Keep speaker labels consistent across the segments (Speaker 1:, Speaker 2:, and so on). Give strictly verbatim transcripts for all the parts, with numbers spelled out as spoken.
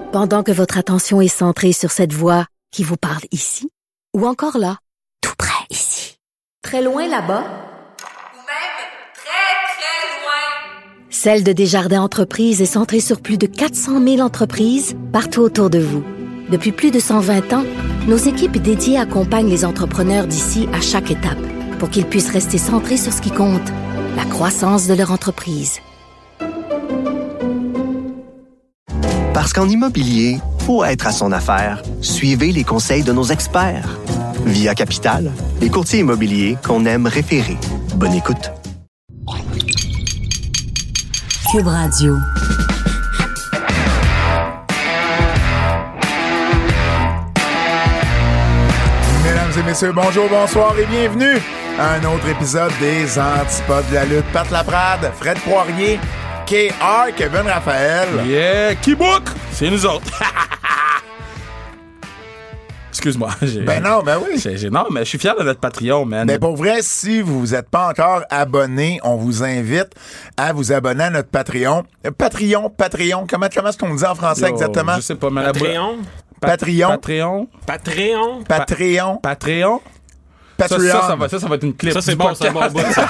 Speaker 1: Pendant que votre attention est centrée sur cette voix qui vous parle ici, ou encore là, tout près ici, très loin là-bas,
Speaker 2: ou même très, très loin,
Speaker 1: Celle de Desjardins Entreprises est centrée sur plus de quatre cent mille entreprises partout autour de vous. Depuis plus de cent vingt ans, nos équipes dédiées accompagnent les entrepreneurs d'ici à chaque étape pour qu'ils puissent rester centrés sur ce qui compte, la croissance de leur entreprise.
Speaker 3: Parce qu'en immobilier, pour être à son affaire, suivez les conseils de nos experts. Via Capital, les courtiers immobiliers qu'on aime référer. Bonne écoute.
Speaker 4: Cube Radio.
Speaker 5: Mesdames et messieurs, bonjour, bonsoir et bienvenue à un autre épisode des Antipodes de la lutte. Pat Laprade, Fred Poirier, K R, Kevin Raphaël.
Speaker 6: Yeah, qui book? C'est nous autres. Excuse-moi. J'ai,
Speaker 5: ben non, ben oui.
Speaker 6: J'ai, j'ai, non, mais je suis fier de notre Patreon, man.
Speaker 5: Mais pour vrai, si vous n'êtes pas encore abonné, on vous invite à vous abonner à notre Patreon. Patreon, Patreon, comment, comment est-ce qu'on dit en français
Speaker 6: Yo,
Speaker 5: exactement?
Speaker 6: Je sais pas, mais
Speaker 7: Patreon?
Speaker 6: Pa-
Speaker 5: Patreon.
Speaker 6: Patreon.
Speaker 7: Patreon?
Speaker 5: Patreon.
Speaker 6: Patreon.
Speaker 5: Patreon.
Speaker 6: Ça, ça, ça, va, ça, ça va être une clip.
Speaker 7: Ça, c'est bon, c'est bon bout, ça.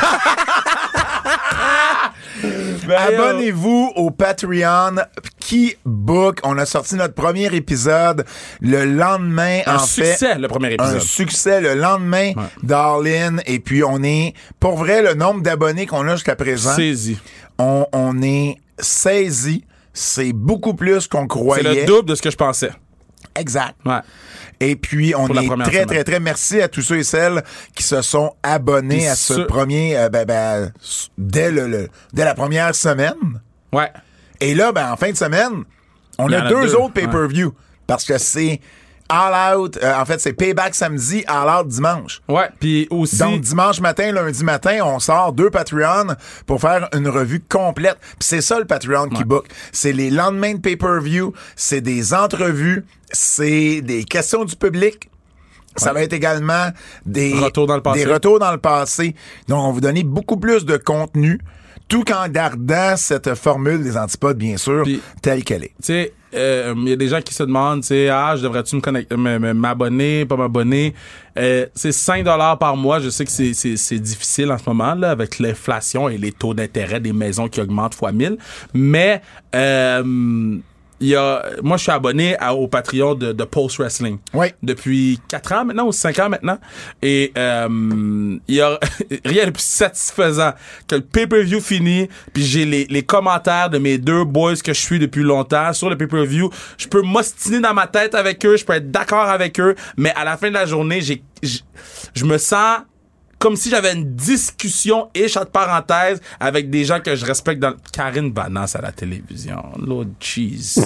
Speaker 5: Ben, abonnez-vous au Patreon qui book. On a sorti notre premier épisode le lendemain.
Speaker 6: Un
Speaker 5: en
Speaker 6: succès,
Speaker 5: fait,
Speaker 6: le premier épisode.
Speaker 5: Un succès le lendemain
Speaker 6: Ouais.
Speaker 5: d'All-In. Et puis, on est, pour vrai, le nombre d'abonnés qu'on a jusqu'à présent,
Speaker 6: Saisi.
Speaker 5: on, on est saisi. C'est beaucoup plus qu'on croyait.
Speaker 6: C'est le double de ce que je pensais.
Speaker 5: Exact.
Speaker 6: Ouais.
Speaker 5: Et puis, on
Speaker 6: Pour la
Speaker 5: est
Speaker 6: première
Speaker 5: très,
Speaker 6: semaine.
Speaker 5: très, très merci à tous ceux et celles qui se sont abonnés
Speaker 6: Puis
Speaker 5: à ce
Speaker 6: ceux-
Speaker 5: premier, euh, ben, ben, s- dès le, le- dès la première semaine.
Speaker 6: Ouais.
Speaker 5: Et là, ben, en fin de semaine, on
Speaker 6: Il y
Speaker 5: a
Speaker 6: en a
Speaker 5: deux,
Speaker 6: deux,
Speaker 5: autres pay-per-view. Parce que c'est All Out, euh, en fait, c'est Payback samedi, All Out dimanche.
Speaker 6: Ouais. Puis aussi.
Speaker 5: Donc, dimanche matin, lundi matin, on sort deux Patreon pour faire une revue complète. Puis c'est ça, le Patreon qui book. C'est les lendemains de pay-per-view, c'est des entrevues, c'est des questions du public. Ça va être également des
Speaker 6: Retours dans le passé.
Speaker 5: des retours dans le passé. Donc, on va vous donner beaucoup plus de contenu, tout en gardant cette formule des antipodes, bien sûr,
Speaker 6: Puis-
Speaker 5: telle qu'elle est.
Speaker 6: Tu sais, il euh, y a des gens qui se demandent, tu sais, ah, je devrais-tu me connecter, m- m- m'abonner, pas m'abonner. Euh, c'est cinq dollars par mois. Je sais que c'est, c'est, c'est difficile en ce moment, là, avec l'inflation et les taux d'intérêt des maisons qui augmentent fois mille. Mais, euh, il y a, moi, je suis abonné à, au Patreon de, de Post Wrestling.
Speaker 5: Oui.
Speaker 6: Depuis quatre ans maintenant, ou cinq ans maintenant. Et, euh, il y a rien de plus satisfaisant que le pay-per-view fini, puis j'ai les, les commentaires de mes deux boys que je suis depuis longtemps sur le pay-per-view. Je peux m'ostiner dans ma tête avec eux, je peux être d'accord avec eux, mais à la fin de la journée, j'ai, j'ai- je me sens comme si j'avais une discussion, ish, entre parenthèses, avec des gens que je respecte dans... Karine Vanasse à la télévision. Lord Jesus.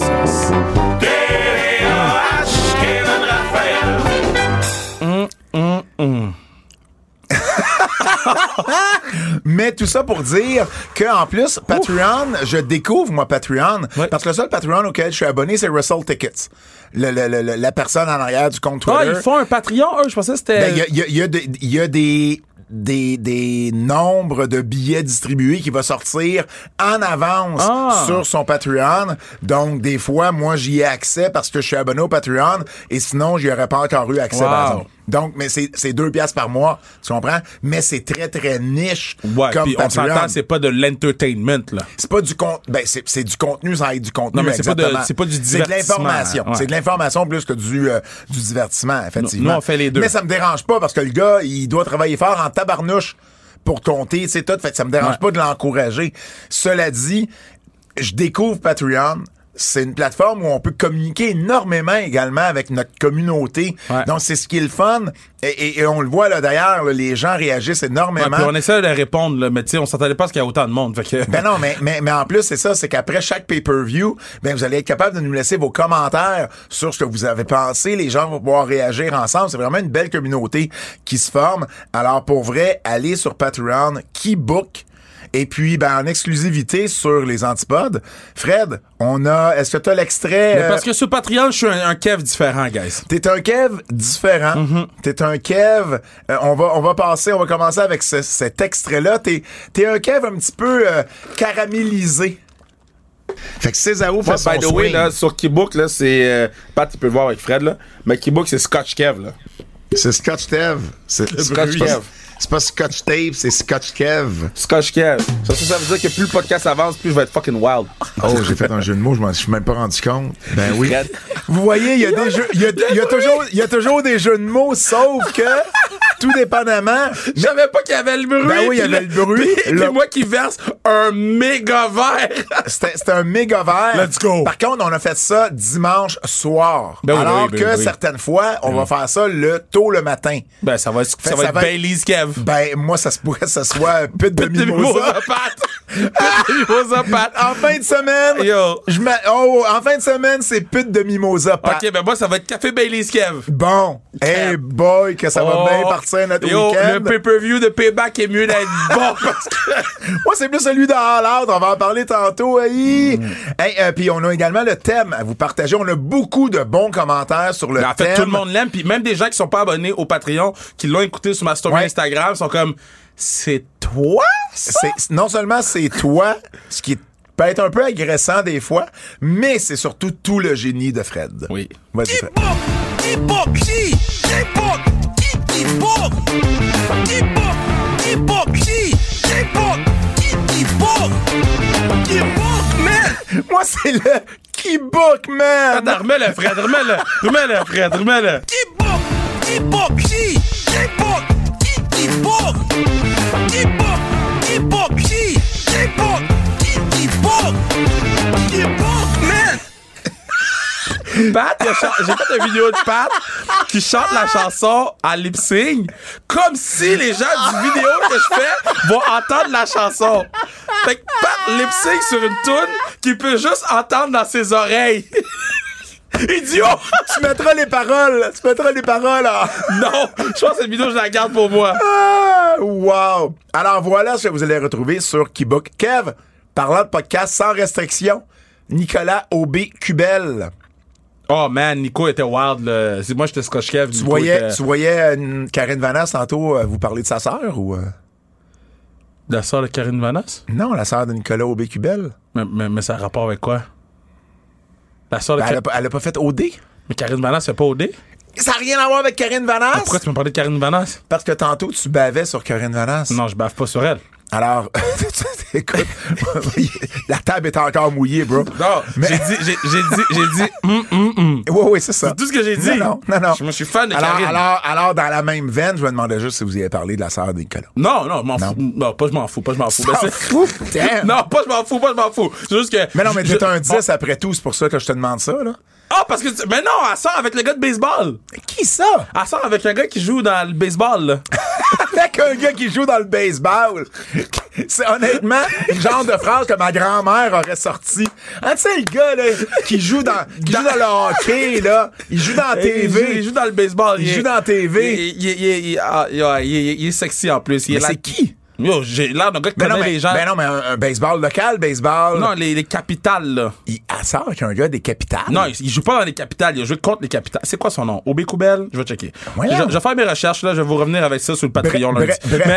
Speaker 6: Hum, hum, hum.
Speaker 5: Mais tout ça pour dire que en plus, Patreon, je découvre, moi, Patreon,
Speaker 6: Ouais.
Speaker 5: parce que le seul Patreon auquel je suis abonné, c'est Wrestle Tickets. Le, le, le- le- la personne en arrière du compte Twitter.
Speaker 6: Ah, ils font un Patreon, eux, je pensais que c'était...
Speaker 5: Ben, il y a, il y a- il y a des- il y a des, des, des nombres de billets distribués qui va sortir en avance
Speaker 6: Ah.
Speaker 5: sur son Patreon. Donc, des fois, moi, j'y ai accès parce que je suis abonné au Patreon et sinon, j'y aurais pas encore eu accès.
Speaker 6: Wow.
Speaker 5: par exemple. Donc, mais c'est, c'est deux piastres par mois, tu comprends? Mais c'est très, très niche
Speaker 6: Ouais,
Speaker 5: comme
Speaker 6: puis on
Speaker 5: Patreon.
Speaker 6: s'entend, c'est pas de l'entertainment, là.
Speaker 5: C'est pas du contenu, ben c'est, c'est du contenu sans être du contenu.
Speaker 6: Non, mais c'est pas de-
Speaker 5: exactement.
Speaker 6: c'est pas du
Speaker 5: C'est de
Speaker 6: divertissement,
Speaker 5: l'information.
Speaker 6: ouais.
Speaker 5: C'est de l'information plus que du, euh, du divertissement, effectivement.
Speaker 6: Nous, on fait les deux.
Speaker 5: Mais ça me dérange pas parce que le gars, il doit travailler fort en tabarnouche pour compter, c'est tout. Fait que ça me dérange
Speaker 6: Ouais.
Speaker 5: pas de l'encourager. Cela dit, je découvre Patreon. C'est une plateforme où on peut communiquer énormément également avec notre communauté.
Speaker 6: Ouais.
Speaker 5: Donc, c'est ce qui est le fun. Et, et- et on le voit, là, d'ailleurs, là, les gens réagissent
Speaker 6: Ouais,
Speaker 5: énormément.
Speaker 6: puis on essaie de répondre, là, mais tu sais, on s'entendait pas parce qu'il y a autant de monde. Fait que...
Speaker 5: Ben non, mais, mais, mais en plus, c'est ça, c'est qu'après chaque pay-per-view, ben vous allez être capable de nous laisser vos commentaires sur ce que vous avez pensé. Les gens vont pouvoir réagir ensemble. C'est vraiment une belle communauté qui se forme. Alors, pour vrai, allez sur Patreon, qui book. Et puis, ben, en exclusivité sur les antipodes, Fred, on a, est-ce que t'as l'extrait?
Speaker 6: Mais
Speaker 5: euh,
Speaker 6: parce que sur Patreon, je suis un, un Kev différent, guys.
Speaker 5: T'es un Kev différent.
Speaker 6: Mm-hmm.
Speaker 5: T'es un Kev. euh, on va, on va passer, on va commencer avec ce- cet extrait-là. T'es, t'es un Kev un petit peu euh, caramélisé. Fait que Cesaro fait
Speaker 6: Moi,
Speaker 5: son
Speaker 6: by the way,
Speaker 5: swing.
Speaker 6: là, sur Keybook, là, c'est. Euh, Pat, tu peux le voir avec Fred, là. Mais Keybook, c'est Scotch Kev, là.
Speaker 5: C'est Scotch Tev. C'est
Speaker 6: Scotch
Speaker 5: c'est
Speaker 6: Kev.
Speaker 5: pas- C'est pas Scotch Tape, c'est Scotch Kev.
Speaker 6: Scotch Kev. Ça, ça, ça veut dire que plus le podcast avance, plus je vais être fucking wild.
Speaker 5: Oh, j'ai fait un jeu de mots, je m'en suis même pas rendu compte. Ben oui.
Speaker 6: Fred.
Speaker 5: Vous voyez, il y a des jeux, il y a, il y a toujours, il y a toujours des jeux de mots, sauf que, tout dépendamment.
Speaker 6: Je savais pas qu'il y avait le bruit.
Speaker 5: Ben oui, il y
Speaker 6: puis
Speaker 5: avait le bruit.
Speaker 6: Puis,
Speaker 5: Le-
Speaker 6: puis moi qui verse un méga verre.
Speaker 5: C'était, c'était un méga verre.
Speaker 6: Let's go.
Speaker 5: Par contre, on a fait ça dimanche soir.
Speaker 6: Ben oui,
Speaker 5: alors
Speaker 6: ben oui,
Speaker 5: que
Speaker 6: ben oui.
Speaker 5: certaines fois, on va faire ça le tôt le matin.
Speaker 6: Ben, ça va, ça
Speaker 5: Fait,
Speaker 6: va
Speaker 5: ça
Speaker 6: être
Speaker 5: va être-
Speaker 6: Bailey's Kev.
Speaker 5: Ben, moi, ça se pourrait que ce soit pute de
Speaker 6: Pute de
Speaker 5: mimosa.
Speaker 6: mimosa, Pat. Pute de mimosa, Pat.
Speaker 5: En fin de semaine,
Speaker 6: Yo.
Speaker 5: je mets, oh, en fin de semaine, c'est pute de mimosa. Pat.
Speaker 6: Ok, ben moi, ça va être Café Bailey's Kev.
Speaker 5: Bon. Hey boy, que ça va
Speaker 6: Oh.
Speaker 5: bien partir notre
Speaker 6: Yo,
Speaker 5: week-end.
Speaker 6: le pay-per-view de Payback est mieux d'être bon parce que...
Speaker 5: Moi, c'est plus celui de All Out. On va en parler tantôt. Hey. Hey, euh, puis on a également le thème à vous partager. On a beaucoup de bons commentaires sur le
Speaker 6: Mais en
Speaker 5: thème.
Speaker 6: fait, tout le monde l'aime. Puis même des gens qui sont pas abonnés au Patreon, qui l'ont écouté sur ma story
Speaker 5: Ouais.
Speaker 6: Instagram, sont comme, c'est toi? ça?
Speaker 5: C'est, non seulement c'est toi, ce qui peut être un peu agressant des fois, mais c'est surtout tout le génie de Fred.
Speaker 6: Oui.
Speaker 5: Vas-y, Fred. Moi, c'est le Keybook, man!
Speaker 6: Attends, remets-le, Fred, remets-le. Remets-le, Fred, remets-le. Pat, il a chan- j'ai fait une vidéo de Pat qui chante la chanson à lip sync comme si les gens du vidéo que je fais vont entendre la chanson. Fait que Pat lip sync sur une tune qu'il peut juste entendre dans ses oreilles. Idiot!
Speaker 5: Tu mettras les paroles. Tu mettras les paroles. hein.
Speaker 6: Non! Je pense que cette vidéo, je la garde pour moi.
Speaker 5: Ah, wow! Alors voilà ce que vous allez retrouver sur Keybook. Kev, parlant de podcast sans restriction, Nicolas Aubé-Cubel.
Speaker 6: Oh man, Nico était wild. Là. C'est moi, j'étais Scotch Kev.
Speaker 5: Tu voyais, tu voyais euh, Karine Vanasse tantôt euh, vous parler de sa sœur ou... euh?
Speaker 6: La sœur de Karine Vanasse?
Speaker 5: Non, la sœur de Nicolas Aubé-Cubel.
Speaker 6: Mais, mais, mais ça a rapport avec quoi? La sœur de
Speaker 5: Ben, elle, a,
Speaker 6: Karine...
Speaker 5: pas- elle a pas fait O D.
Speaker 6: Mais Karine Vanasse fait pas O D?
Speaker 5: Ça n'a rien à voir avec Karine Vanasse.
Speaker 6: Pourquoi tu m'as parlé de Karine Vanasse?
Speaker 5: Parce que tantôt, tu bavais sur Karine Vanasse.
Speaker 6: Non, je bave pas sur elle.
Speaker 5: Alors, écoute, la table est encore mouillée, bro.
Speaker 6: Non,
Speaker 5: Mais-
Speaker 6: j'ai dit, j'ai, j'ai dit, j'ai dit, hum, hum, hum.
Speaker 5: Oui, oui, c'est ça.
Speaker 6: C'est tout ce que j'ai dit.
Speaker 5: Non, non, non. non.
Speaker 6: Je me suis fan de
Speaker 5: alors,
Speaker 6: Karine.
Speaker 5: alors, alors, dans la même veine, je me demandais juste si vous y avez parlé de la sœur de Nicolas.
Speaker 6: Non, non, je m'en fous. Non, pas je m'en fous, pas je m'en fous. Ben,
Speaker 5: S'en
Speaker 6: c'est-
Speaker 5: fout, damn.
Speaker 6: Non, pas je m'en fous, pas je m'en fous. C'est juste que.
Speaker 5: Mais non, mais
Speaker 6: je-
Speaker 5: t'es un
Speaker 6: je-
Speaker 5: dix après tout, c'est pour ça que je te demande ça, là.
Speaker 6: Ah, parce que. tu- Mais non, elle sort avec le gars de baseball.
Speaker 5: Qui ça?
Speaker 6: Elle sort avec un gars qui joue dans le baseball, là.
Speaker 5: Avec un gars qui joue dans le baseball. C'est honnêtement le genre de phrase que ma grand-mère aurait sorti. Ah, tu sais, le gars, là, qui joue dans, qui joue dans le hockey, là. Il joue dans la T
Speaker 6: Il joue, il
Speaker 5: V.
Speaker 6: joue dans le baseball.
Speaker 5: Il
Speaker 6: est-
Speaker 5: joue dans la T V.
Speaker 6: Il, il, il, il, il- ah, il- ah, il- il- il est sexy en plus. Il
Speaker 5: Mais
Speaker 6: est là-
Speaker 5: c'est qui?
Speaker 6: Yo, j'ai l'air d'un gars qui
Speaker 5: Ben
Speaker 6: connaît
Speaker 5: non, mais,
Speaker 6: les gens.
Speaker 5: ben non, mais un, un baseball local, baseball.
Speaker 6: Non, les, les capitales, là.
Speaker 5: Il elle sort avec un gars des capitales.
Speaker 6: Non, il, il joue pas dans les capitales, il a joué contre les capitales. C'est quoi son nom? Aubé Coubel? Je vais checker. Je,
Speaker 5: Voyons.
Speaker 6: je vais faire mes recherches, là. Je vais vous revenir avec ça sur le Patreon,
Speaker 5: Bre-
Speaker 6: lundi.
Speaker 5: bre- bref.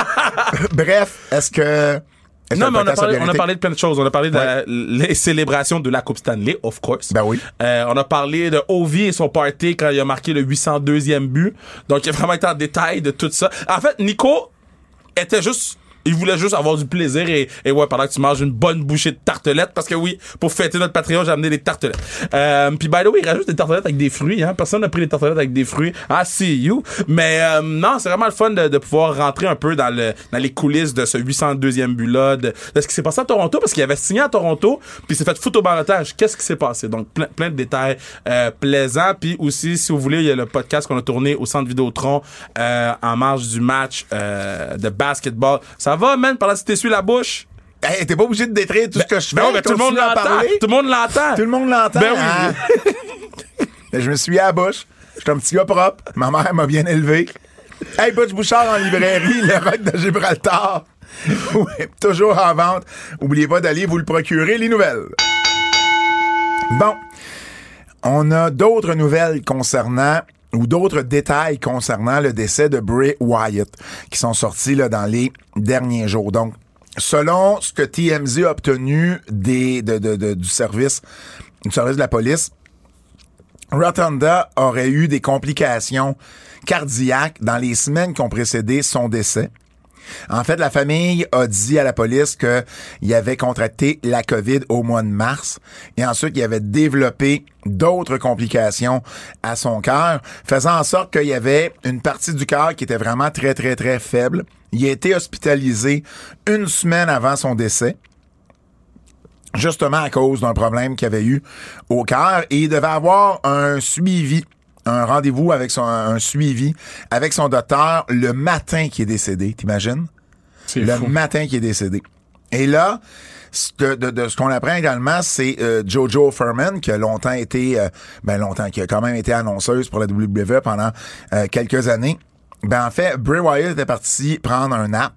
Speaker 6: Mais-
Speaker 5: Bref, est-ce que. est-ce
Speaker 6: non,
Speaker 5: que
Speaker 6: mais on a,
Speaker 5: le podcast
Speaker 6: parlé,
Speaker 5: bien
Speaker 6: on a
Speaker 5: été?
Speaker 6: parlé de plein de choses. On a parlé de la- les célébrations de la Coupe Stanley, of course.
Speaker 5: Ben oui.
Speaker 6: Euh, on a parlé de Ovi et son party quand il a marqué le huit cent deuxième but. Donc, il a vraiment été en détail de tout ça. En fait, Nico était juste... Il voulait juste avoir du plaisir et, et ouais, pendant que tu manges une bonne bouchée de tartelettes, parce que oui, pour fêter notre Patreon, j'ai amené des tartelettes. Euh, puis by the way, il rajoute des tartelettes avec des fruits, hein. Personne n'a pris des tartelettes avec des fruits. Ah, see you. Mais euh, non, c'est vraiment le fun de, de pouvoir rentrer un peu dans le dans les coulisses de ce huit cent deuxième but-là, de, de ce qui s'est passé à Toronto, parce qu'il avait signé à Toronto, puis il s'est fait foutre au balotage. Qu'est-ce qui s'est passé? Donc, plein, plein de détails euh, plaisants. Puis aussi, si vous voulez, il y a le podcast qu'on a tourné au Centre Vidéotron euh, en marge du match euh, de basketball. Ça va, man, pendant que tu t'essuies la bouche?
Speaker 5: Hey, t'es pas obligé de détruire tout ce que je fais.
Speaker 6: Ben, ben, tout le monde
Speaker 5: continue à
Speaker 6: l'entend.
Speaker 5: parler.
Speaker 6: Tout le monde l'entend.
Speaker 5: Tout le monde l'entend.
Speaker 6: Ben oui.
Speaker 5: hein? Je me suis à la bouche. J'étais un petit gars propre. Ma mère m'a bien élevé. Hey, Butch Bouchard en librairie, le rock de Gibraltar. Oui, toujours en vente. Oubliez pas d'aller vous le procurer, les nouvelles. Bon. On a d'autres nouvelles concernant ou d'autres détails concernant le décès de Bray Wyatt qui sont sortis là, dans les derniers jours. Donc, selon ce que T M Z a obtenu des, de, de, de, du service, du service de la police, Rotunda aurait eu des complications cardiaques dans les semaines qui ont précédé son décès. En fait, la famille a dit à la police qu'il avait contracté la COVID au mois de mars et ensuite il avait développé d'autres complications à son cœur, faisant en sorte qu'il y avait une partie du cœur qui était vraiment très, très, très faible. Il a été hospitalisé une semaine avant son décès, justement à cause d'un problème qu'il avait eu au cœur, et il devait avoir un suivi, un rendez-vous avec son, un suivi avec son docteur le matin qu'il est décédé, t'imagines?
Speaker 6: C'est
Speaker 5: le
Speaker 6: fou.
Speaker 5: matin qu'il est décédé. Et là, ce que, de, de, ce qu'on apprend également, c'est euh, JoJo Furman, qui a longtemps été, euh, ben longtemps, qui a quand même été annonceuse pour la W W E pendant euh, quelques années. Ben en fait, Bray Wyatt était parti prendre un nap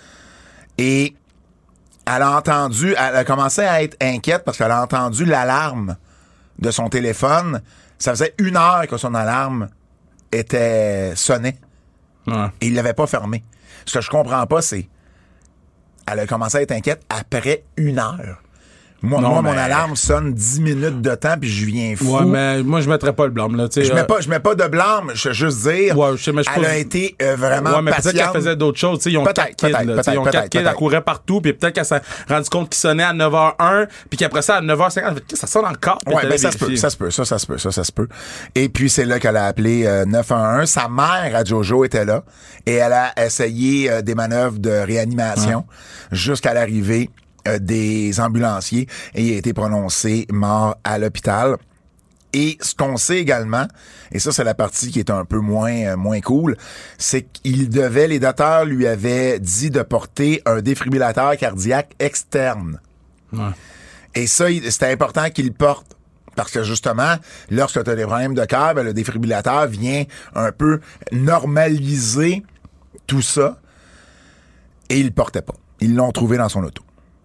Speaker 5: et elle a entendu, elle a commencé à être inquiète parce qu'elle a entendu l'alarme de son téléphone. Ça faisait une heure que son alarme était sonnée.
Speaker 6: Ouais.
Speaker 5: Et il l'avait pas fermé. Ce que je comprends pas, c'est elle a commencé à être inquiète après une heure. Moi,
Speaker 6: Non,
Speaker 5: moi
Speaker 6: mais-
Speaker 5: mon alarme sonne dix minutes de temps puis je viens fou.
Speaker 6: Ouais, mais moi, je mettrais pas le blâme, là. tu sais,
Speaker 5: Je
Speaker 6: euh,
Speaker 5: mets pas, je mets pas de blâme, je veux juste dire,
Speaker 6: Ouais, je sais, mais je
Speaker 5: elle
Speaker 6: pense-
Speaker 5: a été euh, vraiment
Speaker 6: Ouais, mais peut-être
Speaker 5: patiente.
Speaker 6: qu'elle faisait d'autres choses. Tu sais, ils ont
Speaker 5: Peut-être,
Speaker 6: quatre kids,
Speaker 5: peut-être,
Speaker 6: là. Tu sais, Ils ont
Speaker 5: peut-être,
Speaker 6: quatre kids, elle
Speaker 5: peut-être.
Speaker 6: courait partout, puis peut-être qu'elle s'est rendue compte qu'il sonnait à neuf heures un, puis qu'après ça, à neuf heures cinquante, elle fait, ça sonne encore. Puis
Speaker 5: Ouais,
Speaker 6: elle
Speaker 5: ben
Speaker 6: allait
Speaker 5: ça se peut,
Speaker 6: vérifier.
Speaker 5: ça se peut, ça, ça se peut, ça, ça se peut. Et puis c'est là qu'elle a appelé euh, neuf un un. Sa mère à Jojo était là et elle a essayé euh, des manœuvres de réanimation jusqu'à l'arrivée euh, des ambulanciers et il a été prononcé mort à l'hôpital. Et ce qu'on sait également, et ça c'est la partie qui est un peu moins euh, moins cool, c'est qu'il devait, les docteurs lui avaient dit de porter un défibrillateur cardiaque externe.
Speaker 6: Ouais.
Speaker 5: Et ça, il- c'était important qu'il le porte. Parce que justement, lorsque tu as des problèmes de cœur, ben, le défibrillateur vient un peu normaliser tout ça. Et il le portait pas. Ils l'ont trouvé dans son auto.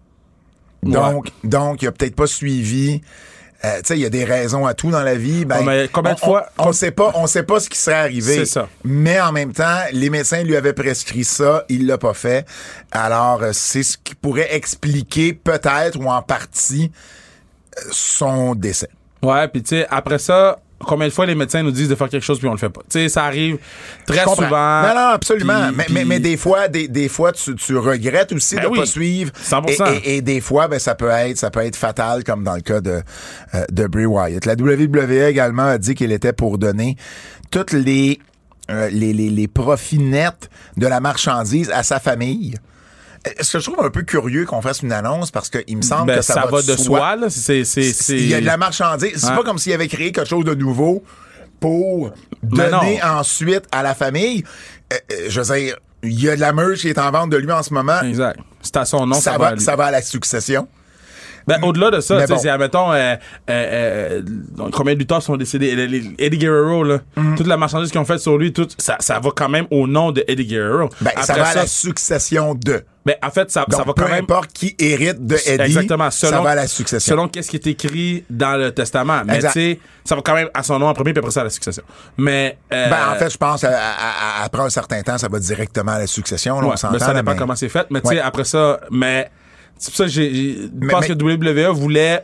Speaker 5: Donc, donc il a peut-être pas suivi. Euh, tu sais, il y a des raisons à tout dans la vie. Ben,
Speaker 6: Ouais, mais combien de
Speaker 5: on-
Speaker 6: fois-
Speaker 5: On, on sait pas, on sait pas ce qui serait arrivé.
Speaker 6: C'est ça.
Speaker 5: Mais en même temps, les médecins lui avaient prescrit ça, il l'a pas fait. Alors, euh, c'est ce qui pourrait expliquer peut-être ou en partie euh, son décès.
Speaker 6: Ouais, puis tu sais, après ça, combien de fois les médecins nous disent de faire quelque chose puis on le fait pas. Tu sais, ça arrive très
Speaker 5: Je comprends.
Speaker 6: souvent.
Speaker 5: Non, non, absolument.
Speaker 6: Puis-
Speaker 5: mais,
Speaker 6: puis-
Speaker 5: mais, mais des fois, des, des fois, tu, tu regrettes aussi
Speaker 6: Ben
Speaker 5: de
Speaker 6: oui,
Speaker 5: pas suivre.
Speaker 6: cent pour cent.
Speaker 5: Et, et, et des fois, ben, ça peut être, ça peut être fatal, comme dans le cas de, euh, de Bray Wyatt. La W W E également a dit qu'il était pour donner toutes les, euh, les, les, les profits nets de la marchandise à sa famille. Ce que je trouve un peu curieux qu'on fasse une annonce parce qu'il me semble
Speaker 6: Ben,
Speaker 5: que ça,
Speaker 6: va de soi, là. C'est, c'est, c'est...
Speaker 5: Il y a de la marchandise. C'est
Speaker 6: Ouais.
Speaker 5: pas comme s'il avait créé quelque chose de nouveau pour
Speaker 6: Mais
Speaker 5: donner
Speaker 6: non.
Speaker 5: ensuite à la famille. Euh, euh, je veux dire, il y a de la merch qui est en vente de lui en ce moment.
Speaker 6: Exact. C'est à son nom, ça,
Speaker 5: ça,
Speaker 6: va. à
Speaker 5: va,
Speaker 6: lui.
Speaker 5: ça va à la succession.
Speaker 6: Ben, au-delà de ça,
Speaker 5: Mais
Speaker 6: tu sais,
Speaker 5: bon.
Speaker 6: c'est, admettons, euh, euh, euh, combien de lutteurs sont décédés? Les- les- Eddie Guerrero, là.
Speaker 5: Mm.
Speaker 6: Toute la marchandise qu'ils ont faite sur lui, tout, ça, ça va quand même au nom de Eddie Guerrero.
Speaker 5: Ben, ça
Speaker 6: Après
Speaker 5: va à la succession de.
Speaker 6: ben, en fait, ça,
Speaker 5: Donc,
Speaker 6: ça va
Speaker 5: peu
Speaker 6: quand même.
Speaker 5: importe qui hérite de Eddie,
Speaker 6: Exactement. Selon,
Speaker 5: ça va à la succession.
Speaker 6: Selon qu'est-ce qui est écrit dans le testament. Mais, tu
Speaker 5: Exact.
Speaker 6: sais, ça va quand même à son nom en premier, puis après ça à la succession. Mais, euh,
Speaker 5: Ben, en fait, je pense, à- à- à- après un certain temps, ça va directement à la succession. Là,
Speaker 6: ouais,
Speaker 5: on s'entend.
Speaker 6: ben, ça
Speaker 5: là,
Speaker 6: dépend
Speaker 5: mais-
Speaker 6: comment c'est fait. Mais, tu
Speaker 5: Ouais.
Speaker 6: sais, après ça, mais, c'est pour ça que j'ai, j'ai- je
Speaker 5: Mais-
Speaker 6: pense
Speaker 5: mais-
Speaker 6: que W W E voulait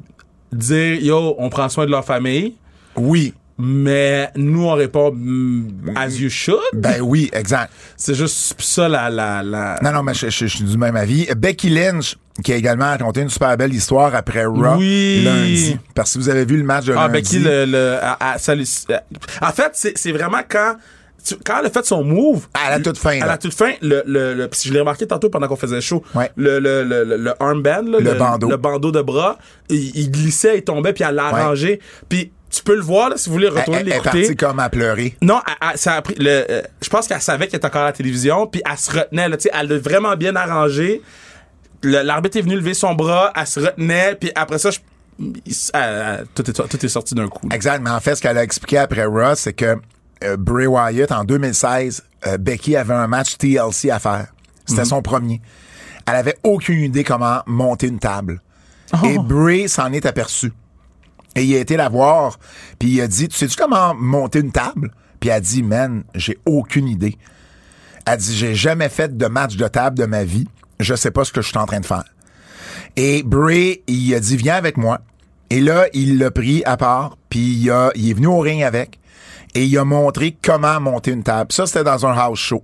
Speaker 6: dire, yo, on prend soin de leur famille.
Speaker 5: Oui.
Speaker 6: Mais nous, on répond mm, as you should.
Speaker 5: Ben oui, exact.
Speaker 6: C'est juste ça la la la.
Speaker 5: Non, non, mais je, je- je suis du même avis. Becky Lynch, qui a également raconté une super belle histoire après Raw
Speaker 6: Oui.
Speaker 5: lundi. Parce que si vous avez vu le match de
Speaker 6: Ah,
Speaker 5: lundi.
Speaker 6: Becky, le, le, à- à- ça lui- euh, en fait, c'est c'est vraiment quand tu- quand elle a fait son move.
Speaker 5: À la toute fin,
Speaker 6: À
Speaker 5: là.
Speaker 6: la toute fin, le, le, le puis je l'ai remarqué tantôt pendant qu'on faisait le show.
Speaker 5: Ouais.
Speaker 6: Le, le, le, le, le armband, là,
Speaker 5: Le bandeau.
Speaker 6: le bandeau de bras, il, il glissait, il tombait, puis elle l'a
Speaker 5: Ouais.
Speaker 6: arrangé. Puis tu peux le voir, là, si vous voulez
Speaker 5: Elle,
Speaker 6: retourner
Speaker 5: elle- elle est
Speaker 6: l'écouter.
Speaker 5: partie comme à pleurer.
Speaker 6: Non, elle- elle- ça a pris le. euh, je pense qu'elle savait qu'elle était encore à la télévision, puis elle se retenait. Là, tu sais, elle l'a vraiment bien arrangé. Le- L'arbitre est venu lever son bras, elle se retenait, puis après ça, je- il- elle- elle- tout, est, tout est sorti d'un coup. là.
Speaker 5: Exact, mais en fait, ce qu'elle a expliqué après Raw, c'est que euh, Bray Wyatt, en deux mille seize, euh, Becky avait un match T L C à faire. C'était
Speaker 6: Mhm.
Speaker 5: son premier. Elle avait aucune idée comment monter une table.
Speaker 6: Oh.
Speaker 5: Et Bray s'en est aperçu. Et il a été la voir, puis il a dit, tu sais-tu comment monter une table? Puis elle a dit, man, j'ai aucune idée. Elle dit, j'ai jamais fait de match de table de ma vie. je sais pas ce que je suis en train de faire. Et Bray, il a dit, viens avec moi. Et là, il l'a pris à part, puis il, a, il est venu au ring avec, et il a montré comment monter une table. Ça, c'était dans un house show.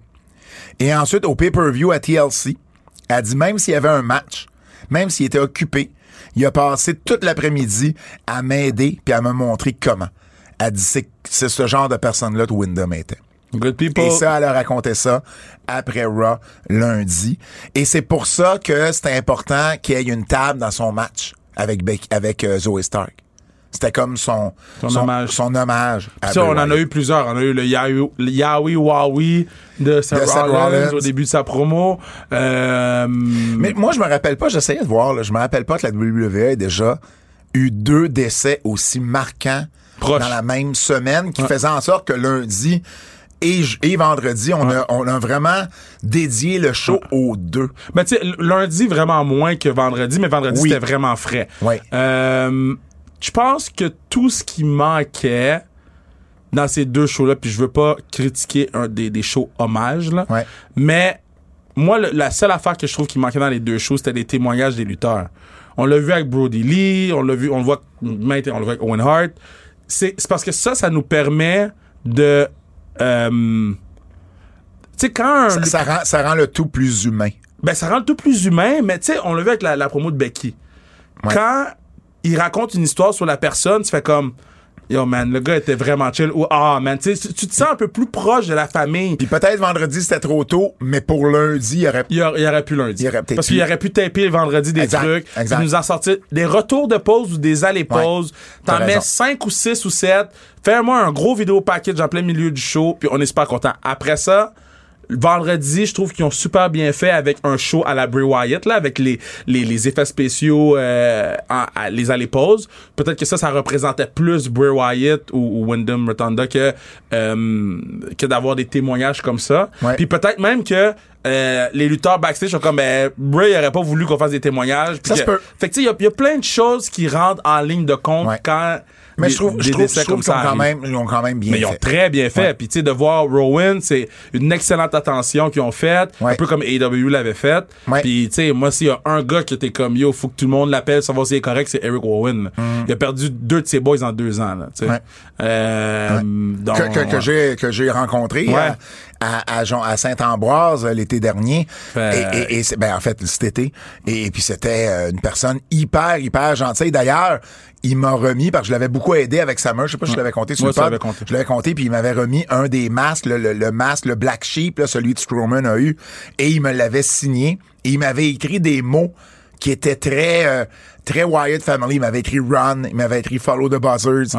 Speaker 5: Et ensuite, au pay-per-view à T L C, elle a dit, même s'il y avait un match, même s'il était occupé, il a passé toute l'après-midi à m'aider puis à me montrer comment. Elle a dit, c'est, c'est ce genre de personne-là que Wyndham était.
Speaker 6: Good people.
Speaker 5: Et ça, elle a raconté ça après Raw lundi. Et c'est pour ça que c'était important qu'il y ait une table dans son match avec Becky, avec euh, Zoe Stark. C'était comme son
Speaker 6: son,
Speaker 5: son
Speaker 6: hommage.
Speaker 5: Son hommage à
Speaker 6: ça, on
Speaker 5: Bray
Speaker 6: en a eu plusieurs. On a eu le Yahoo, le Yahui Wawi de Seth,
Speaker 5: De Seth
Speaker 6: Rollins,
Speaker 5: Rollins
Speaker 6: au début de sa promo. Euh,
Speaker 5: Mais moi, je me rappelle pas, j'essayais de voir, là, je me rappelle pas que la W W E ait déjà eu deux décès aussi marquants
Speaker 6: Proche.
Speaker 5: dans la même semaine qui
Speaker 6: Ouais.
Speaker 5: faisaient en sorte que lundi et, et vendredi, on,
Speaker 6: Ouais.
Speaker 5: a, on a vraiment dédié le show
Speaker 6: Ouais.
Speaker 5: aux deux.
Speaker 6: Ben, tu sais, lundi, vraiment moins que vendredi, mais vendredi,
Speaker 5: Oui.
Speaker 6: c'était vraiment frais.
Speaker 5: Oui.
Speaker 6: Euh, je pense que tout ce qui manquait dans ces deux shows-là, puis je veux pas critiquer un des, des shows hommages, là,
Speaker 5: Ouais.
Speaker 6: mais moi, le- la seule affaire que je trouve qui manquait dans les deux shows, c'était les témoignages des lutteurs. On l'a vu avec Brody Lee, on l'a vu, on le voit, maintenant, on le voit avec Owen Hart. C'est, c'est parce que ça, ça nous permet de... Euh, tu sais, quand un...
Speaker 5: Ça, ça, rend, ça rend le tout plus humain.
Speaker 6: Ben, ça rend le tout plus humain, mais tu sais, on l'a vu avec la, la promo de Becky.
Speaker 5: Ouais.
Speaker 6: Quand il raconte une histoire sur la personne, tu fais comme, yo man, le gars était vraiment chill, ou ah man, tu sais, tu te sens un peu plus proche de la famille.
Speaker 5: Puis peut-être vendredi, c'était trop tôt, mais pour lundi, il y aurait...
Speaker 6: Il y, aurait, il y aurait pu lundi.
Speaker 5: Il y aurait peut-être
Speaker 6: Parce
Speaker 5: pu.
Speaker 6: qu'il aurait pu taper le vendredi des
Speaker 5: Exact,
Speaker 6: trucs,
Speaker 5: exact.
Speaker 6: puis nous en sortir des retours de pause ou des allées-pauses.
Speaker 5: T'as
Speaker 6: T'en mets
Speaker 5: raison.
Speaker 6: cinq ou six ou sept. Fais-moi un gros vidéo package en plein milieu du show, puis on est super content. Après ça, vendredi, je trouve qu'ils ont super bien fait avec un show à la Bray Wyatt, là, avec les, les, les effets spéciaux, euh, en, à, les allées-pauses. Peut-être que ça, ça représentait plus Bray Wyatt ou, ou Wyndham Rotunda que, euh, que d'avoir des témoignages comme ça.
Speaker 5: Ouais.
Speaker 6: Puis peut-être même que euh, les lutteurs backstage sont comme, ben, Bray aurait pas voulu qu'on fasse des témoignages. Puis
Speaker 5: Ça
Speaker 6: que-
Speaker 5: se peut.
Speaker 6: Fait que tu sais, il y a- il y, a plein de choses qui rentrent en ligne de compte
Speaker 5: Ouais.
Speaker 6: quand
Speaker 5: Mais
Speaker 6: des,
Speaker 5: je trouve,
Speaker 6: des
Speaker 5: je trouve,
Speaker 6: décès
Speaker 5: je trouve
Speaker 6: comme
Speaker 5: qu'ils ont
Speaker 6: ça
Speaker 5: quand
Speaker 6: arrivent.
Speaker 5: même, ils ont quand même bien
Speaker 6: Mais ils ont
Speaker 5: fait.
Speaker 6: très bien fait.
Speaker 5: Ouais.
Speaker 6: Puis tu sais, de voir Rowan, c'est une excellente attention qu'ils ont faite,
Speaker 5: Ouais.
Speaker 6: un peu comme A E W l'avait fait.
Speaker 5: Ouais.
Speaker 6: Puis tu sais, moi, s'il y a un gars qui était comme yo, faut que tout le monde l'appelle, savoir si il est correct, c'est Eric Rowan. Il a perdu deux de ses boys en deux ans. Là, tu sais.
Speaker 5: Ouais.
Speaker 6: Euh,
Speaker 5: Ouais.
Speaker 6: donc,
Speaker 5: que, que, que j'ai que j'ai rencontré
Speaker 6: Ouais.
Speaker 5: à, à, à, Jean- à Saint-Ambroise euh, l'été dernier.
Speaker 6: Fait-
Speaker 5: Et, et, et c'est- ben en fait cet été. Et, et puis c'était euh, une personne hyper hyper gentille. D'ailleurs, il m'a remis parce que je l'avais beaucoup aidé avec sa main. Je sais pas si je l'avais compté sur
Speaker 6: Ouais,
Speaker 5: le
Speaker 6: tu
Speaker 5: pod.
Speaker 6: l'avais compté.
Speaker 5: Je l'avais compté puis il m'avait remis un des masques, le, le, le masque, le Black Sheep, là, celui que Strowman a eu, et il me l'avait signé. Et il m'avait écrit des mots qui étaient très euh, très Wyatt Family. Il m'avait écrit Run, il m'avait écrit Follow the Buzzards.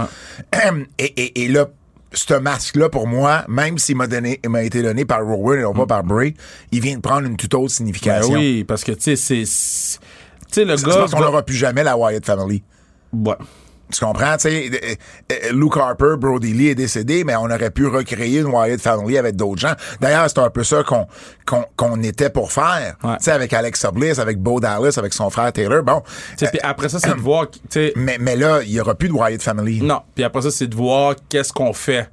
Speaker 5: Et, et, et là, ce masque-là, pour moi, même s'il m'a donné, il m'a été donné par Rowan et non pas par Bray, il vient de prendre une toute autre
Speaker 6: ben
Speaker 5: signification.
Speaker 6: oui, parce que tu sais, c'est, c'est- tu sais, le
Speaker 5: C'est
Speaker 6: gars.
Speaker 5: parce qu'on
Speaker 6: va-
Speaker 5: n'aura plus jamais la Wyatt Family.
Speaker 6: Ouais.
Speaker 5: Tu comprends? Tu sais, euh, euh, Luke Harper, Brody Lee est décédé, mais on aurait pu recréer une Wyatt Family avec d'autres gens. D'ailleurs, c'est un peu ça qu'on qu'on, qu'on était pour faire.
Speaker 6: Ouais.
Speaker 5: Tu sais, avec Alexa Bliss, avec Bo Dallas, avec son frère Taylor. Bon,
Speaker 6: Tu sais, puis après ça, c'est de voir, tu sais,
Speaker 5: mais, mais là, il y aura plus de Wyatt Family.
Speaker 6: non. Puis après ça, c'est de voir qu'est-ce qu'on fait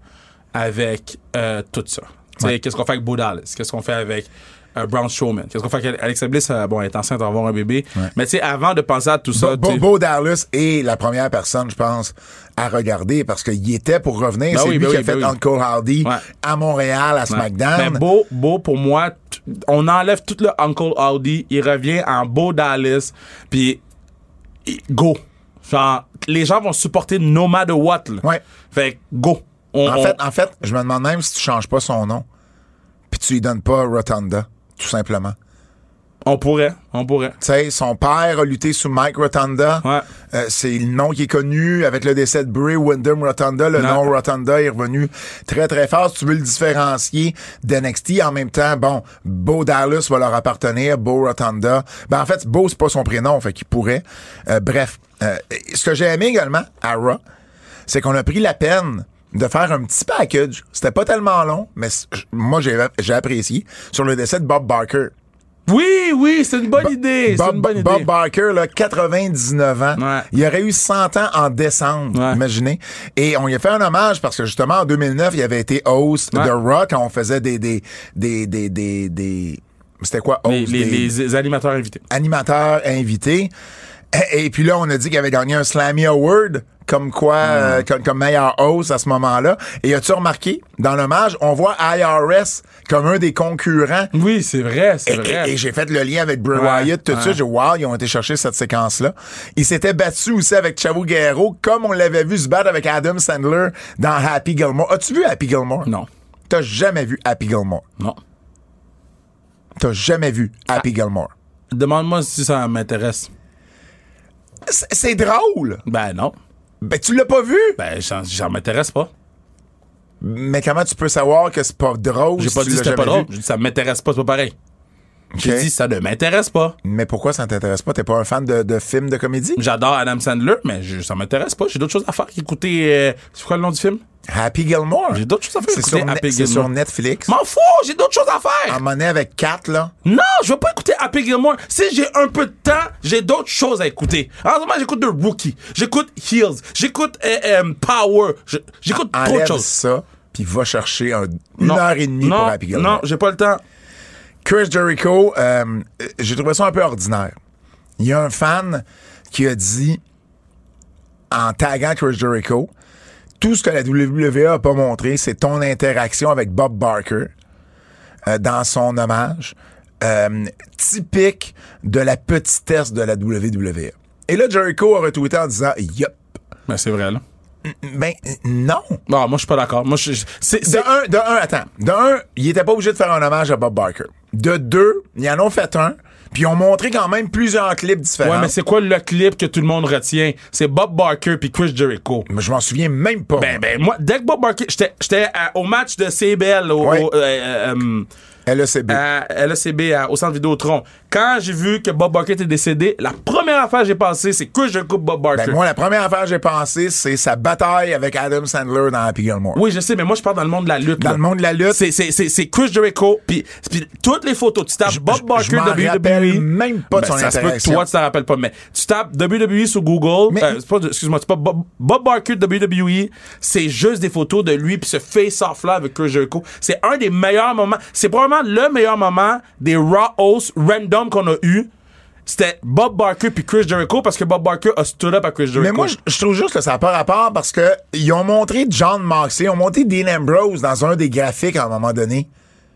Speaker 6: avec euh, tout ça. Tu sais,
Speaker 5: Ouais.
Speaker 6: qu'est-ce qu'on fait avec Bo Dallas? Qu'est-ce qu'on fait avec euh, Braun Strowman? Qu'est-ce qu'on fait avec Alexa Bliss? Euh, bon, elle est enceinte, elle va avoir un bébé. Mais tu sais, avant de penser à tout ça,
Speaker 5: Bo,
Speaker 6: tu sais-
Speaker 5: Bo Dallas est la première personne, je pense, à regarder parce qu'il était pour revenir.
Speaker 6: Ben
Speaker 5: c'est
Speaker 6: oui,
Speaker 5: lui
Speaker 6: ben
Speaker 5: qui a
Speaker 6: oui,
Speaker 5: fait
Speaker 6: ben oui.
Speaker 5: Uncle Howdy
Speaker 6: Ouais.
Speaker 5: à Montréal, à SmackDown.
Speaker 6: Mais Beau, Beau, pour moi, t- on enlève tout le Uncle Howdy, il revient en Bo Dallas, puis il- go. Genre, les gens vont supporter no matter what. Là.
Speaker 5: Ouais.
Speaker 6: Fait que go. On-
Speaker 5: En
Speaker 6: on-
Speaker 5: fait, en fait, je me demande même si tu changes pas son nom, puis tu lui donnes pas Rotunda, tout simplement.
Speaker 6: on pourrait, on pourrait.
Speaker 5: Tu sais, son père a lutté sous Mike Rotunda.
Speaker 6: Ouais.
Speaker 5: Euh, c'est le nom qui est connu avec le décès de Bray Wyndham Rotunda. Le
Speaker 6: Non.
Speaker 5: nom Rotunda est revenu très, très fort. Si tu veux le différencier d'N X T, en même temps, bon, Bo Dallas va leur appartenir, Bo Rotunda. Ben, en fait, Bo, c'est pas son prénom, fait qu'il pourrait. Euh, bref, euh, ce que j'ai aimé également à Raw, c'est qu'on a pris la peine de faire un petit package. C'était pas tellement long, mais c- moi, j'ai, j'ai apprécié, sur le décès de Bob Barker.
Speaker 6: Oui, oui, c'est une bonne idée. C'est
Speaker 5: Bob,
Speaker 6: une bonne idée.
Speaker 5: Bob Barker, là, quatre-vingt-dix-neuf ans.
Speaker 6: Ouais.
Speaker 5: Il aurait eu cent ans en décembre,
Speaker 6: Ouais.
Speaker 5: imaginez. Et on lui a fait un hommage parce que justement, en deux mille neuf, il avait été host
Speaker 6: Ouais.
Speaker 5: de Raw quand on faisait des, des, des, des, des, des C'était quoi?
Speaker 6: Les,
Speaker 5: Host
Speaker 6: les,
Speaker 5: des-
Speaker 6: les, les animateurs invités.
Speaker 5: Animateur invité. Et, et puis là, on a dit qu'il avait gagné un Slammy Award comme quoi,
Speaker 6: Mm.
Speaker 5: euh, comme, comme meilleur host à ce moment-là. Et as-tu remarqué, dans l'hommage, on voit I R S comme un des concurrents.
Speaker 6: Oui, c'est vrai, c'est
Speaker 5: Et,
Speaker 6: vrai.
Speaker 5: et- et j'ai fait le lien avec Bray
Speaker 6: Ouais,
Speaker 5: Wyatt tout de
Speaker 6: ouais.
Speaker 5: suite. J'ai dit, wow, ils ont été chercher cette séquence-là. Ils s'étaient battus aussi avec Chavo Guerrero, comme on l'avait vu se battre avec Adam Sandler dans Happy Gilmore. As-tu vu Happy Gilmore?
Speaker 6: Non,
Speaker 5: T'as jamais vu Happy Gilmore.
Speaker 6: non.
Speaker 5: T'as jamais vu Happy Gilmore.
Speaker 6: Demande-moi si ça m'intéresse.
Speaker 5: C'est, c'est drôle.
Speaker 6: Ben non.
Speaker 5: Ben, tu l'as pas vu?
Speaker 6: Ben, j'en, j'en m'intéresse pas.
Speaker 5: Mais comment tu peux savoir que c'est pas drôle?
Speaker 6: J'ai
Speaker 5: si
Speaker 6: pas
Speaker 5: tu
Speaker 6: dit que
Speaker 5: l'as
Speaker 6: c'était pas
Speaker 5: jamais
Speaker 6: drôle.
Speaker 5: vu?
Speaker 6: J'ai dit ça m'intéresse pas, c'est pas pareil. J'ai
Speaker 5: Ok.
Speaker 6: dit ça ne m'intéresse pas.
Speaker 5: Mais pourquoi ça t'intéresse pas? T'es pas un fan de, de films de comédie?
Speaker 6: J'adore Adam Sandler, mais je, ça m'intéresse pas. J'ai d'autres choses à faire qu'écouter. Euh, c'est quoi le nom du film?
Speaker 5: Happy Gilmore.
Speaker 6: J'ai d'autres choses à faire
Speaker 5: C'est
Speaker 6: qu'écouter
Speaker 5: sur,
Speaker 6: Happy
Speaker 5: Net- c'est
Speaker 6: Gilmore.
Speaker 5: sur Netflix.
Speaker 6: M'en fous, j'ai d'autres choses à
Speaker 5: En
Speaker 6: faire.
Speaker 5: monnaie avec quatre, là.
Speaker 6: Non, je veux pas écouter Happy Gilmore. Si j'ai un peu de temps, j'ai d'autres choses à écouter. En ce moment, j'écoute The Rookie, j'écoute Heels, j'écoute euh, euh, Power, je- j'écoute trop de
Speaker 5: Enlève
Speaker 6: choses.
Speaker 5: ça, puis va chercher un- une
Speaker 6: Non.
Speaker 5: heure et demie
Speaker 6: non,
Speaker 5: pour Happy Gilmore.
Speaker 6: Non, j'ai pas le temps.
Speaker 5: Chris Jericho, euh, j'ai trouvé ça un peu ordinaire. Il y a un fan qui a dit, en taguant Chris Jericho, tout ce que la W W E a pas montré, c'est ton interaction avec Bob Barker euh, dans son hommage, euh, typique de la petitesse de la W W E. Et là, Jericho a retweeté en disant, yup.
Speaker 6: Ben, c'est vrai, là.
Speaker 5: Ben, non.
Speaker 6: Non, moi, je suis pas d'accord. Moi, je, je- c'est,
Speaker 5: De
Speaker 6: c'est-
Speaker 5: un, de un, attends. De un, il était pas obligé de faire un hommage à Bob Barker. De deux, ils en ont fait un, puis ils ont montré quand même plusieurs clips différents.
Speaker 6: Ouais, mais c'est quoi le clip que tout le monde retient? C'est Bob Barker puis Chris Jericho.
Speaker 5: Mais je m'en souviens même pas.
Speaker 6: Ben, ben, moi, dès que Bob Barker, j'étais, j'étais à- au match de C B L, au,
Speaker 5: Ouais.
Speaker 6: au, euh, euh,
Speaker 5: L E C B.
Speaker 6: à L E C B, à- au centre Vidéotron. Quand j'ai vu que Bob Barker était décédé, la première affaire que j'ai passée, c'est Chris Jericho Bob Barker.
Speaker 5: Ben, moi, la première affaire que j'ai pensé, c'est sa bataille avec Adam Sandler dans Happy Gilmore.
Speaker 6: Oui, je sais, mais moi, je parle dans le monde de la lutte.
Speaker 5: Dans
Speaker 6: là.
Speaker 5: le monde de la lutte.
Speaker 6: C'est, c'est, c'est, c'est Chris Jericho, puis puis toutes les photos, tu tapes Bob
Speaker 5: je-
Speaker 6: Barker
Speaker 5: je m'en
Speaker 6: W W E.
Speaker 5: rappelle même pas de son
Speaker 6: ça se peut que
Speaker 5: interaction.
Speaker 6: toi, tu t'en rappelles pas, mais tu tapes W W E sur Google,
Speaker 5: Mais-
Speaker 6: euh, c'est pas, excuse-moi, c'est pas Bob, Bob Barker W W E, c'est juste des photos de lui puis ce face-off-là avec Chris Jericho. C'est un des meilleurs moments, c'est probablement le meilleur moment des Raw hosts random qu'on a eu. C'était Bob Barker puis Chris Jericho parce que Bob Barker a stood up à Chris Jericho.
Speaker 5: Mais moi, je, je trouve juste que ça n'a pas rapport parce que ils ont montré John Moxley, ils ont montré Dean Ambrose dans un des graphiques à un moment donné.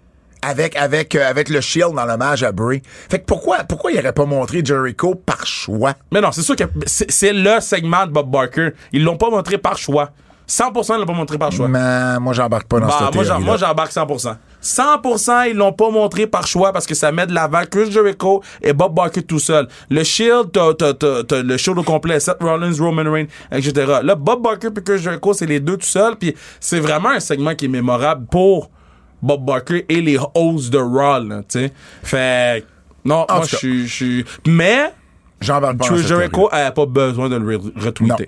Speaker 5: Avec, avec, euh, avec le Shield dans l'hommage à Bray. Fait que pourquoi, pourquoi il n'aurait pas montré Jericho par choix?
Speaker 6: Mais non, c'est sûr que c'est, c'est le segment de Bob Barker. Ils l'ont pas montré par choix. cent pour cent ils l'ont pas montré par choix.
Speaker 5: Mais moi, j'embarque pas dans
Speaker 6: Bah,
Speaker 5: cette
Speaker 6: moi, j'en-
Speaker 5: théorie-là.
Speaker 6: moi, j'embarque cent pour cent. cent pour cent, ils l'ont pas montré par choix parce que ça met de l'avant Chris Jericho et Bob Barker tout seul. Le Shield, t'as, t'as, t'as, t'as le Shield au complet, Seth Rollins, Roman Reigns, et cetera. Là, Bob Barker et Chris Jericho, c'est les deux tout seuls, puis c'est vraiment un segment qui est mémorable pour Bob Barker et les hosts de Raw, là, tu sais. Fait non,
Speaker 5: En
Speaker 6: moi,
Speaker 5: tout
Speaker 6: je
Speaker 5: cas.
Speaker 6: suis, je suis, mais
Speaker 5: J'embarque pas dans
Speaker 6: Chris
Speaker 5: cette
Speaker 6: Jericho
Speaker 5: théorie-là.
Speaker 6: a pas besoin de le re- retweeter.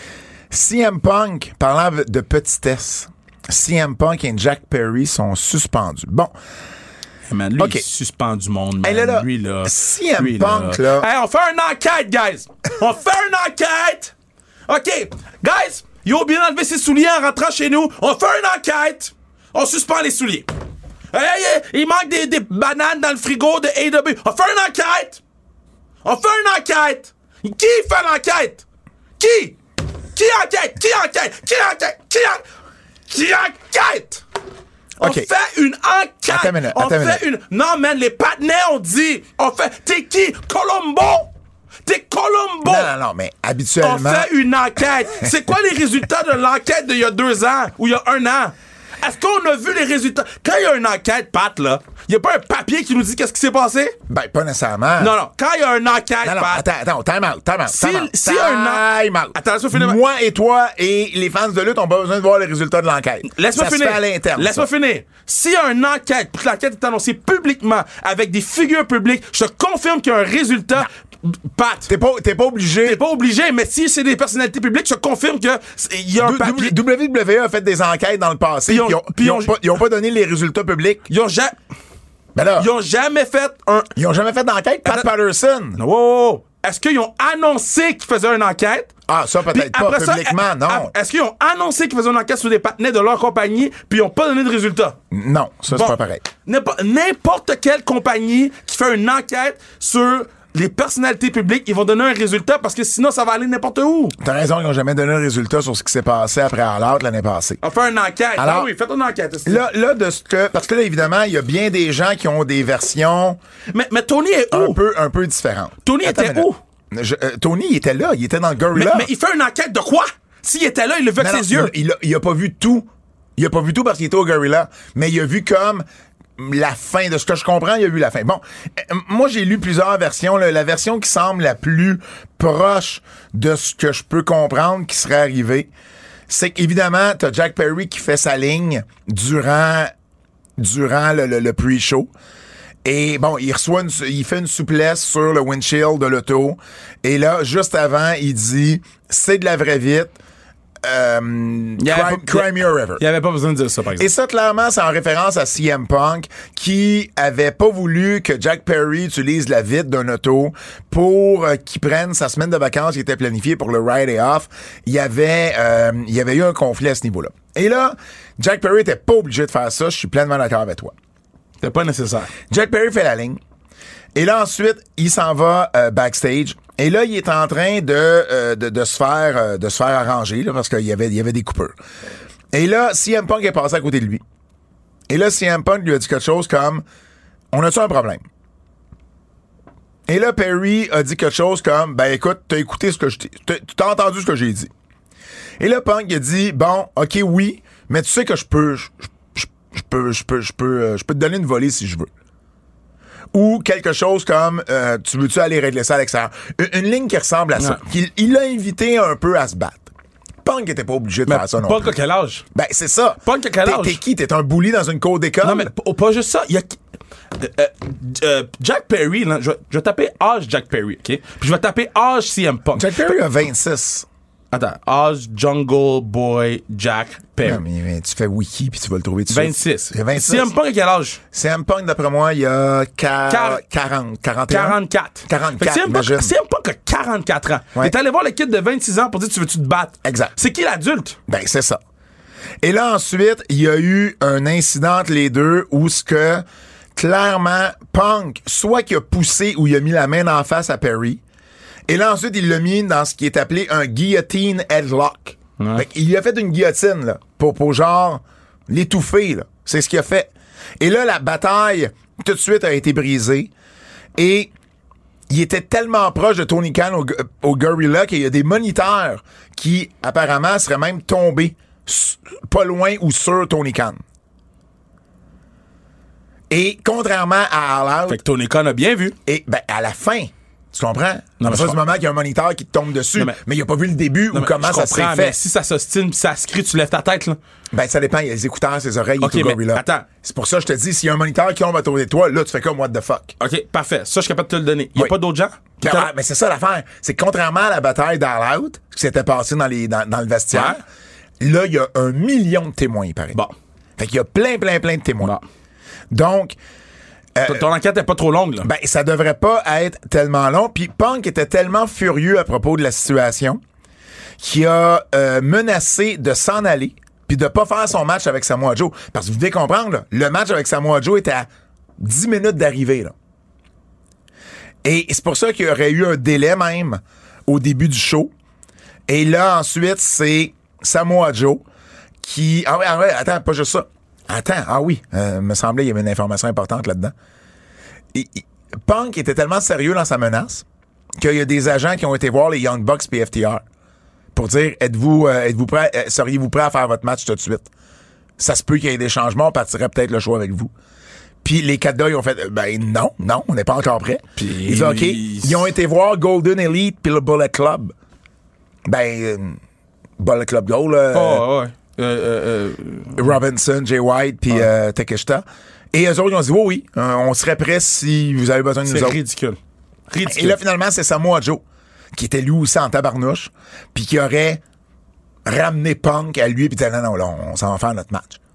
Speaker 5: C M Punk, parlant de petitesse, C M Punk et Jack Perry sont suspendus. Bon,
Speaker 6: Hey, man, lui,
Speaker 5: Ok.
Speaker 6: il suspend du monde, man.
Speaker 5: Hey, là, là,
Speaker 6: lui, là.
Speaker 5: C M
Speaker 6: lui,
Speaker 5: Punk, là-
Speaker 6: Hey, on fait une enquête, guys! On fait une enquête! OK, guys, il a oublié d'enlever ses souliers en rentrant chez nous. On fait une enquête! On suspend les souliers. Hey, hey, il manque des, des bananes dans le frigo de A E W. On fait une enquête! On fait une enquête! Qui fait l'enquête? Qui? Qui enquête? Qui enquête? Qui enquête? Qui enquête? Qui enquête? On
Speaker 5: OK.
Speaker 6: fait une enquête!
Speaker 5: Attends une minute,
Speaker 6: on
Speaker 5: attends une
Speaker 6: fait une... Non, man, les partenaires ont dit... On fait... T'es qui? Colombo? T'es Colombo?
Speaker 5: non, non, non, mais
Speaker 6: On
Speaker 5: habituellement...
Speaker 6: fait une enquête. C'est quoi les résultats de l'enquête d'il y a deux ans ou il y a un an? Est-ce qu'on a vu les résultats? Quand il y a une enquête, Pat, là, il n'y a pas un papier qui nous dit qu'est-ce qui s'est passé?
Speaker 5: Ben, pas nécessairement.
Speaker 6: Non, non. Quand il y a une enquête,
Speaker 5: Non, non,
Speaker 6: Pat...
Speaker 5: attends, attends, time out, time out,
Speaker 6: Si-
Speaker 5: time out,
Speaker 6: si un-
Speaker 5: time out.
Speaker 6: Attends, laisse-moi finir.
Speaker 5: Moi et toi et les fans de lutte ont pas besoin de voir les résultats de l'enquête.
Speaker 6: Laisse-moi
Speaker 5: ça
Speaker 6: finir.
Speaker 5: se fait à l'interne.
Speaker 6: Laisse-moi
Speaker 5: ça.
Speaker 6: finir. S'il y a une enquête, puis que l'enquête est annoncée publiquement avec des figures publiques, je te confirme qu'il y a un résultat. Pat,
Speaker 5: T'es pas, t'es pas obligé...
Speaker 6: t'es pas obligé, mais si c'est des personnalités publiques, je te confirme qu'il y a un papier.
Speaker 5: W W E a fait des enquêtes dans le passé,
Speaker 6: Puis on-
Speaker 5: puis ils ont,
Speaker 6: puis
Speaker 5: ils
Speaker 6: on-
Speaker 5: ont pas, ils ont pas donné les résultats publics.
Speaker 6: Ils ont, ja-
Speaker 5: Ben là,
Speaker 6: ils ont jamais fait un.
Speaker 5: ils ont jamais fait d'enquête. Pat
Speaker 6: Attends.
Speaker 5: Patterson.
Speaker 6: Wow, wow, wow. Est-ce qu'ils ont annoncé qu'ils faisaient une enquête?
Speaker 5: Ah, ça, peut-être
Speaker 6: Puis
Speaker 5: pas
Speaker 6: après ça,
Speaker 5: publiquement,
Speaker 6: à-
Speaker 5: non.
Speaker 6: à- Est-ce qu'ils ont annoncé qu'ils faisaient une enquête sur des partenaires de leur compagnie, puis ils n'ont pas donné de résultat?
Speaker 5: Non, ça,
Speaker 6: Bon,
Speaker 5: c'est pas pareil.
Speaker 6: n'importe- N'importe quelle compagnie qui fait une enquête sur les personnalités publiques, ils vont donner un résultat parce que sinon, ça va aller n'importe où.
Speaker 5: T'as raison, ils n'ont jamais donné un résultat sur ce qui s'est passé après All Out l'année passée.
Speaker 6: On fait une enquête.
Speaker 5: Alors,
Speaker 6: ah oui, faites une enquête. c'est-
Speaker 5: Là, là, de ce que. Parce que là, évidemment, il y a bien des gens qui ont des versions
Speaker 6: Mais, mais Tony est
Speaker 5: un
Speaker 6: où?
Speaker 5: peu, un peu différentes.
Speaker 6: Tony
Speaker 5: Attends
Speaker 6: était
Speaker 5: une minute.
Speaker 6: où?
Speaker 5: Je- euh, Tony, il était là, il était dans le
Speaker 6: Mais,
Speaker 5: Gorilla.
Speaker 6: mais il fait une enquête de quoi? S'il était là, il le vu avec
Speaker 5: Non, non,
Speaker 6: ses yeux.
Speaker 5: Il a, il a pas vu tout. Il a pas vu tout parce qu'il était au Gorilla. Mais il a vu comme la fin. De ce que je comprends, il a vu la fin. Bon, euh, moi, j'ai lu plusieurs versions. là. La version qui semble la plus proche de ce que je peux comprendre qui serait arrivé, c'est qu'évidemment, t'as Jack Perry qui fait sa ligne durant, durant le, le, le pre-show. Et bon, il reçoit une, il fait une souplesse sur le windshield de l'auto. Et là, juste avant, il dit, c'est de la vraie vite. Euh,
Speaker 6: Il y avait
Speaker 5: crime,
Speaker 6: pas-
Speaker 5: crime your river.
Speaker 6: Il avait pas besoin de dire ça, par exemple.
Speaker 5: Et ça, clairement, c'est en référence à C M Punk qui avait pas voulu que Jack Perry utilise la vitre d'un auto pour euh, qu'il prenne sa semaine de vacances qui était planifiée pour le Ride Day Off. Il y avait, euh, il y avait eu un conflit à ce niveau-là. Et là, Jack Perry était pas obligé de faire ça. Je suis pleinement d'accord avec toi.
Speaker 6: C'était pas nécessaire.
Speaker 5: Jack Perry fait la ligne. Et là, ensuite, il s'en va euh, backstage. Et là, il est en train de, euh, de, de se faire euh, de se faire arranger là, parce qu'il y avait, il y avait des coupures. Et là, C M Punk est passé à côté de lui. Et là, C M Punk lui a dit quelque chose comme « On a-tu un problème? » Et là, Perry a dit quelque chose comme « Ben écoute, t'as écouté ce que je t'ai... t'as- T'as entendu ce que j'ai dit. » Et là, Punk a dit « Bon, ok, oui, mais tu sais que je peux... Je, je, je peux... Je peux... Je peux... euh, Je peux te donner une volée si je veux. » Ou quelque chose comme euh, tu veux-tu aller régler ça à l'extérieur? Une, une ligne qui ressemble à ça.
Speaker 6: Ouais.
Speaker 5: Qu'il- Il l'a invité un peu à se battre. Punk était pas obligé de
Speaker 6: Mais
Speaker 5: faire ça non
Speaker 6: Punk
Speaker 5: plus.
Speaker 6: à quel âge?
Speaker 5: Ben, c'est ça.
Speaker 6: Punk à quel
Speaker 5: T'es-
Speaker 6: âge?
Speaker 5: T'es qui? T'es un bully dans une cour d'école?
Speaker 6: Non, mais p- pas juste ça. Il y a. euh, euh, euh, Jack Perry, là, je, vais- je vais taper âge Jack Perry, OK? Puis je vais taper âge C M Punk.
Speaker 5: Jack Perry a vingt-six.
Speaker 6: Attends, âge Jungle Boy Jack Perry.
Speaker 5: Non, mais, mais tu fais wiki puis tu vas le trouver tout de suite.
Speaker 6: vingt-six.
Speaker 5: Il a vingt-six.
Speaker 6: C M Punk à quel âge?
Speaker 5: C M Punk, d'après moi, il y a
Speaker 6: Quar-
Speaker 5: quarante, quarante, quarante et un.
Speaker 6: quarante-quatre.
Speaker 5: quarante-quatre,
Speaker 6: Fait que C M Punk,
Speaker 5: imagine.
Speaker 6: C M Punk a quarante-quatre ans.
Speaker 5: Ouais.
Speaker 6: T'es allé voir le kid de vingt-six ans pour dire tu veux-tu te battre?
Speaker 5: Exact.
Speaker 6: C'est qui l'adulte?
Speaker 5: Ben, c'est ça. Et là, ensuite, il y a eu un incident entre les deux où ce que, clairement, Punk, soit qu'il a poussé ou il a mis la main en face à Perry, et là, ensuite, il l'a mis dans ce qui est appelé un guillotine headlock.
Speaker 6: Ouais.
Speaker 5: Fait qu'il lui a fait une guillotine, là, pour, pour genre l'étouffer, là. C'est ce qu'il a fait. Et là, la bataille, tout de suite, a été brisée. Et il était tellement proche de Tony Khan au, au Gorilla qu'il y a des moniteurs qui, apparemment, seraient même tombés s- pas loin ou sur Tony Khan. Et contrairement à All Out,
Speaker 6: Fait que Tony Khan a bien vu.
Speaker 5: et ben à la fin, tu comprends?
Speaker 6: Non, mais
Speaker 5: À partir
Speaker 6: je
Speaker 5: du moment qu'il y a un moniteur qui te tombe dessus,
Speaker 6: Non,
Speaker 5: mais,
Speaker 6: mais-
Speaker 5: il a pas vu le début
Speaker 6: Non,
Speaker 5: ou
Speaker 6: mais
Speaker 5: comment
Speaker 6: je
Speaker 5: ça s'est
Speaker 6: comprends,
Speaker 5: fait.
Speaker 6: mais si ça s'ostine pis ça se crie, tu lèves ta tête, là.
Speaker 5: Ben ça dépend, il y a les écouteurs, ses oreilles, il
Speaker 6: Ok,
Speaker 5: est au
Speaker 6: mais
Speaker 5: Gorilla.
Speaker 6: attends.
Speaker 5: C'est pour ça que je te dis, s'il y a un moniteur qui tombe à côté de toi, là tu fais comme what the fuck.
Speaker 6: OK, parfait. Ça, je suis capable de te le donner. Il y a
Speaker 5: Oui.
Speaker 6: pas d'autres gens?
Speaker 5: Ben, ah, mais c'est ça l'affaire. C'est que contrairement à la bataille d'All Out, ce qui s'était passé dans, les, dans, dans le vestiaire, là, il y a un million de témoins, il paraît.
Speaker 6: Bon.
Speaker 5: Fait qu'il y a plein, plein, plein de témoins.
Speaker 6: Bon.
Speaker 5: Donc, euh,
Speaker 6: Ton- Ton enquête est pas trop longue, là.
Speaker 5: ben, ça devrait pas être tellement long. Puis Punk était tellement furieux à propos de la situation qu'il a euh, menacé de s'en aller puis de pas faire son match avec Samoa Joe. Parce que vous devez comprendre, là, le match avec Samoa Joe était à dix minutes d'arrivée, là. Et c'est pour ça qu'il y aurait eu un délai même au début du show. Et là, ensuite, c'est Samoa Joe qui... Ah ouais, ah ouais, attends, pas juste ça. Attends, ah oui, euh, me semblait qu'il y avait une information importante là-dedans. Et- et- Punk était tellement sérieux dans sa menace qu'il y a des agents qui ont été voir les Young Bucks P F T R pour dire, êtes-vous euh, êtes-vous prêt, euh, seriez-vous prêt à faire votre match tout de suite? Ça se peut qu'il y ait des changements, on partirait peut-être le choix avec vous. Puis les Cadda, ils ont fait, ben non, non, on n'est pas encore prêt.
Speaker 6: Puis
Speaker 5: Ils disent, OK,
Speaker 6: ils-
Speaker 5: ils ont été voir Golden Elite puis le Bullet Club. Ben, euh, Bullet Club Gold, euh,
Speaker 6: Oh, ouais. Euh, euh, euh,
Speaker 5: Robinson, Jay White puis euh, Takeshita. Et eux autres, ils ont dit, oui, oui, euh, on serait prêt si vous avez besoin de nous
Speaker 6: c'est
Speaker 5: autres.
Speaker 6: ridicule.
Speaker 5: Et
Speaker 6: Ridicule.
Speaker 5: là, finalement, c'est Samoa Joe, qui était lui aussi en tabarnouche, puis qui aurait ramené Punk à lui, puis dit non, non, là, on s'en va faire notre match.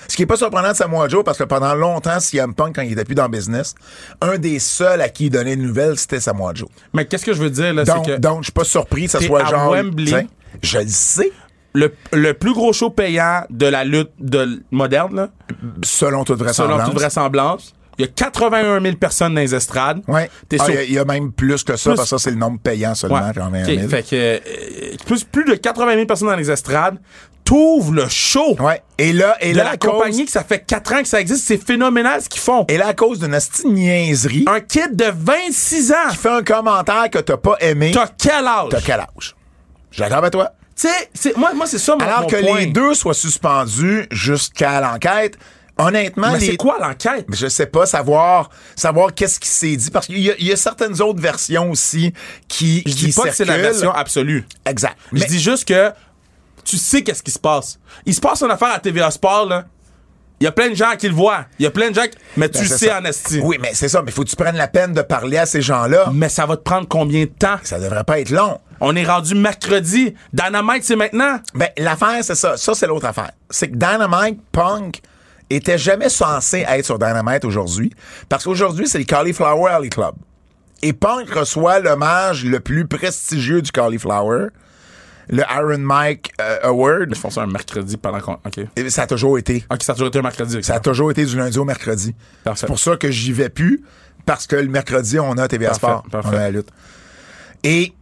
Speaker 5: Ce qui est pas surprenant de Samoa Joe, parce que pendant longtemps, C M Punk, quand il était plus dans le business, un des seuls à qui il donnait des nouvelles, c'était Samoa Joe.
Speaker 6: Mais qu'est-ce que je veux dire, là,
Speaker 5: Donc,
Speaker 6: c'est que...
Speaker 5: donc je suis pas surpris que ça
Speaker 6: t'es
Speaker 5: soit
Speaker 6: à
Speaker 5: genre...
Speaker 6: Wembley.
Speaker 5: t'sais, je le sais,
Speaker 6: Le, le plus gros show payant de la lutte de moderne, là,
Speaker 5: selon toute vraisemblance.
Speaker 6: selon toute vraisemblance, il y a quatre-vingt-un mille personnes dans les estrades.
Speaker 5: Ouais.
Speaker 6: T'es
Speaker 5: Ah,
Speaker 6: sur-
Speaker 5: il y a- il y, a même plus que ça,
Speaker 6: Plus-
Speaker 5: parce que ça, c'est le nombre payant seulement,
Speaker 6: Ouais.
Speaker 5: quatre-vingt-un
Speaker 6: OK,
Speaker 5: mille.
Speaker 6: fait que euh, plus, plus de quatre-vingt mille personnes dans les estrades, t'ouvres le show
Speaker 5: Ouais. Et là, et
Speaker 6: de
Speaker 5: là,
Speaker 6: la
Speaker 5: à cause,
Speaker 6: compagnie que ça fait quatre ans que ça existe. C'est phénoménal ce qu'ils font.
Speaker 5: et là, à cause d'une asti niaiserie,
Speaker 6: Un kid de vingt-six ans,
Speaker 5: qui fait un commentaire que t'as pas aimé,
Speaker 6: t'as quel âge?
Speaker 5: t'as quel âge? J'accorde avec toi.
Speaker 6: Tu sais, c'est- moi, moi c'est ça mon,
Speaker 5: Alors
Speaker 6: mon
Speaker 5: que
Speaker 6: point.
Speaker 5: les deux soient suspendus jusqu'à l'enquête, honnêtement,
Speaker 6: Mais
Speaker 5: les...
Speaker 6: c'est quoi l'enquête?
Speaker 5: Je sais pas, savoir savoir qu'est-ce qui s'est dit, parce qu'il y a, il y a certaines autres versions aussi qui
Speaker 6: Je dis
Speaker 5: qui
Speaker 6: pas que c'est la
Speaker 5: circulent.
Speaker 6: version absolue.
Speaker 5: Exact.
Speaker 6: Je
Speaker 5: Mais-
Speaker 6: dis juste que tu sais qu'est-ce qui se passe. Il se passe une affaire à T V A Sport, là. Il y a plein de gens qui le voient. Il y a plein de gens qui... Mais
Speaker 5: Ben,
Speaker 6: tu
Speaker 5: c'est
Speaker 6: sais
Speaker 5: ça.
Speaker 6: en esti.
Speaker 5: Oui, mais c'est ça, mais faut que tu prennes la peine de parler à ces gens-là.
Speaker 6: Mais ça va te prendre combien de temps?
Speaker 5: Ça devrait pas être long.
Speaker 6: On est rendu mercredi. Dynamite, c'est maintenant.
Speaker 5: Ben, l'affaire, c'est ça. Ça, c'est l'autre affaire. C'est que Dynamite, Punk, était jamais censé être sur Dynamite aujourd'hui, parce qu'aujourd'hui, c'est le Cauliflower Alley Club. Et Punk reçoit l'hommage le plus prestigieux du Cauliflower, le Iron Mike euh, Award.
Speaker 6: Ils font ça un mercredi pendant qu'on... OK.
Speaker 5: Et ça a toujours été.
Speaker 6: OK, ça a toujours été un mercredi.
Speaker 5: Ça a toujours été du lundi au mercredi.
Speaker 6: Parfait.
Speaker 5: C'est pour ça que j'y vais plus, parce que le mercredi, on a T V A
Speaker 6: Parfait,
Speaker 5: Sport.
Speaker 6: parfait.
Speaker 5: On a la lutte. Et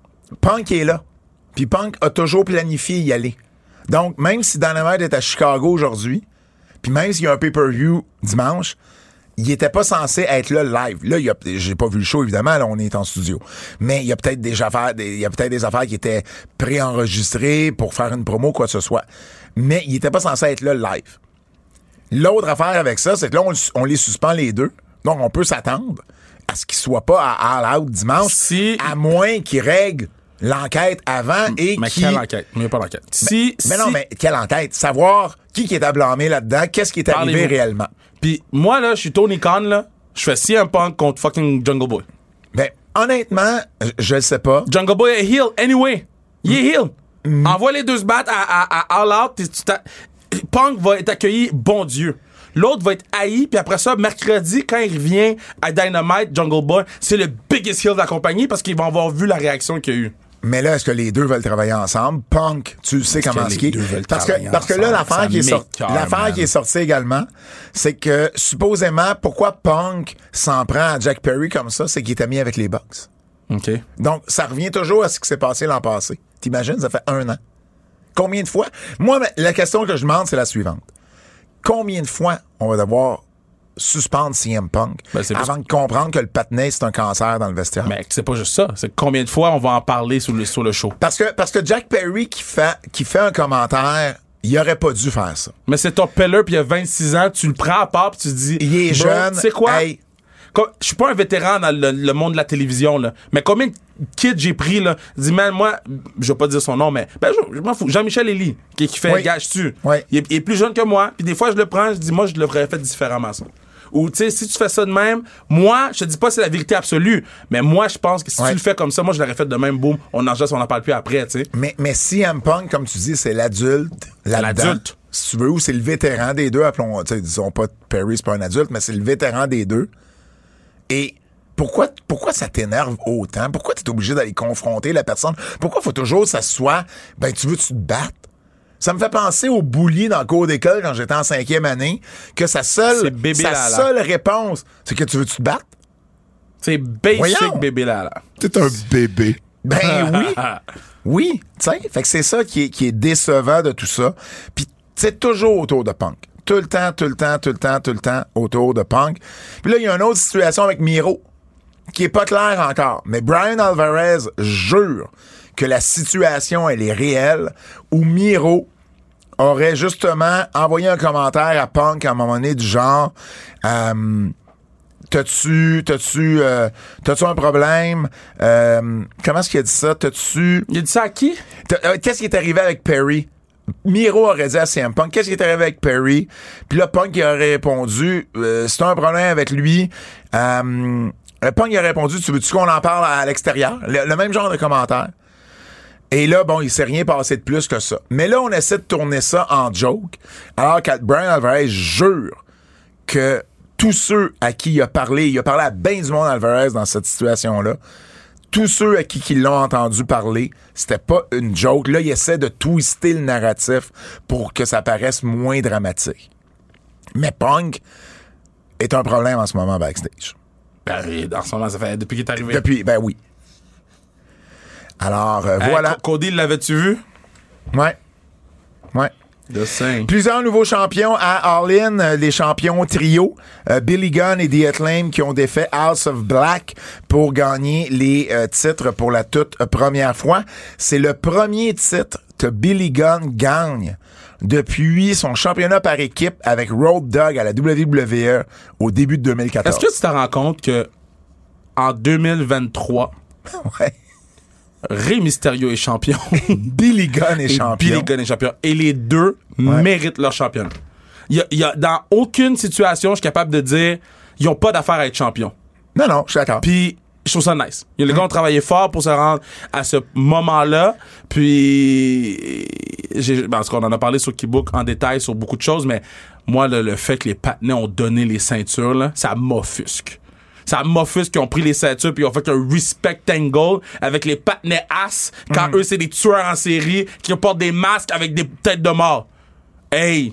Speaker 5: Punk est là. Puis Punk a toujours planifié y aller. Donc, même si Dynamite est à Chicago aujourd'hui, puis même s'il y a un pay-per-view dimanche, il était pas censé être là live. Là, il y a, j'ai pas vu le show, évidemment, là, on est en studio. Mais il y a peut-être des affaires, des, il y a peut-être des affaires qui étaient préenregistrées pour faire une promo, quoi que ce soit. Mais il était pas censé être là live. L'autre affaire avec ça, c'est que là, on, on les suspend les deux. Donc, on peut s'attendre à ce qu'ils soient pas à All Out dimanche,
Speaker 6: Si-
Speaker 5: à moins qu'ils règlent l'enquête avant et
Speaker 6: Mais
Speaker 5: qui...
Speaker 6: quelle enquête? Mais il n'y a pas d'enquête. Si,
Speaker 5: Mais
Speaker 6: si-
Speaker 5: non, mais quelle enquête? Savoir qui, qui est à blâmer là-dedans, qu'est-ce qui est arrivé
Speaker 6: Parlez-vous.
Speaker 5: réellement.
Speaker 6: Puis moi, là, je suis Tony Khan, là. Je fais C M Punk contre fucking Jungle Boy.
Speaker 5: Ben, honnêtement, je- je le sais pas.
Speaker 6: Jungle Boy est heel anyway. Il est heel.
Speaker 5: Mm.
Speaker 6: Envoie les deux se battre à, à, à All Out. t'es- tu t'as- Punk va être accueilli, bon Dieu. L'autre va être haï, puis après ça, mercredi, quand il revient à Dynamite, Jungle Boy, c'est le biggest heel de la compagnie parce qu'ils vont avoir vu la réaction qu'il y a eu.
Speaker 5: Mais là, est-ce que les deux veulent travailler ensemble? Punk, tu sais
Speaker 6: Est-ce
Speaker 5: comment
Speaker 6: que
Speaker 5: ce
Speaker 6: les
Speaker 5: qui est.
Speaker 6: deux veulent
Speaker 5: Parce que,
Speaker 6: travailler
Speaker 5: parce que là,
Speaker 6: ensemble?
Speaker 5: l'affaire
Speaker 6: Ça
Speaker 5: qui est sortie,
Speaker 6: m'écoeure,
Speaker 5: l'affaire
Speaker 6: man.
Speaker 5: qui est sortie également, c'est que, supposément, pourquoi Punk s'en prend à Jack Perry comme ça, c'est qu'il est ami avec les Bucks.
Speaker 6: OK.
Speaker 5: Donc, ça revient toujours à ce qui s'est passé l'an passé. T'imagines, ça fait un an. Combien de fois? Moi, la question que je demande, c'est la suivante. Combien de fois on va devoir suspendre C M Punk
Speaker 6: Ben, c'est
Speaker 5: avant de comprendre que le patinet, c'est un cancer dans le vestiaire?
Speaker 6: Mais c'est pas juste ça. C'est combien de fois on va en parler sur le, sur le show.
Speaker 5: Parce que, parce que Jack Perry qui fait, qui fait un commentaire, il aurait pas dû faire ça.
Speaker 6: Mais c'est ton peller, puis il y a vingt-six ans, tu le prends à part, puis tu te dis...
Speaker 5: Il est
Speaker 6: Bro,
Speaker 5: jeune.
Speaker 6: Tu sais quoi?
Speaker 5: Hey.
Speaker 6: Co- Je suis pas un vétéran dans le, le monde de la télévision, là. Mais combien de kids j'ai pris, là? Dis, man, moi, je vais pas dire son nom, mais... Ben, je, je m'en fous. Jean-Michel Elie, qui, qui fait
Speaker 5: Oui.
Speaker 6: Gage-tu.
Speaker 5: Oui.
Speaker 6: Il, est- il est plus jeune que moi, puis des fois, je le prends, je dis, moi, je l'aurais fait différemment, ça. Ou, tu sais, si tu fais ça de même, moi, je te dis pas que c'est la vérité absolue, mais moi, je pense que si
Speaker 5: Ouais.
Speaker 6: tu le fais comme ça, moi, je l'aurais fait de même, boum, on enregistre, on en parle plus après, tu sais.
Speaker 5: Mais, mais C M Punk, comme tu dis, c'est l'adulte. là-dedans.
Speaker 6: L'adulte.
Speaker 5: Si tu veux, ou c'est le vétéran des deux, appelons, tu sais, disons pas Perry, c'est pas un adulte, mais c'est le vétéran des deux. Et pourquoi, pourquoi ça t'énerve autant? Pourquoi t'es obligé d'aller confronter la personne? Pourquoi faut toujours que ça soit, ben, tu veux-tu te battre? Ça me fait penser au bully dans le cours d'école quand j'étais en cinquième année, que sa seule,
Speaker 6: C'est bébé
Speaker 5: sa
Speaker 6: Lala.
Speaker 5: seule réponse, c'est que tu veux-tu te battre?
Speaker 6: C'est basic,
Speaker 5: Voyons.
Speaker 6: bébé, là, là.
Speaker 5: T'es un bébé. Ben oui. Oui, tu sais, fait que c'est ça qui est, qui est décevant de tout ça. Puis c'est toujours autour de Punk. Tout le temps, tout le temps, tout le temps, tout le temps autour de Punk. Puis là, il y a une autre situation avec Miro qui est pas claire encore. Mais Brian Alvarez jure que la situation, elle est réelle, où Miro aurait justement envoyé un commentaire à Punk à un moment donné du genre... Euh, T'as-tu, t'as-tu, euh, t'as-tu un problème? Euh, comment est-ce qu'il a dit ça? T'as-tu...
Speaker 6: Il a dit ça à qui?
Speaker 5: T'as- euh, qu'est-ce qui est arrivé avec Perry? Miro aurait dit à C M Punk, qu'est-ce qui est arrivé avec Perry? Puis là, Punk il aurait répondu, euh, c'est un problème avec lui. Euh, Punk il aurait répondu, tu veux-tu qu'on en parle à l'extérieur? Le, le même genre de commentaire. Et là, bon, il s'est rien passé de plus que ça. Mais là, on essaie de tourner ça en joke, alors que Brian Alvarez jure que tous ceux à qui il a parlé, il a parlé à ben du monde Alvarez dans cette situation-là, tous ceux à qui, qui l'ont entendu parler, c'était pas une joke. Là, il essaie de twister le narratif pour que ça paraisse moins dramatique. Mais Punk est un problème en ce moment backstage.
Speaker 6: Ben, en ce moment, ça fait depuis qu'il est arrivé.
Speaker 5: Depuis, ben oui. Alors, euh,
Speaker 6: Hey,
Speaker 5: voilà.
Speaker 6: Cody, l'avais-tu vu?
Speaker 5: Ouais. Ouais.
Speaker 6: De cinq.
Speaker 5: Plusieurs nouveaux champions à All In, euh, les champions trio, euh, Billy Gunn et The Acclaim qui ont défait House of Black pour gagner les euh, titres pour la toute euh, première fois. C'est le premier titre que Billy Gunn gagne depuis son championnat par équipe avec Road Dogg à la W W E au début de deux mille quatorze.
Speaker 6: Est-ce que tu te rends compte que en deux mille vingt-trois,
Speaker 5: Ouais.
Speaker 6: Rey Mysterio est champion.
Speaker 5: Billy Gunn est
Speaker 6: et
Speaker 5: champion.
Speaker 6: Billy Gunn est champion. Et les deux
Speaker 5: Ouais.
Speaker 6: méritent leur championnat. Il y a, il y a, dans aucune situation, je suis capable de dire, ils n'ont pas d'affaire à être champions.
Speaker 5: Non, non, je suis d'accord.
Speaker 6: Puis, je trouve ça nice. Les gars ont travaillé fort pour se rendre à ce moment-là. Puis, j'ai, parce qu'on en a parlé sur Keybook en détail sur beaucoup de choses, mais moi, le, le fait que les patinets ont donné les ceintures, là, ça m'offusque. Ça m'offusque qu'ils ont pris les ceintures puis ils ont fait un respect angle avec les patinets ass quand eux, c'est des tueurs en série qui portent des masques avec des têtes de mort. Hey!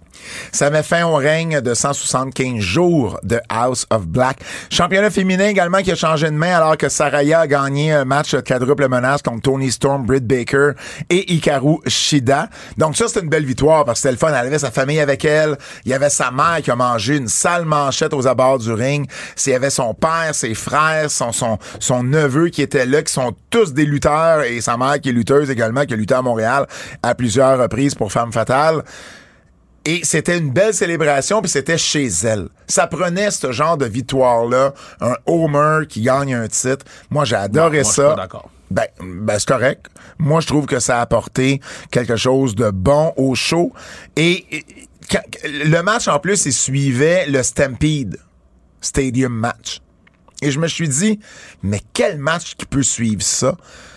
Speaker 5: Ça met fin au règne de cent soixante-quinze jours de House of Black. Championnat féminin également qui a changé de main alors que Saraya a gagné un match quadruple menace contre Toni Storm, Britt Baker et Hikaru Shida. Donc ça, c'était une belle victoire parce que c'était le fun. Elle avait sa famille avec elle. Il y avait sa mère qui a mangé une sale manchette aux abords du ring. Il y avait son père, ses frères, son, son, son neveu qui était là, qui sont tous des lutteurs et sa mère qui est lutteuse également, qui a lutté à Montréal à plusieurs reprises pour Femme Fatale. Et c'était une belle célébration, puis c'était chez elle. Ça prenait ce genre de victoire-là, un homer qui gagne un titre. Moi, j'ai adoré
Speaker 6: moi,
Speaker 5: ça.
Speaker 6: je suis pas d'accord.
Speaker 5: Ben, ben c'est correct. Moi, je trouve que ça a apporté quelque chose de bon au show. Et, et quand, le match, en plus, il suivait le Stampede Stadium match. Et je me suis dit, mais quel match qui peut suivre ça?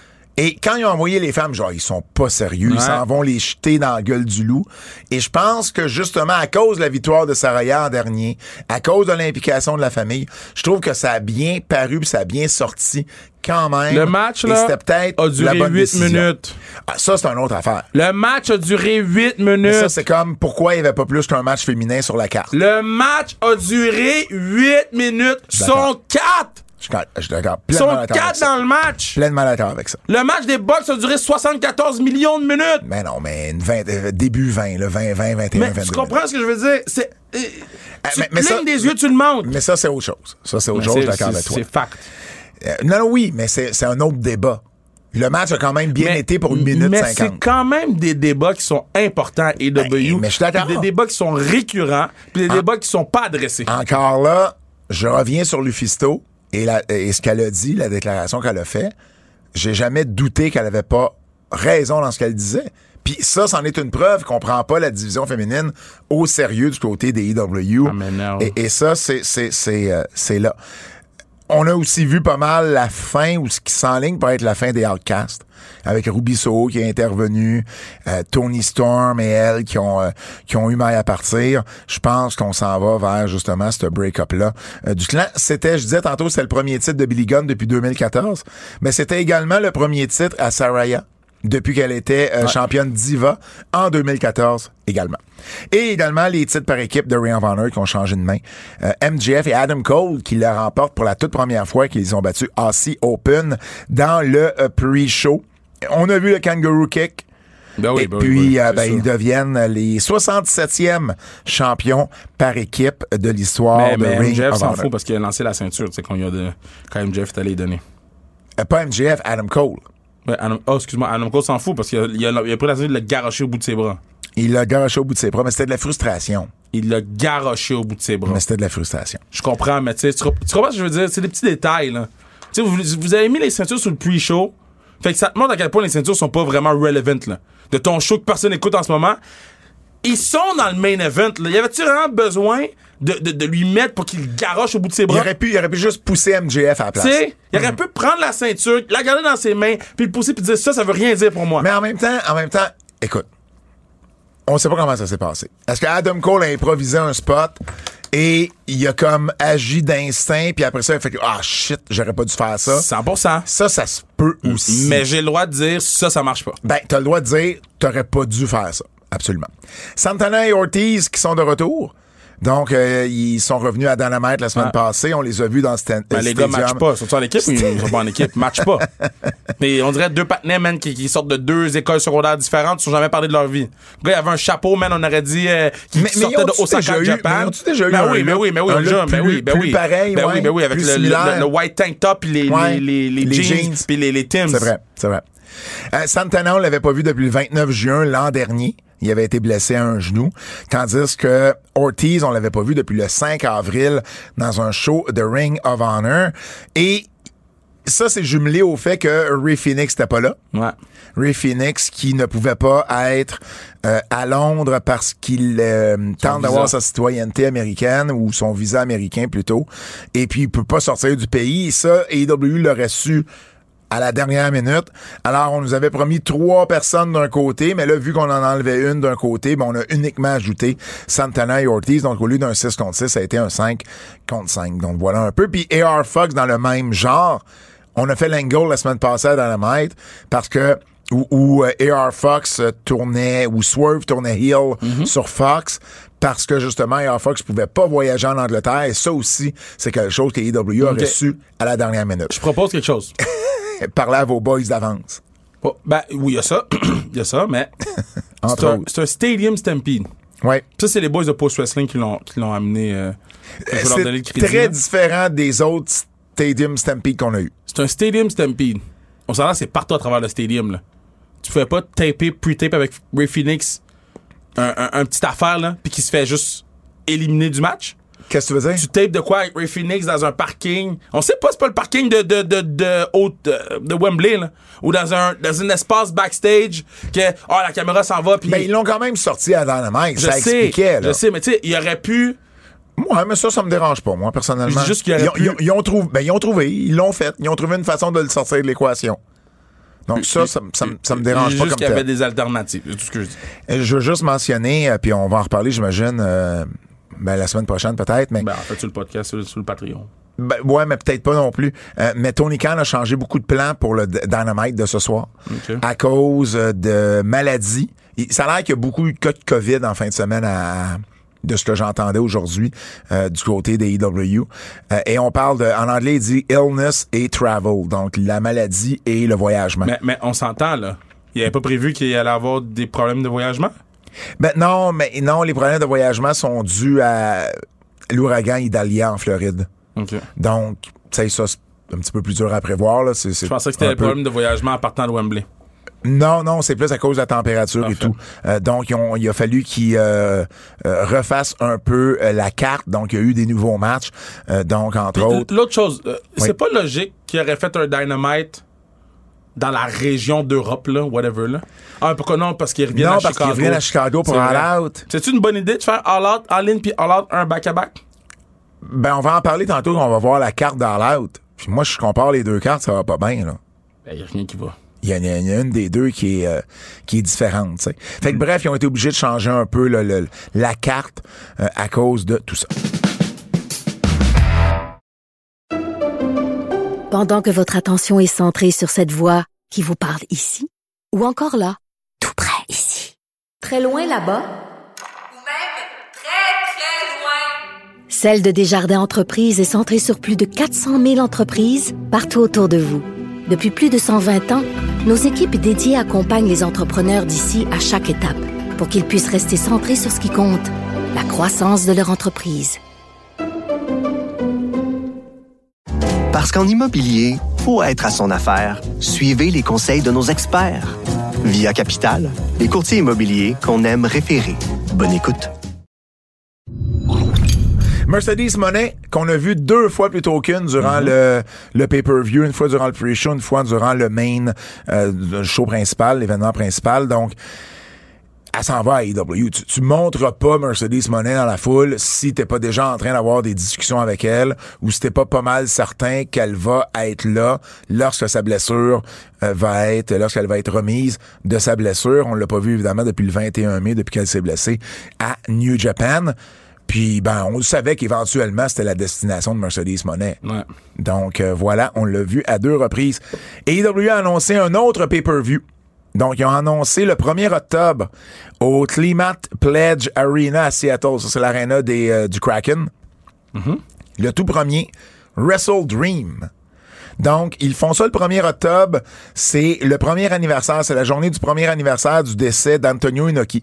Speaker 5: Et quand ils ont envoyé les femmes, genre, ils sont pas sérieux. Ils
Speaker 6: Ouais.
Speaker 5: s'en vont les jeter dans la gueule du loup. Et je pense que, justement, à cause de la victoire de Saraya en dernier, à cause de l'implication de la famille, je trouve que ça a bien paru puis ça a bien sorti quand même.
Speaker 6: Le match,
Speaker 5: Et
Speaker 6: là,
Speaker 5: c'était peut-être
Speaker 6: a
Speaker 5: la
Speaker 6: duré
Speaker 5: bonne
Speaker 6: huit
Speaker 5: décision.
Speaker 6: minutes.
Speaker 5: Ah, ça, c'est une autre affaire.
Speaker 6: Le match a duré huit
Speaker 5: Mais
Speaker 6: minutes.
Speaker 5: ça, c'est comme, pourquoi il n'y avait pas plus qu'un match féminin sur la carte?
Speaker 6: Le match a duré huit minutes. Ils
Speaker 5: d'accord.
Speaker 6: sont quatre.
Speaker 5: Je suis je suis d'accord.
Speaker 6: Ils
Speaker 5: Pleinement
Speaker 6: sont
Speaker 5: d'accord avec
Speaker 6: quatre
Speaker 5: ça.
Speaker 6: dans le match.
Speaker 5: Pleinement d'accord avec ça.
Speaker 6: Le match des Bucks a duré soixante-quatorze millions de minutes.
Speaker 5: Mais non, mais une vingt, euh, début vingt, le vingt, vingt, vingt et un,
Speaker 6: Mais
Speaker 5: vingt-deux.
Speaker 6: tu comprends ce que je veux dire? C'est, euh, tu
Speaker 5: mais- mais
Speaker 6: clignes
Speaker 5: ça-
Speaker 6: des yeux, tu le montres.
Speaker 5: Mais ça, c'est autre chose. Ça, c'est autre chose, je suis d'accord avec toi.
Speaker 6: C'est fact.
Speaker 5: Euh, non, non, oui, mais c'est, c'est un autre débat. Le match a quand même bien
Speaker 6: Mais-
Speaker 5: été pour une minute
Speaker 6: mais c'est
Speaker 5: cinquante.
Speaker 6: quand même des débats qui sont importants, A E W.
Speaker 5: Ben, mais je suis d'accord.
Speaker 6: Puis des débats qui sont récurrents, puis des
Speaker 5: Ah.
Speaker 6: débats qui sont pas adressés.
Speaker 5: Encore là, je reviens sur Lufisto et, la, et ce qu'elle a dit, la déclaration qu'elle a fait. J'ai jamais douté qu'elle avait pas raison dans ce qu'elle disait. Puis ça, c'en est une preuve qu'on prend pas la division féminine au sérieux du côté des E W.
Speaker 6: Ah, mais non.
Speaker 5: et, et ça, c'est, c'est, c'est, euh, c'est là. On a aussi vu pas mal la fin, ou ce qui s'enligne pour être la fin des Outcasts, avec Ruby Soho qui est intervenu, euh, Toni Storm et elle qui ont euh, qui ont eu maille à partir. Je pense qu'on s'en va vers justement ce break-up-là euh, du clan. C'était, je disais tantôt, c'était le premier titre de Billy Gunn depuis deux mille quatorze, mais c'était également le premier titre à Saraya depuis qu'elle était euh,
Speaker 6: Ouais.
Speaker 5: championne diva en deux mille quatorze également. Et également les titres par équipe de Ring of Honor qui ont changé de main. Euh, M J F et Adam Cole qui le remportent pour la toute première fois qu'ils ont battu Aussie Open dans le euh, pre-show. On a vu le Kangaroo Kick.
Speaker 6: Ben oui,
Speaker 5: et
Speaker 6: ben oui,
Speaker 5: puis,
Speaker 6: ben oui,
Speaker 5: euh,
Speaker 6: c'est
Speaker 5: ben,
Speaker 6: sûr.
Speaker 5: ils deviennent les soixante-septième champions par équipe de l'histoire
Speaker 6: Mais,
Speaker 5: de
Speaker 6: mais
Speaker 5: Ring
Speaker 6: M J F
Speaker 5: of
Speaker 6: s'en
Speaker 5: Honor.
Speaker 6: fout parce qu'il a lancé la ceinture, tu sais, quand, il a de, quand M J F est allé y donner.
Speaker 5: Euh, pas M J F, Adam Cole.
Speaker 6: Ouais, Adam, oh, excuse-moi, Adam Cole s'en fout parce qu'il a, il a, il a pris la ceinture, il l'a garoché au bout de ses bras.
Speaker 5: Il l'a garoché au bout de ses bras, mais c'était de la frustration.
Speaker 6: Il l'a garoché au bout de ses bras.
Speaker 5: Mais c'était de la frustration.
Speaker 6: Je comprends, mais tu sais, tu comp- tu comprends ce que je veux dire? C'est des petits détails, là. Tu sais, vous, vous avez mis les ceintures sur le pre-show. Fait que ça te montre à quel point les ceintures sont pas vraiment relevant, là. De ton show que personne n'écoute en ce moment. Ils sont dans le main event, là. Y avait-tu vraiment besoin de, de, de lui mettre pour qu'il garoche au bout de ses
Speaker 5: Il
Speaker 6: bras.
Speaker 5: aurait pu, il aurait pu juste pousser M J F à la place.
Speaker 6: Tu sais, il aurait pu prendre la ceinture, la garder dans ses mains, puis le pousser puis dire ça, ça veut rien dire pour moi.
Speaker 5: Mais en même temps, en même temps, écoute, on sait pas comment ça s'est passé. Est-ce que Adam Cole a improvisé un spot et il a comme agi d'instinct, puis après ça, il a fait ah shit, j'aurais pas dû faire ça.
Speaker 6: cent pour cent.
Speaker 5: Ça, ça se peut aussi.
Speaker 6: Mais j'ai le droit de dire ça, ça marche pas.
Speaker 5: Ben, t'as le droit de dire t'aurais pas dû faire ça. Absolument. Santana et Ortiz qui sont de retour. Donc, euh, ils sont revenus à Dynamite la semaine
Speaker 6: Ouais.
Speaker 5: passée. On les a vus dans ce sta-
Speaker 6: Ben, les
Speaker 5: stadium.
Speaker 6: gars matchent pas. Sont-ils en équipe ou ils sont pas en équipe? Matchent pas. Mais on dirait deux partenaires, man, qui, qui sortent de deux écoles secondaires différentes, ils sont jamais parlé de leur vie. Le gars, il avait un chapeau, man, on aurait dit, euh, qui
Speaker 5: Mais- mais
Speaker 6: sortait de
Speaker 5: ils ont-tu
Speaker 6: Osaka,
Speaker 5: déjà eu- mais
Speaker 6: Japan.
Speaker 5: ils ont-tu déjà eu
Speaker 6: ben
Speaker 5: un
Speaker 6: oui, ben
Speaker 5: look-
Speaker 6: oui, ben oui,
Speaker 5: un
Speaker 6: on le
Speaker 5: look
Speaker 6: jure, ben
Speaker 5: plus-
Speaker 6: oui, ben
Speaker 5: plus
Speaker 6: oui.
Speaker 5: pareil,
Speaker 6: ben
Speaker 5: ouais,
Speaker 6: oui, ben oui, avec
Speaker 5: plus
Speaker 6: le, le,
Speaker 5: similaire.
Speaker 6: le, le white tank top puis les,
Speaker 5: Ouais,
Speaker 6: les, les, les,
Speaker 5: les
Speaker 6: jeans,
Speaker 5: jeans.
Speaker 6: puis les, les Tims.
Speaker 5: C'est vrai, c'est vrai. Euh, Santana, on l'avait pas vu depuis le vingt-neuf juin l'an dernier. Il avait été blessé à un genou. Tandis que Ortiz, on l'avait pas vu depuis le cinq avril dans un show de Ring of Honor. Et ça, c'est jumelé au fait que Ray Phoenix n'était pas là.
Speaker 6: Ouais.
Speaker 5: Ray Phoenix qui ne pouvait pas être euh, à Londres parce qu'il euh, tente d'avoir sa citoyenneté américaine ou son visa américain plutôt. Et puis, il peut pas sortir du pays. Et ça, A E W l'aurait su à la dernière minute. Alors, on nous avait promis trois personnes d'un côté, mais là, vu qu'on en enlevait une d'un côté, ben, on a uniquement ajouté Santana et Ortiz. Donc, au lieu d'un six contre six, ça a été un cinq contre cinq. Donc, voilà un peu. Puis, A R Fox, dans le même genre, on a fait l'angle la semaine passée à Dynamite parce que où, où euh, A R Fox euh, tournait, ou Swerve tournait heel
Speaker 6: Mm-hmm.
Speaker 5: sur Fox, parce que justement, A R Fox pouvait pas voyager en Angleterre, et ça aussi, c'est quelque chose que A E W aurait
Speaker 6: Ok.
Speaker 5: su à la dernière minute.
Speaker 6: Je propose quelque chose.
Speaker 5: Parlez à vos boys d'avance.
Speaker 6: Oh, ben oui, il y a ça. Il y a ça, mais
Speaker 5: Entre
Speaker 6: c'est un,
Speaker 5: autres.
Speaker 6: c'est un Stadium Stampede.
Speaker 5: Ouais.
Speaker 6: Ça, c'est les boys de Post Wrestling qui l'ont, qui l'ont amené. Euh, faut leur donner le
Speaker 5: C'est
Speaker 6: crédit,
Speaker 5: très
Speaker 6: là.
Speaker 5: différent des autres Stadium Stampede qu'on a eu.
Speaker 6: C'est un Stadium Stampede. On s'entend, c'est partout à travers le stadium, là. Tu pouvais pas taper, pre-tape avec Ray Phoenix un, un, un petit affaire, là, puis qui se fait juste éliminer du match.
Speaker 5: Qu'est-ce que tu veux dire?
Speaker 6: Tu tapes de quoi avec Ray Phoenix dans un parking. On sait pas, c'est pas le parking de, de, de, de, haute, de, de Wembley, là. Ou dans un, dans un espace backstage que, oh, la caméra s'en va, puis.
Speaker 5: Ben, ils l'ont quand même sorti à Dynamite.
Speaker 6: je
Speaker 5: Ça
Speaker 6: sais,
Speaker 5: expliquait, là.
Speaker 6: je sais, mais tu sais, il aurait pu.
Speaker 5: Ouais, mais ça, ça me dérange pas, moi, personnellement.
Speaker 6: Je dis juste qu'il aurait
Speaker 5: ils, ont,
Speaker 6: pu-
Speaker 5: ils ont- ils ont trouvé, ben, ils ont trouvé, ils l'ont fait. Ils ont trouvé une façon de le sortir de l'équation. Donc, ça, ça, ça, me- ça me dérange pas
Speaker 6: Juste
Speaker 5: comme
Speaker 6: qu'il y avait
Speaker 5: tel.
Speaker 6: des alternatives. C'est tout ce que je dis.
Speaker 5: Euh, Je veux juste mentionner, euh, puis on va en reparler, j'imagine, euh, ben, la semaine prochaine, peut-être, mais
Speaker 6: Ben, en fait, sur le podcast, sur, sur le Patreon.
Speaker 5: Ben, ouais, mais peut-être pas non plus. Euh, mais Tony Khan a changé beaucoup de plans pour le D- Dynamite de ce soir
Speaker 6: Ok.
Speaker 5: à cause euh, de maladies. Il- ça a l'air qu'il y a beaucoup eu de cas de COVID en fin de semaine à, de ce que j'entendais aujourd'hui euh, du côté des A E W. Euh, et on parle de, en anglais, il dit illness et travel, donc la maladie et le voyagement.
Speaker 6: Mais, mais on s'entend, là. Il avait pas prévu qu'il allait avoir des problèmes de voyagement?
Speaker 5: Ben non, mais non, les problèmes de voyagement sont dus à l'ouragan Idalia en Floride.
Speaker 6: OK.
Speaker 5: Donc, tu sais, ça, c'est un petit peu plus dur à prévoir. Là. C'est, c'est
Speaker 6: Je pensais que c'était
Speaker 5: un
Speaker 6: le
Speaker 5: peu-
Speaker 6: problème de voyagement en partant de Wembley.
Speaker 5: Non, non, c'est plus à cause de la température
Speaker 6: Parfait.
Speaker 5: et tout. Euh, donc, ils ont- il a fallu qu'ils euh, euh, refassent un peu euh, la carte. Donc, il y a eu des nouveaux matchs. Euh, donc, entre
Speaker 6: Puis,
Speaker 5: autres...
Speaker 6: l'autre chose, euh,
Speaker 5: Oui.
Speaker 6: c'est pas logique qu'il aurait fait un Dynamite dans la région d'Europe, là, whatever, là. Ah, pourquoi non? Parce qu'il revient
Speaker 5: Non,
Speaker 6: à
Speaker 5: parce
Speaker 6: Chicago.
Speaker 5: qu'ils reviennent à Chicago pour
Speaker 6: C'est
Speaker 5: All
Speaker 6: vrai.
Speaker 5: Out.
Speaker 6: C'est-tu une bonne idée de faire All Out, All In, puis All Out, un back-à-back?
Speaker 5: Ben, on va en parler tantôt quand on va voir la carte d'All Out. Puis moi, je compare les deux cartes, ça va pas bien, là.
Speaker 6: Ben, y a rien qui va.
Speaker 5: Il y, en a, il y en a une des deux qui est, euh, qui est différente, tu sais. Fait que bref, ils ont été obligés de changer un peu le- le- la carte euh, à cause de tout ça.
Speaker 1: Pendant que votre attention est centrée sur cette voix qui vous parle ici, ou encore là, tout près ici, très loin là-bas,
Speaker 2: Ou même très, très loin.
Speaker 1: Celle de Desjardins Entreprises est centrée sur plus de quatre cent mille entreprises partout autour de vous. Depuis plus de cent vingt ans, nos équipes dédiées accompagnent les entrepreneurs d'ici à chaque étape pour qu'ils puissent rester centrés sur ce qui compte, la croissance de leur entreprise.
Speaker 3: Parce qu'en immobilier, pour être à son affaire, suivez les conseils de nos experts. Via Capital, les courtiers immobiliers qu'on aime référer. Bonne écoute.
Speaker 5: Mercedes Moné, qu'on a vu deux fois plutôt qu'une durant
Speaker 6: Mm-hmm.
Speaker 5: le, le pay-per-view, une fois durant le pre-show, une fois durant le main euh, le show principal, l'événement principal. Donc, elle s'en va à A E W. Tu, tu montres pas Mercedes Moné dans la foule si t'es pas déjà en train d'avoir des discussions avec elle ou si t'es pas pas mal certain qu'elle va être là lorsque sa blessure euh, va être, lorsqu'elle va être remise de sa blessure. On l'a pas vu évidemment depuis le vingt et un mai, depuis qu'elle s'est blessée à New Japan. Puis, ben, on savait qu'éventuellement, c'était la destination de Mercedes Moné.
Speaker 6: Ouais.
Speaker 5: Donc, euh, voilà, on l'a vu à deux reprises. A E W a annoncé un autre pay-per-view. Donc, ils ont annoncé le premier octobre au Climate Pledge Arena à Seattle. Ça, c'est l'aréna des, euh, du Kraken.
Speaker 6: Mm-hmm.
Speaker 5: Le tout premier, Wrestle Dream. Donc, ils font ça le premier octobre. C'est le premier anniversaire. C'est la journée du premier anniversaire du décès d'Antonio Inoki.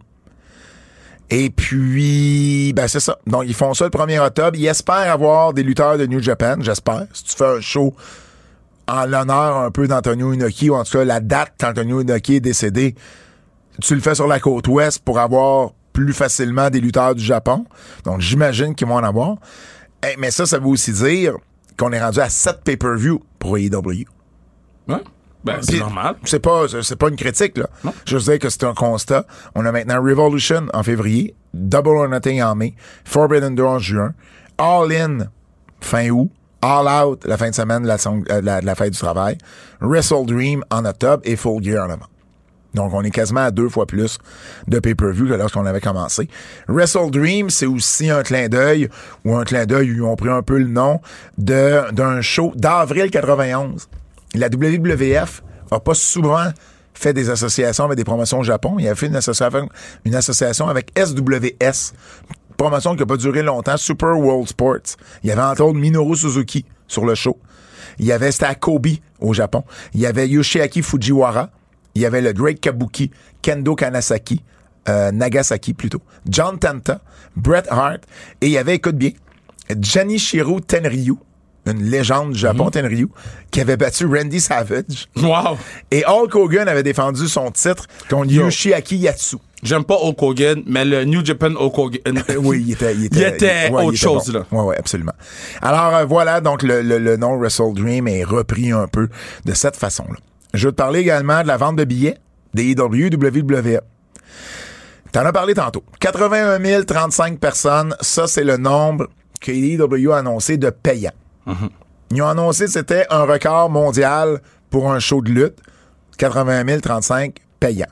Speaker 5: Et puis, ben c'est ça. Donc, ils font ça le premier octobre. Ils espèrent avoir des lutteurs de New Japan, j'espère. Si tu fais un show en l'honneur un peu d'Antonio Inoki, ou en tout cas la date qu'Antonio Inoki est décédé, tu le fais sur la côte ouest pour avoir plus facilement des lutteurs du Japon. Donc, j'imagine qu'ils vont en avoir. Hey, mais ça, ça veut aussi dire qu'on est rendu à sept pay-per-view pour A E W.
Speaker 6: Ouais. Ben, c'est
Speaker 5: Puis,
Speaker 6: normal.
Speaker 5: C'est pas, c'est pas une critique, là.
Speaker 6: Non.
Speaker 5: Je veux dire que c'est un constat. On a maintenant Revolution en février, Double or Nothing en mai, Forbidden Door en juin, All In fin août, All Out la fin de semaine de la, de la, de la fête du travail, Wrestle Dream en octobre et Full Gear en novembre. Donc, on est quasiment à deux fois plus de pay-per-view que lorsqu'on avait commencé. Wrestle Dream, c'est aussi un clin d'œil, ou un clin d'œil où ils ont pris un peu le nom de, d'un show d'avril quatre-vingt-onze. La W W F a pas souvent fait des associations avec des promotions au Japon. Il a fait une association, une association avec S W S, une promotion qui n'a pas duré longtemps, Super World Sports. Il y avait entre autres Minoru Suzuki sur le show. Il y avait, c'était à Kobe au Japon. Il y avait Yoshiaki Fujiwara. Il y avait le Great Kabuki, Kendo Kanasaki, euh, Nagasaki plutôt, John Tenta, Bret Hart, et il y avait, écoute bien, Janichiro Tenryu, une légende du Japon, mm-hmm. Tenryu, qui avait battu Randy Savage.
Speaker 6: Wow!
Speaker 5: Et Hulk Hogan avait défendu son titre contre
Speaker 6: Yo.
Speaker 5: Yoshiaki Yatsu.
Speaker 6: J'aime pas Hulk Hogan, mais le New Japan Hulk Hogan.
Speaker 5: Oui, il était, il était,
Speaker 6: il était
Speaker 5: ouais,
Speaker 6: autre
Speaker 5: il était
Speaker 6: chose,
Speaker 5: bon.
Speaker 6: là.
Speaker 5: Oui, oui, absolument. Alors, euh, voilà, donc le, le, le nom Wrestle Dream est repris un peu de cette façon-là. Je veux te parler également de la vente de billets des A E W, W W E. T'en as parlé tantôt. quatre-vingt-un mille trente-cinq personnes, ça, c'est le nombre que A E W a annoncé de payants. Mm-hmm. Ils ont annoncé que c'était un record mondial pour un show de lutte. quatre-vingt-un mille trente-cinq payants.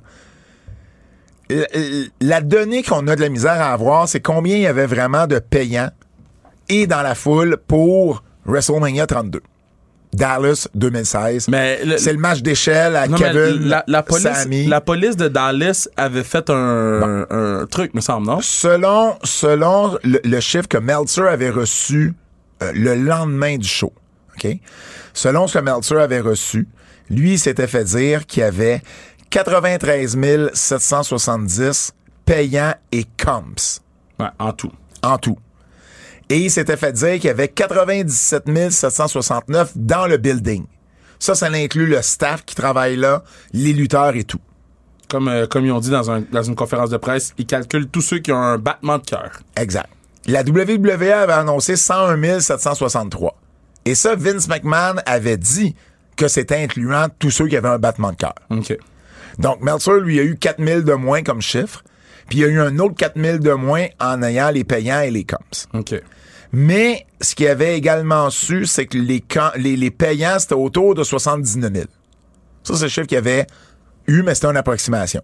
Speaker 5: La donnée qu'on a de la misère à avoir, c'est combien il y avait vraiment de payants et dans la foule pour WrestleMania trente-deux. Dallas deux mille seize. Mais le, c'est le match d'échelle à non, Kevin,
Speaker 6: la, la police,
Speaker 5: Sami.
Speaker 6: La police de Dallas avait fait un, bon. un, un truc, me semble, non?
Speaker 5: Selon, selon le, le chiffre que Meltzer avait reçu euh, le lendemain du show, OK? Selon ce que Meltzer avait reçu, lui, il s'était fait dire qu'il y avait quatre-vingt-treize mille sept cent soixante-dix payants et comps.
Speaker 6: Ouais, en tout.
Speaker 5: En tout. Et il s'était fait dire qu'il y avait quatre-vingt-dix-sept mille sept cent soixante-neuf dans le building. Ça, ça inclut le staff qui travaille là, les lutteurs et tout.
Speaker 6: Comme, euh, comme ils ont dit dans, un, dans une conférence de presse, ils calculent tous ceux qui ont un battement de cœur.
Speaker 5: Exact. La W W E avait annoncé cent un mille sept cent soixante-trois. Et ça, Vince McMahon avait dit que c'était incluant tous ceux qui avaient un battement de cœur.
Speaker 6: OK.
Speaker 5: Donc, Meltzer, lui, a eu quatre mille de moins comme chiffre. Puis il y a eu un autre quatre mille de moins en ayant les payants et les comps.
Speaker 6: OK.
Speaker 5: Mais ce qu'il avait également su, c'est que les, les, les payants, c'était autour de soixante-dix-neuf mille. Ça, c'est le chiffre qu'il avait eu, mais c'était une approximation.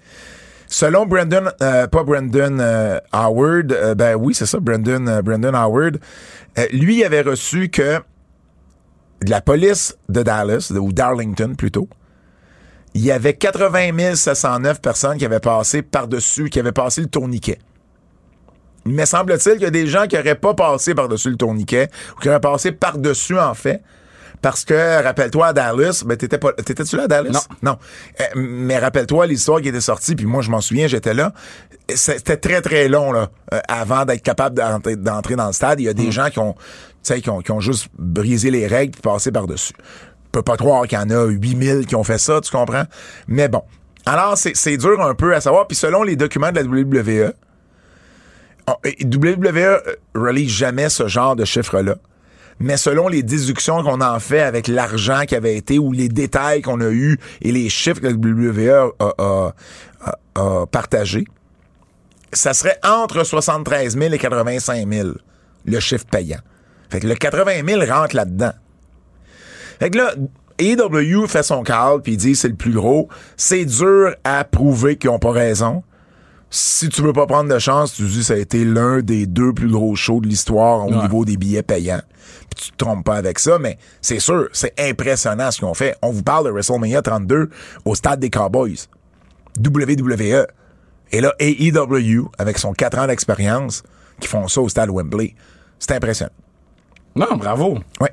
Speaker 5: Selon Brandon, euh, pas Brandon euh, Howard, euh, ben oui, c'est ça, Brandon, euh, Brandon Howard, euh, lui, il avait reçu que de la police de Dallas, ou d'Arlington plutôt, il y avait quatre-vingt mille sept cent neuf personnes qui avaient passé par-dessus, qui avaient passé le tourniquet. Il me semble-t-il qu'il y a des gens qui n'auraient pas passé par-dessus le tourniquet, ou qui auraient passé par-dessus, en fait, parce que, rappelle-toi, à Dallas, ben, t'étais pas, t'étais-tu là à Dallas?
Speaker 6: Non.
Speaker 5: Non. Euh, mais rappelle-toi l'histoire qui était sortie, puis moi, je m'en souviens, j'étais là. C'était très, très long, là, euh, avant d'être capable d'entrer, d'entrer dans le stade. Il y a des mmh. gens qui ont, tu sais, qui ont, qui ont juste brisé les règles puis passé par-dessus. Je peux pas croire qu'il y en a huit mille qui ont fait ça, tu comprends? Mais bon. Alors, c'est, c'est dur un peu à savoir. Puis selon les documents de la W W E, W W E relie jamais ce genre de chiffre-là. mais selon les déductions qu'on en fait avec l'argent qui avait été ou les détails qu'on a eus et les chiffres que le W W E a, a, a, a partagés, ça serait entre soixante-treize mille et quatre-vingt-cinq mille, le chiffre payant. Fait que le quatre-vingt mille rentre là-dedans. Fait que là, A E W fait son call, puis il dit c'est le plus gros. C'est dur à prouver qu'ils ont pas raison. Si tu veux pas prendre de chance, tu dis ça a été l'un des deux plus gros shows de l'histoire au
Speaker 6: ouais. niveau
Speaker 5: des billets payants. Puis tu te trompes pas avec ça, mais c'est sûr, c'est impressionnant ce qu'ils ont fait. On vous parle de WrestleMania trente-deux au stade des Cowboys. W W E. Et là, A E W, avec son quatre ans d'expérience, qui font ça au stade Wembley. C'est impressionnant.
Speaker 6: Non, bravo.
Speaker 5: Ouais.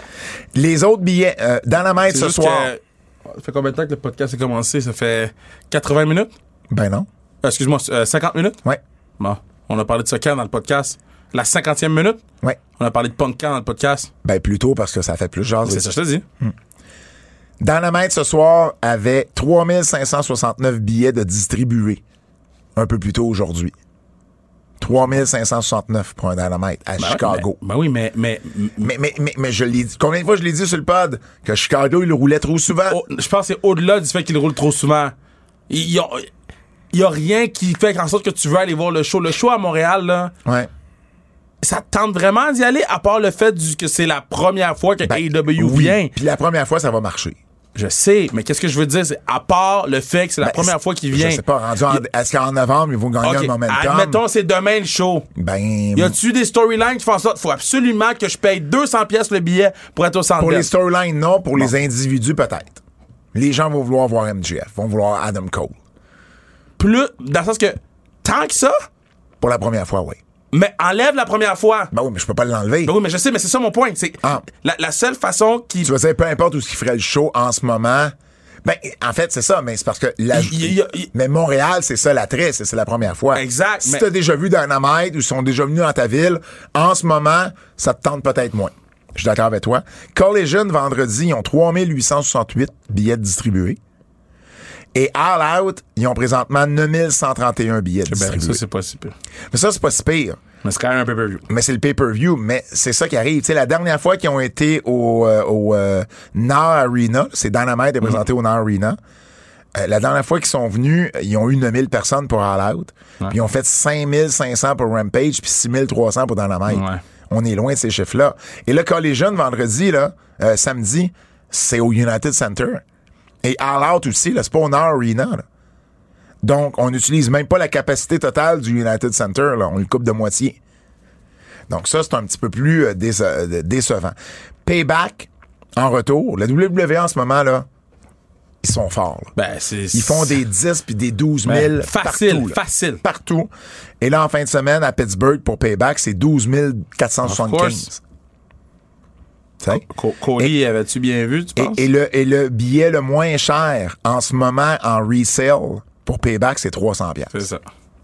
Speaker 5: Les autres billets, euh, Dynamite ce soir.
Speaker 6: Que, ça fait combien de temps que le podcast a commencé? Ça fait quatre-vingts minutes?
Speaker 5: Ben non.
Speaker 6: Euh, excuse-moi, euh, cinquante minutes?
Speaker 5: Ouais.
Speaker 6: Bon, on a parlé de soccer dans le podcast. La cinquantième minute?
Speaker 5: Ouais.
Speaker 6: On a parlé de punk dans le podcast.
Speaker 5: Ben plutôt parce que ça fait plus genre.
Speaker 6: C'est ça, je te dis.
Speaker 5: Hmm. Dynamite ce soir avait trois mille cinq cent soixante-neuf billets de distribués. Un peu plus tôt aujourd'hui. trois mille cinq cent soixante-neuf pour un Dynamite à
Speaker 6: Ben
Speaker 5: Chicago.
Speaker 6: Oui, ben oui, mais mais,
Speaker 5: mais, mais, mais, mais je l'ai dit. Combien de fois je l'ai dit sur le pod? Que Chicago, il le roulait trop souvent.
Speaker 6: Oh, je pense que c'est au-delà du fait qu'il roule trop souvent. Il y a, il y a rien qui fait en sorte que tu veux aller voir le show. Le show à Montréal, là,
Speaker 5: Ouais.
Speaker 6: ça te tente vraiment d'y aller, à part le fait du, que c'est la première fois que
Speaker 5: Ben,
Speaker 6: A E W
Speaker 5: oui.
Speaker 6: vient.
Speaker 5: Puis la première fois, ça va marcher.
Speaker 6: Je sais, mais qu'est-ce que je veux dire, c'est à part le fait que c'est la
Speaker 5: Ben,
Speaker 6: première fois qu'il vient.
Speaker 5: Je sais pas, rendu en, est-ce qu'en novembre, ils vont gagner
Speaker 6: Okay,
Speaker 5: un momentum?
Speaker 6: admettons, c'est demain le show.
Speaker 5: Ben,
Speaker 6: Y a-tu des storylines qui font en sorte qu'il faut absolument que je paye deux cents pièces le billet pour être au centre
Speaker 5: pour
Speaker 6: Bell?
Speaker 5: les storylines, non. Pour bon. les individus, peut-être. Les gens vont vouloir voir M J F, vont vouloir Adam Cole.
Speaker 6: Plus, dans le sens que, tant que ça,
Speaker 5: Pour la première fois, oui.
Speaker 6: mais enlève la première fois.
Speaker 5: Ben oui, mais je peux pas l'enlever.
Speaker 6: Ben oui, mais je sais, mais c'est ça mon point. C'est
Speaker 5: Ah.
Speaker 6: la, la seule façon qui...
Speaker 5: Tu vas dire, peu importe où ce qui ferait le show en ce moment. Ben, en fait, c'est ça, mais c'est parce que la,
Speaker 6: Il- il- il- il-
Speaker 5: mais Montréal, c'est ça l'attrait, c'est, c'est la première fois.
Speaker 6: Exact,
Speaker 5: Si
Speaker 6: mais-
Speaker 5: t'as déjà vu Dynamite ou sont déjà venus dans ta ville, en ce moment, ça te tente peut-être moins. Je suis d'accord avec toi. Collision, vendredi, ils ont trois mille huit cent soixante-huit billets distribués. Et All Out, ils ont présentement neuf mille cent trente et un billets
Speaker 6: Ben,
Speaker 5: distribués.
Speaker 6: ça, c'est pas si pire.
Speaker 5: mais ça, c'est pas si pire.
Speaker 6: Mais c'est quand même un pay-per-view.
Speaker 5: Mais c'est le pay-per-view, mais c'est ça qui arrive. Tu sais, la dernière fois qu'ils ont été au, euh, au euh, Now Arena, c'est Dynamite est présenté au Now Arena. Euh, la dernière fois qu'ils sont venus, ils ont eu neuf mille personnes pour All Out.
Speaker 6: Ouais.
Speaker 5: Puis ils ont fait cinq mille cinq cents pour Rampage, puis six mille trois cents pour Dynamite.
Speaker 6: Ouais.
Speaker 5: On est loin de ces chiffres-là. Et là, Collision, vendredi, là, euh, samedi, c'est au United Center. Et All Out aussi, là, c'est pas au Now Arena, là. Donc, on n'utilise même pas la capacité totale du United Center, là. On le coupe de moitié. Donc, ça, c'est un petit peu plus euh, déce- euh, décevant. Payback, en retour, la W W E en ce moment, là, ils sont forts, là.
Speaker 6: Ben, c'est...
Speaker 5: Ils font des dix puis des douze mille
Speaker 6: Ben, facile,
Speaker 5: partout, là.
Speaker 6: facile.
Speaker 5: Partout. Et là, en fin de semaine, à Pittsburgh, pour Payback, c'est douze mille quatre cent
Speaker 6: Of
Speaker 5: soixante-quinze. Tu sais?
Speaker 6: Co- Cody, avais-tu bien vu, tu
Speaker 5: Et,
Speaker 6: penses?
Speaker 5: et le, et le billet le moins cher en ce moment en resale pour Payback, c'est trois cents piastres.
Speaker 6: C'est ça.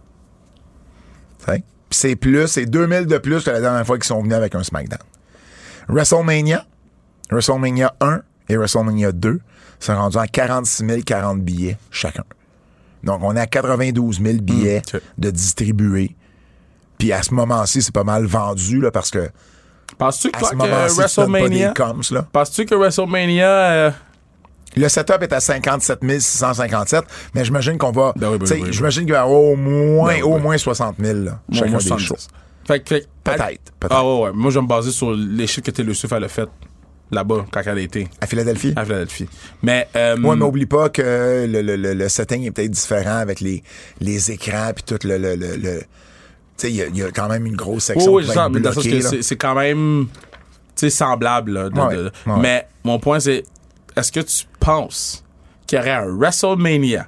Speaker 5: Tu sais? Puis c'est plus, c'est deux mille de plus que la dernière fois qu'ils sont venus avec un SmackDown. WrestleMania, WrestleMania un et WrestleMania deux sont rendus à quarante-six mille quarante billets chacun. Donc, on est à quatre-vingt-douze mille billets
Speaker 6: Mmh, ok.
Speaker 5: de distribués. Puis à ce moment-ci, c'est pas mal vendu, là, parce que
Speaker 6: Penses-tu que,
Speaker 5: à
Speaker 6: toi,
Speaker 5: ce
Speaker 6: que
Speaker 5: moment-ci, tu donnes pas
Speaker 6: WrestleMania...
Speaker 5: des coms, là.
Speaker 6: Penses-tu que WrestleMania... euh,
Speaker 5: Le setup est à cinquante-sept mille six cent cinquante-sept, mais j'imagine qu'on va.
Speaker 6: Ben oui, ben
Speaker 5: tu sais,
Speaker 6: oui, ben
Speaker 5: j'imagine qu'il va y avoir au moins,
Speaker 6: Ben oui,
Speaker 5: au
Speaker 6: ben.
Speaker 5: moins soixante mille, là,
Speaker 6: Bon,
Speaker 5: chacun
Speaker 6: moi,
Speaker 5: des
Speaker 6: soixante-dix.
Speaker 5: shows.
Speaker 6: Fait que... fait que-
Speaker 5: Peut-être, peut-être.
Speaker 6: Ah ouais, ouais. Moi, je vais me baser sur les chiffres que Taylor Swift elle a fait là-bas, quand elle a été
Speaker 5: À Philadelphie?
Speaker 6: à Philadelphie. Mais... Euh,
Speaker 5: Ouais, mais oublie pas que le, le, le, le setting est peut-être différent avec les, les écrans puis tout le. le, le, le tu sais, il y, a- il y a quand même une grosse section
Speaker 6: oui,
Speaker 5: qui
Speaker 6: oui,
Speaker 5: va
Speaker 6: ça,
Speaker 5: être
Speaker 6: mais dans le sens
Speaker 5: bloquée,
Speaker 6: que
Speaker 5: là.
Speaker 6: c'est, c'est quand même, tu sais, semblable, là. de-
Speaker 5: Ouais,
Speaker 6: de-
Speaker 5: ouais.
Speaker 6: Mais mon point, c'est, est-ce que tu penses qu'il y aurait un WrestleMania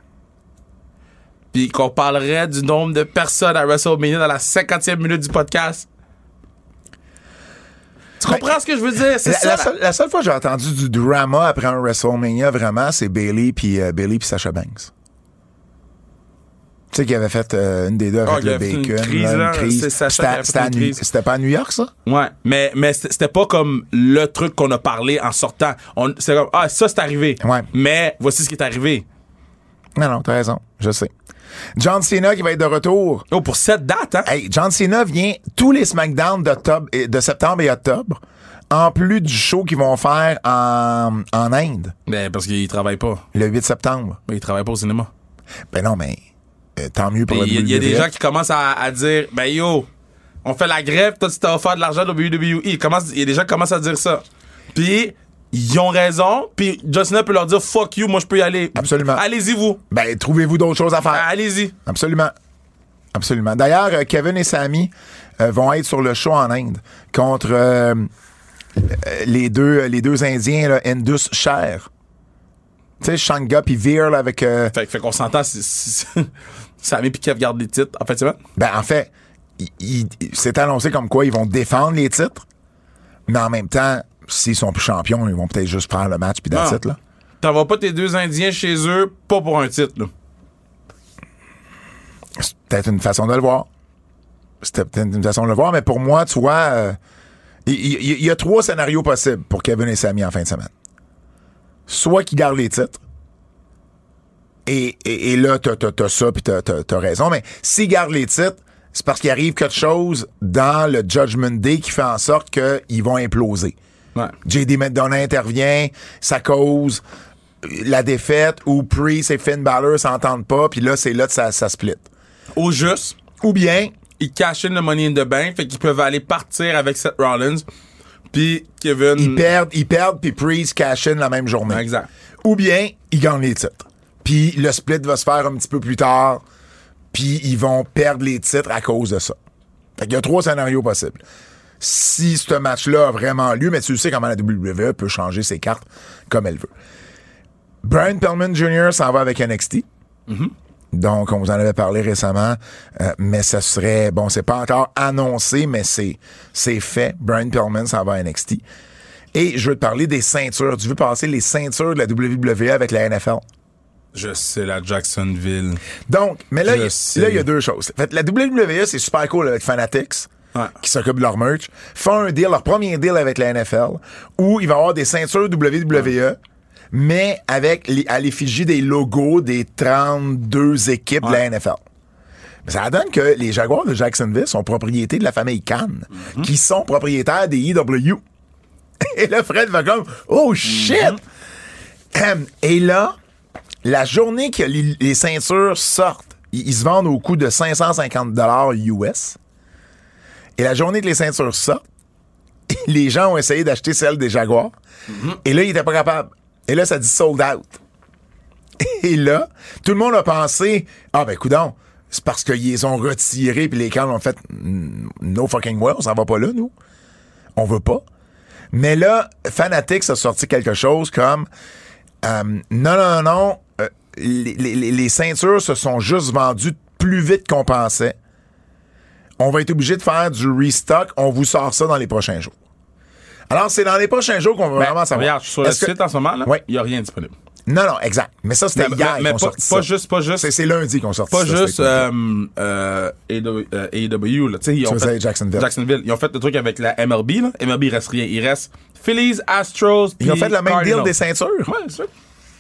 Speaker 6: puis qu'on parlerait du nombre de personnes à WrestleMania dans la cinquantième minute du podcast? Tu
Speaker 5: Ben,
Speaker 6: comprends ce que je veux dire? C'est
Speaker 5: La,
Speaker 6: ça.
Speaker 5: la
Speaker 6: la-
Speaker 5: seule, la seule fois que j'ai entendu du drama après un WrestleMania, vraiment, c'est Bayley puis euh, Bayley puis Sasha Banks. Tu sais, qui avait fait euh, une des deux
Speaker 6: Ah,
Speaker 5: avec
Speaker 6: il
Speaker 5: le
Speaker 6: avait fait une
Speaker 5: bacon.
Speaker 6: crise,
Speaker 5: là,
Speaker 6: là.
Speaker 5: une crise.
Speaker 6: C'est Sacha
Speaker 5: C'était
Speaker 6: qui
Speaker 5: à-
Speaker 6: avait fait
Speaker 5: c'était à
Speaker 6: une
Speaker 5: New-
Speaker 6: crise.
Speaker 5: c'était pas à New York, ça?
Speaker 6: Ouais, mais, mais c'était c'était pas comme le truc qu'on a parlé en sortant. On, c'est comme, ah, ça, c'est arrivé.
Speaker 5: Ouais.
Speaker 6: Mais voici ce qui est arrivé.
Speaker 5: Non, non, t'as raison. Je sais. John Cena qui va être de retour.
Speaker 6: Oh, pour cette date, hein?
Speaker 5: Hey, John Cena vient tous les SmackDown d'octobre et- de septembre et octobre En plus du show qu'ils vont faire en, en Inde,
Speaker 6: Ben, parce qu'ils travaillent pas.
Speaker 5: le huit septembre.
Speaker 6: Ben, ils travaillent pas au cinéma.
Speaker 5: Ben non, mais euh, tant mieux pour
Speaker 6: Il
Speaker 5: le
Speaker 6: y, a-
Speaker 5: W W E.
Speaker 6: y a des gens qui commencent à, à dire, ben yo, on fait la grève, toi tu t'as offert de l'argent de W W E. Il commence- y a des gens qui commencent à dire ça. Puis, ils ont raison, puis John Cena peut leur dire, fuck you, moi je peux y aller.
Speaker 5: Absolument.
Speaker 6: Allez-y vous.
Speaker 5: Ben, trouvez-vous d'autres choses à faire.
Speaker 6: Allez-y.
Speaker 5: Absolument. Absolument. D'ailleurs, euh, Kevin et Sami euh, vont être sur le show en Inde contre euh, euh, les deux les deux Indiens, là, Indus Sher. Tu sais, Shanga puis Veer, là, avec... euh,
Speaker 6: Fait, fait qu'on s'entend, si, si, Sammy pis Kev gardent les titres en fait semaine.
Speaker 5: ben, en fait, il, il- il- c'est annoncé comme quoi ils vont défendre les titres, mais en même temps, s'ils sont plus champions, ils vont peut-être juste prendre le match puis that's
Speaker 6: Non.
Speaker 5: it, là.
Speaker 6: T'envoies pas tes deux Indiens chez eux, pas pour un titre, là.
Speaker 5: C'est peut-être une façon de le voir. C'était peut-être une façon de le voir, mais pour moi, tu vois, euh, il, il- il y a trois scénarios possibles pour Kevin et Sami en fin de semaine. Soit qu'ils gardent les titres, et, et, et là, t'as, t'as, t'as ça, puis t'as, t'as, t'as raison, mais s'ils gardent les titres, c'est parce qu'il arrive quelque chose dans le Judgment Day qui fait en sorte qu'ils vont imploser.
Speaker 6: Ouais.
Speaker 5: J D McDonough intervient, ça cause la défaite, ou Priest et Finn Balor s'entendent pas, puis là, c'est là que ça, ça split.
Speaker 6: Au juste,
Speaker 5: Ou bien,
Speaker 6: ils cash in le Money in the Bank, fait qu'ils peuvent aller partir avec Seth Rollins, puis Kevin...
Speaker 5: ils perdent, ils perdent, puis Priest cash in la même journée.
Speaker 6: Exact.
Speaker 5: Ou bien, ils gagnent les titres. Puis le split va se faire un petit peu plus tard, puis ils vont perdre les titres à cause de ça. Fait qu'il y a trois scénarios possibles. Si ce match-là a vraiment lieu, mais tu sais comment la W W E peut changer ses cartes comme elle veut. Brian Pillman junior s'en va avec N X T. Donc, on vous en avait parlé récemment, euh, mais ce serait... Bon, c'est pas encore annoncé, mais c'est, c'est fait. Brian Pillman s'en va à N X T. Et je veux te parler des ceintures. Tu veux passer les ceintures de la W W E avec la N F L?
Speaker 6: Je sais, la Jacksonville.
Speaker 5: Donc, mais là,
Speaker 6: Je
Speaker 5: il y,
Speaker 6: sais.
Speaker 5: là, il y a deux choses. Fait, la W W E, c'est super cool avec Fanatics,
Speaker 6: Ouais.
Speaker 5: qui s'occupe de leur merch, font un deal, leur premier deal avec la N F L, où il va y avoir des ceintures W W E, mais avec les, à l'effigie des logos des trente-deux équipes de la
Speaker 6: Ouais.
Speaker 5: N F L. Mais ça donne que les Jaguars de Jacksonville sont propriétés de la famille Khan,
Speaker 6: Mm-hmm.
Speaker 5: qui sont propriétaires des E W. Et là, Fred va comme « Oh, shit! Hum, Et là, la journée que les, les ceintures sortent, ils, ils se vendent au coût de cinq cent cinquante dollars U S. Et la journée que les ceintures sortent, les gens ont essayé d'acheter celle des Jaguars. Et là, ils n'étaient pas capables. Et là, ça dit sold out. Et là, tout le monde a pensé, ah ben coudonc, c'est parce qu'ils les ont retirés puis les camps ont fait mm, no fucking way, on s'en va pas là, nous. On veut pas. Mais là, Fanatics a sorti quelque chose comme euh, non, non, non, euh, les, les, les ceintures se sont juste vendues plus vite qu'on pensait. On va être obligé de faire du restock. On vous sort ça dans les prochains jours. Alors, c'est dans les prochains jours qu'on va
Speaker 6: Ben,
Speaker 5: vraiment savoir.
Speaker 6: regarde, sur le
Speaker 5: Est-ce que-
Speaker 6: site en ce moment, là, il
Speaker 5: Ouais.
Speaker 6: n'y a rien disponible.
Speaker 5: Non, non, exact. Mais ça, c'était
Speaker 6: Mais-
Speaker 5: hier
Speaker 6: mais
Speaker 5: qu'on
Speaker 6: pas-
Speaker 5: sorti
Speaker 6: pas
Speaker 5: ça.
Speaker 6: juste- pas juste-
Speaker 5: C'est, c'est lundi qu'on sorti
Speaker 6: Pas
Speaker 5: ça.
Speaker 6: juste
Speaker 5: c'était-
Speaker 6: euh, euh, A E W, euh, A E W, là. Tu sais, ils
Speaker 5: Tu
Speaker 6: ont
Speaker 5: veux
Speaker 6: fait
Speaker 5: dire Jacksonville.
Speaker 6: Jacksonville. Ils ont fait le truc avec la M L B, là. M L B, il reste rien. Il reste Phillies, Astros,
Speaker 5: Ils ont
Speaker 6: puis
Speaker 5: fait le même
Speaker 6: Cardinals.
Speaker 5: deal des ceintures.
Speaker 6: Ouais, c'est ça.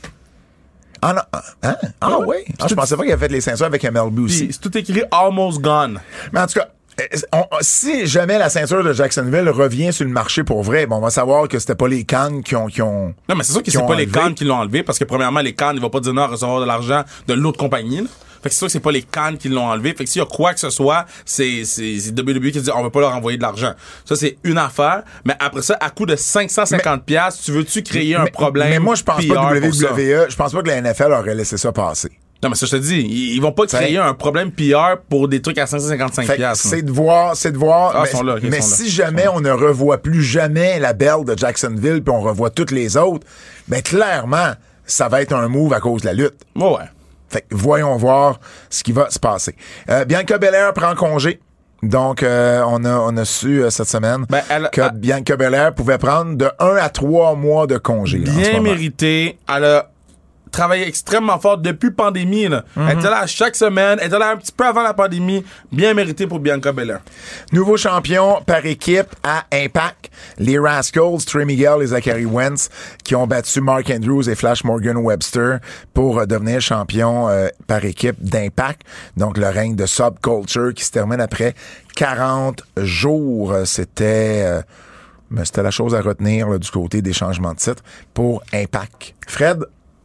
Speaker 5: Ah non. Hein? Ah
Speaker 6: Ouais.
Speaker 5: oui. Ah, je pensais pas qu'ils avaient fait les ceintures avec M L B aussi.
Speaker 6: Puis c'est tout écrit almost gone.
Speaker 5: Mais en tout cas, euh, on- si jamais la ceinture de Jacksonville revient sur le marché pour vrai, bon, on va savoir que c'était pas les Cannes qui ont... Qui ont
Speaker 6: Non, mais c'est sûr que
Speaker 5: qui
Speaker 6: c'est
Speaker 5: ont
Speaker 6: pas les
Speaker 5: enlevé.
Speaker 6: Cannes qui l'ont enlevé, parce que premièrement, les Cannes, ils vont pas dire non à recevoir de l'argent de l'autre compagnie, là. Fait que c'est sûr que c'est pas les Cannes qui l'ont enlevé. Fait que s'il y a quoi que ce soit, c'est, c'est, c'est W W E qui dit on veut pas leur envoyer de l'argent. Ça, c'est une affaire. Mais après ça, à coût de cinq cent cinquante piastres, tu veux-tu créer un
Speaker 5: mais,
Speaker 6: problème?
Speaker 5: mais moi, je pense
Speaker 6: P
Speaker 5: pas
Speaker 6: R
Speaker 5: que
Speaker 6: pour ça?
Speaker 5: W W E, je pense pas que la N F L aurait laissé ça passer.
Speaker 6: Non, mais ça, je te dis, ils, ils vont pas créer un problème P R pour des trucs à cinq cent cinquante-cinq
Speaker 5: Fait que
Speaker 6: piastres.
Speaker 5: c'est de voir, c'est de voir.
Speaker 6: Ah,
Speaker 5: mais
Speaker 6: ils sont là, ok, ils
Speaker 5: mais
Speaker 6: sont là.
Speaker 5: si jamais on ne revoit plus jamais la belle de Jacksonville puis on revoit toutes les autres, ben clairement, ça va être un move à cause de la lutte.
Speaker 6: Ouais, ouais.
Speaker 5: Fait que voyons voir ce qui va se passer. Euh, Bianca Belair prend congé. Donc, euh, on a on a su euh, cette semaine
Speaker 6: Ben, elle-
Speaker 5: que
Speaker 6: elle-
Speaker 5: Bianca Belair pouvait prendre de un à trois mois de congé. là, en ce
Speaker 6: Bien
Speaker 5: moment.
Speaker 6: mérité. Elle a travaillé extrêmement fort depuis pandémie, là. Elle était là chaque semaine. Elle était là un petit peu avant la pandémie. Bien mérité pour Bianca Belair.
Speaker 5: Nouveau champion par équipe à Impact. Les Rascals, Trey Miguel et Zachary Wentz, qui ont battu Mark Andrews et Flash Morgan Webster pour euh, devenir champion euh, par équipe d'Impact. Donc, le règne de Subculture qui se termine après quarante jours. Euh, C'était... euh, mais c'était la chose à retenir là, du côté des changements de titre pour Impact. Fred,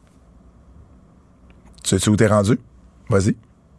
Speaker 5: tu sais où t'es rendu? Vas-y.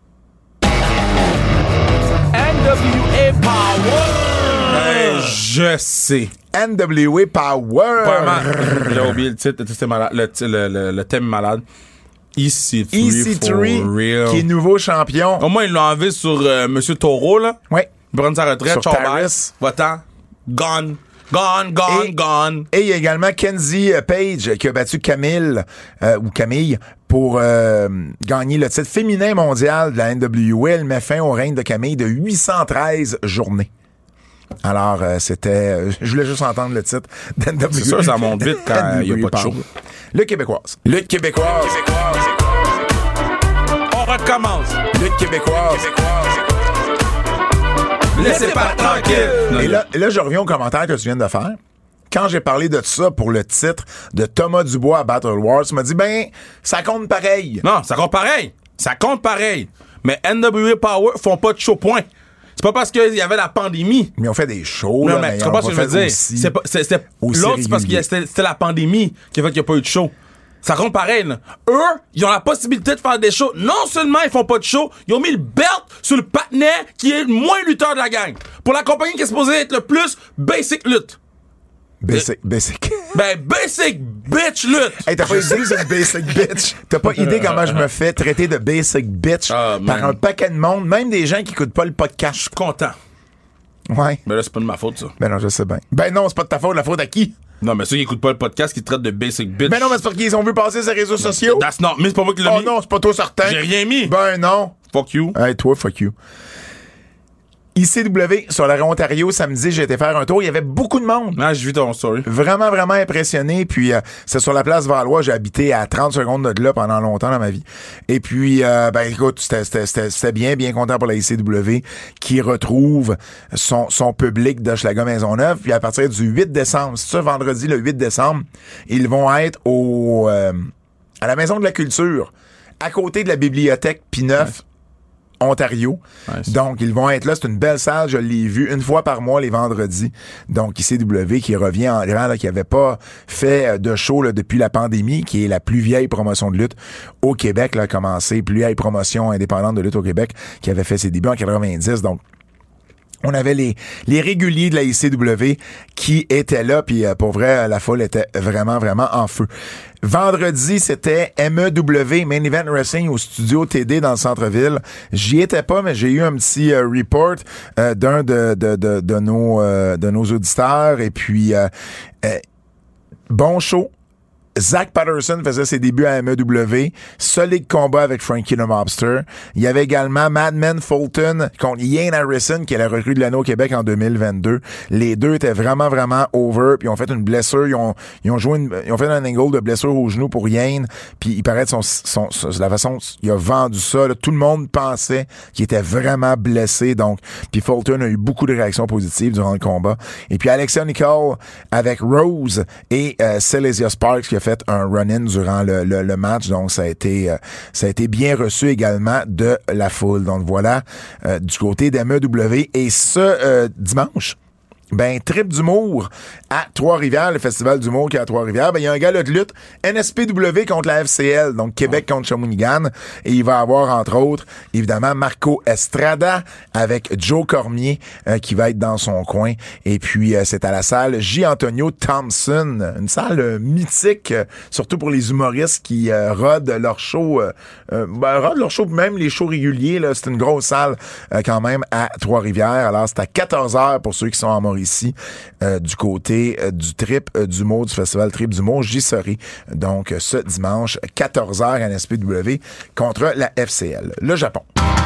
Speaker 6: N W A Power! Hey, je sais.
Speaker 5: N W A Power!
Speaker 6: Vraiment, j'ai oublié le titre, c'était malade, le, le, le, le thème malade. E C trois,
Speaker 5: E C trois
Speaker 6: real.
Speaker 5: Qui est nouveau champion.
Speaker 6: Au moins, ils l'ont enlevé sur euh, Monsieur Taureau, là.
Speaker 5: Oui.
Speaker 6: Il prend sa retraite,
Speaker 5: Sur
Speaker 6: ciao, bye.
Speaker 5: Taris.
Speaker 6: Va-t'en. Gone. Gone, gone,
Speaker 5: Et-
Speaker 6: gone.
Speaker 5: Et il y a également Kenzie Page qui a battu Camille, euh, ou Camille, pour euh, gagner le titre féminin mondial de la N W A. Elle met fin au règne de Camille de huit cent treize journées. Alors, euh, c'était... Euh, je voulais juste entendre le titre d'N W A.
Speaker 6: C'est sûr, ça monte vite quand il n'y a pas de show.
Speaker 5: Le Québécoise. Le Québécoise.
Speaker 6: On recommence.
Speaker 5: Le Québécoise.
Speaker 6: Laissez pas tranquille.
Speaker 5: Et là, et là, je reviens au commentaire que tu viens de faire. Quand j'ai parlé de ça pour le titre de Thomas Dubois à Battle Wars, tu m'as dit, ben, ça compte pareil.
Speaker 6: Non, ça compte pareil. Ça compte pareil. Mais N W A Power font pas de show, point. C'est pas parce qu'il y avait la pandémie.
Speaker 5: Mais on fait des shows.
Speaker 6: Non,
Speaker 5: là,
Speaker 6: mais
Speaker 5: mais
Speaker 6: tu
Speaker 5: on
Speaker 6: comprends
Speaker 5: va
Speaker 6: ce que je veux
Speaker 5: faire
Speaker 6: dire?
Speaker 5: aussi-
Speaker 6: C'est pas, c'est- c'était,
Speaker 5: aussi
Speaker 6: l'autre, c'est parce que
Speaker 5: régulier.
Speaker 6: c'était, c'était la pandémie qui a fait qu'il n'y a pas eu de show. Ça compte pareil, là. Eux, ils ont la possibilité de faire des shows. Non seulement ils font pas de show, ils ont mis le belt sur le patinet qui est le moins lutteur de la gang. Pour la compagnie qui est supposée être le plus basic lutte.
Speaker 5: Basic. Basic.
Speaker 6: Ben, basic bitch lutte.
Speaker 5: Hey, t'as pas idée, c'est une basic bitch. T'as pas idée comment je me fais traiter de basic bitch
Speaker 6: Ah,
Speaker 5: par
Speaker 6: man.
Speaker 5: un paquet de monde, même des gens qui écoutent pas le podcast.
Speaker 6: Je suis content.
Speaker 5: Ouais.
Speaker 6: Mais là, c'est pas de ma faute, ça.
Speaker 5: Ben non, je sais bien. Ben non, c'est pas de ta faute, la faute à qui?
Speaker 6: Non, mais ceux qui écoutent pas le podcast, qui traitent de basic bitch.
Speaker 5: Ben non, mais c'est parce qu'ils ont vu passer sur les réseaux sociaux.
Speaker 6: That's not me, c'est pas moi qui l'ai
Speaker 5: Oh
Speaker 6: mis.
Speaker 5: non, c'est pas toi certain.
Speaker 6: J'ai rien mis.
Speaker 5: Ben non.
Speaker 6: Fuck you.
Speaker 5: Hey, toi, fuck you. I C W sur la Ontario, samedi, j'ai été faire un tour. Il y avait beaucoup de monde.
Speaker 6: Ah, j'ai vu ton story.
Speaker 5: Vraiment, vraiment impressionné. Puis, euh, c'est sur la place Valois. J'ai habité à trente secondes de là pendant longtemps dans ma vie. Et puis, euh, ben écoute, c'était, c'était, c'était, c'était bien, bien content pour la I C W qui retrouve son, son public d'Hochelaga Maisonneuve. Puis, à partir du huit décembre, c'est ça, vendredi, le huit décembre, ils vont être au euh, à la Maison de la Culture, à côté de la bibliothèque P-neuf. Ontario.
Speaker 6: Nice.
Speaker 5: Donc, ils vont être là. C'est une belle salle. Je l'ai vu une fois par mois les vendredis. Donc, I C W qui revient en grand, là, qui avait pas fait de show là, depuis la pandémie, qui est la plus vieille promotion de lutte au Québec, là, a commencé, plus vieille promotion indépendante de lutte au Québec, qui avait fait ses débuts en quatre-vingt-dix. Donc, on avait les, les réguliers de la I C W qui étaient là, puis euh, pour vrai, la foule était vraiment, vraiment en feu. Vendredi, c'était M E W, Main Event Wrestling, au studio T D dans le centre-ville. J'y étais pas, mais j'ai eu un petit euh, report euh, d'un de, de, de, de, nos, euh, de nos auditeurs, et puis euh, euh, bon show. Zach Patterson faisait ses débuts à M E W. Solide combat avec Frankie le Mobster. Il y avait également Madman Fulton contre Ian Harrison, qui est la recrue de l'année au Québec en deux mille vingt-deux. Les deux étaient vraiment, vraiment over. Puis ils ont fait une blessure. Ils ont, ils ont joué une, ils ont fait un angle de blessure au genou pour Ian. Puis il paraît de son, son, son, la façon il a vendu ça, là, tout le monde pensait qu'il était vraiment blessé. Donc, puis Fulton a eu beaucoup de réactions positives durant le combat. Et puis Alexia Nicole avec Rose et euh, Silesia Sparks qui a fait un run-in durant le, le, le match, donc ça a été euh, ça a été bien reçu également de la foule. Donc voilà, euh, du côté d'M E W. Et ce euh, dimanche, ben, trip d'humour à Trois-Rivières, le festival d'humour qui est à Trois-Rivières. Ben, il y a un gala de lutte, N S P W contre la F C L, donc Québec contre Shawinigan. Et il va avoir, entre autres, évidemment, Marco Estrada avec Joe Cormier, euh, qui va être dans son coin. Et puis, euh, c'est à la salle J. Antonio Thompson, une salle euh, mythique, euh, surtout pour les humoristes qui euh, rodent leur show, euh, euh, ben, rodent leur show, même les shows réguliers, là, c'est une grosse salle euh, quand même à Trois-Rivières. Alors, c'est à quatorze heures pour ceux qui sont en Mauricie. Ici, euh, du côté euh, du trip euh, d'humour, du festival Trip d'humour, j'y serai. Donc, euh, ce dimanche, quatorze heures à N S P W contre la F C L. Le Japon.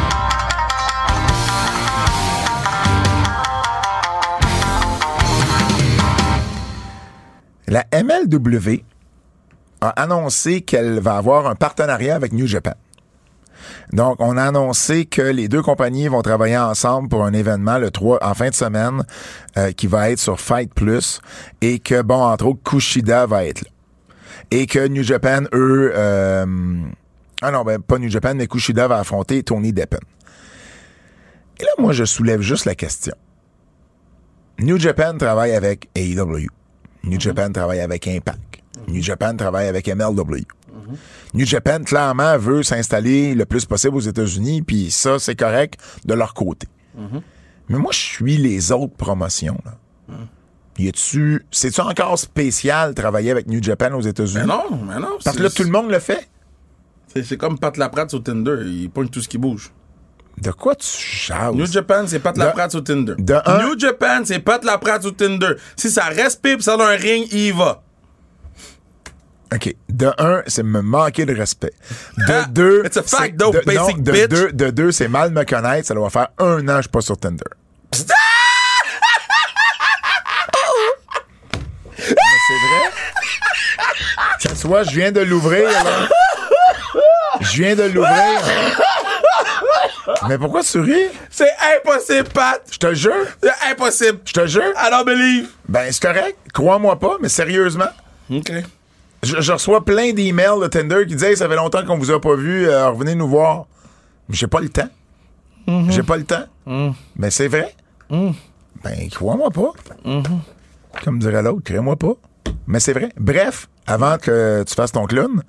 Speaker 5: La M L W a annoncé qu'elle va avoir un partenariat avec New Japan. Donc, on a annoncé que les deux compagnies vont travailler ensemble pour un événement le trois en fin de semaine euh, qui va être sur Fight Plus et que, bon, entre autres, Kushida va être là. Et que New Japan, eux... Euh, ah non, ben pas New Japan, mais Kushida va affronter Tony Deppen. Et là, moi, je soulève juste la question. New Japan travaille avec A E W. New mm-hmm. Japan travaille avec Impact. Mm-hmm. New Japan travaille avec M L W. Mm-hmm. New Japan, clairement, veut s'installer le plus possible aux États-Unis, puis ça, c'est correct de leur côté. Mm-hmm. Mais moi, je suis les autres promotions, là. Mm. Y a-tu... C'est-tu encore spécial travailler avec New Japan aux États-Unis?
Speaker 6: Mais non, mais non.
Speaker 5: Parce que là, tout le monde le fait.
Speaker 6: C'est, c'est comme Pat Laprade sur Tinder. Il pointe tout ce qui bouge.
Speaker 5: De quoi tu jases?
Speaker 6: New Japan, c'est Pat Laprade sur Tinder.
Speaker 5: De un...
Speaker 6: New Japan, c'est Pat Laprade sur Tinder. Si ça respire pis ça a un ring, il y va.
Speaker 5: OK. De un, c'est me manquer de respect. De
Speaker 6: ah,
Speaker 5: deux...
Speaker 6: It's a fact, though,
Speaker 5: de,
Speaker 6: basic
Speaker 5: non, de
Speaker 6: bitch.
Speaker 5: Deux, de deux, c'est mal me connaître. Ça doit faire un an que je suis pas sur Tinder. Mais c'est vrai. Ça soit, je viens de l'ouvrir, là. Je viens de l'ouvrir. Mais pourquoi tu ris?
Speaker 6: C'est impossible, Pat.
Speaker 5: Je te jure.
Speaker 6: C'est impossible.
Speaker 5: Je te jure.
Speaker 6: I don't believe.
Speaker 5: Ben, c'est correct. Crois-moi pas, mais sérieusement.
Speaker 6: OK.
Speaker 5: Je, je reçois plein d'emails de Tinder qui disent hey, « Ça fait longtemps qu'on vous a pas vu, euh, revenez nous voir. » J'ai pas le temps. Mm-hmm. J'ai pas le temps. Mm. Mais c'est vrai. Mm. Ben, crois-moi pas. Mm-hmm. Comme dirait l'autre, crée-moi pas. Mais c'est vrai. Bref, avant que tu fasses ton clown,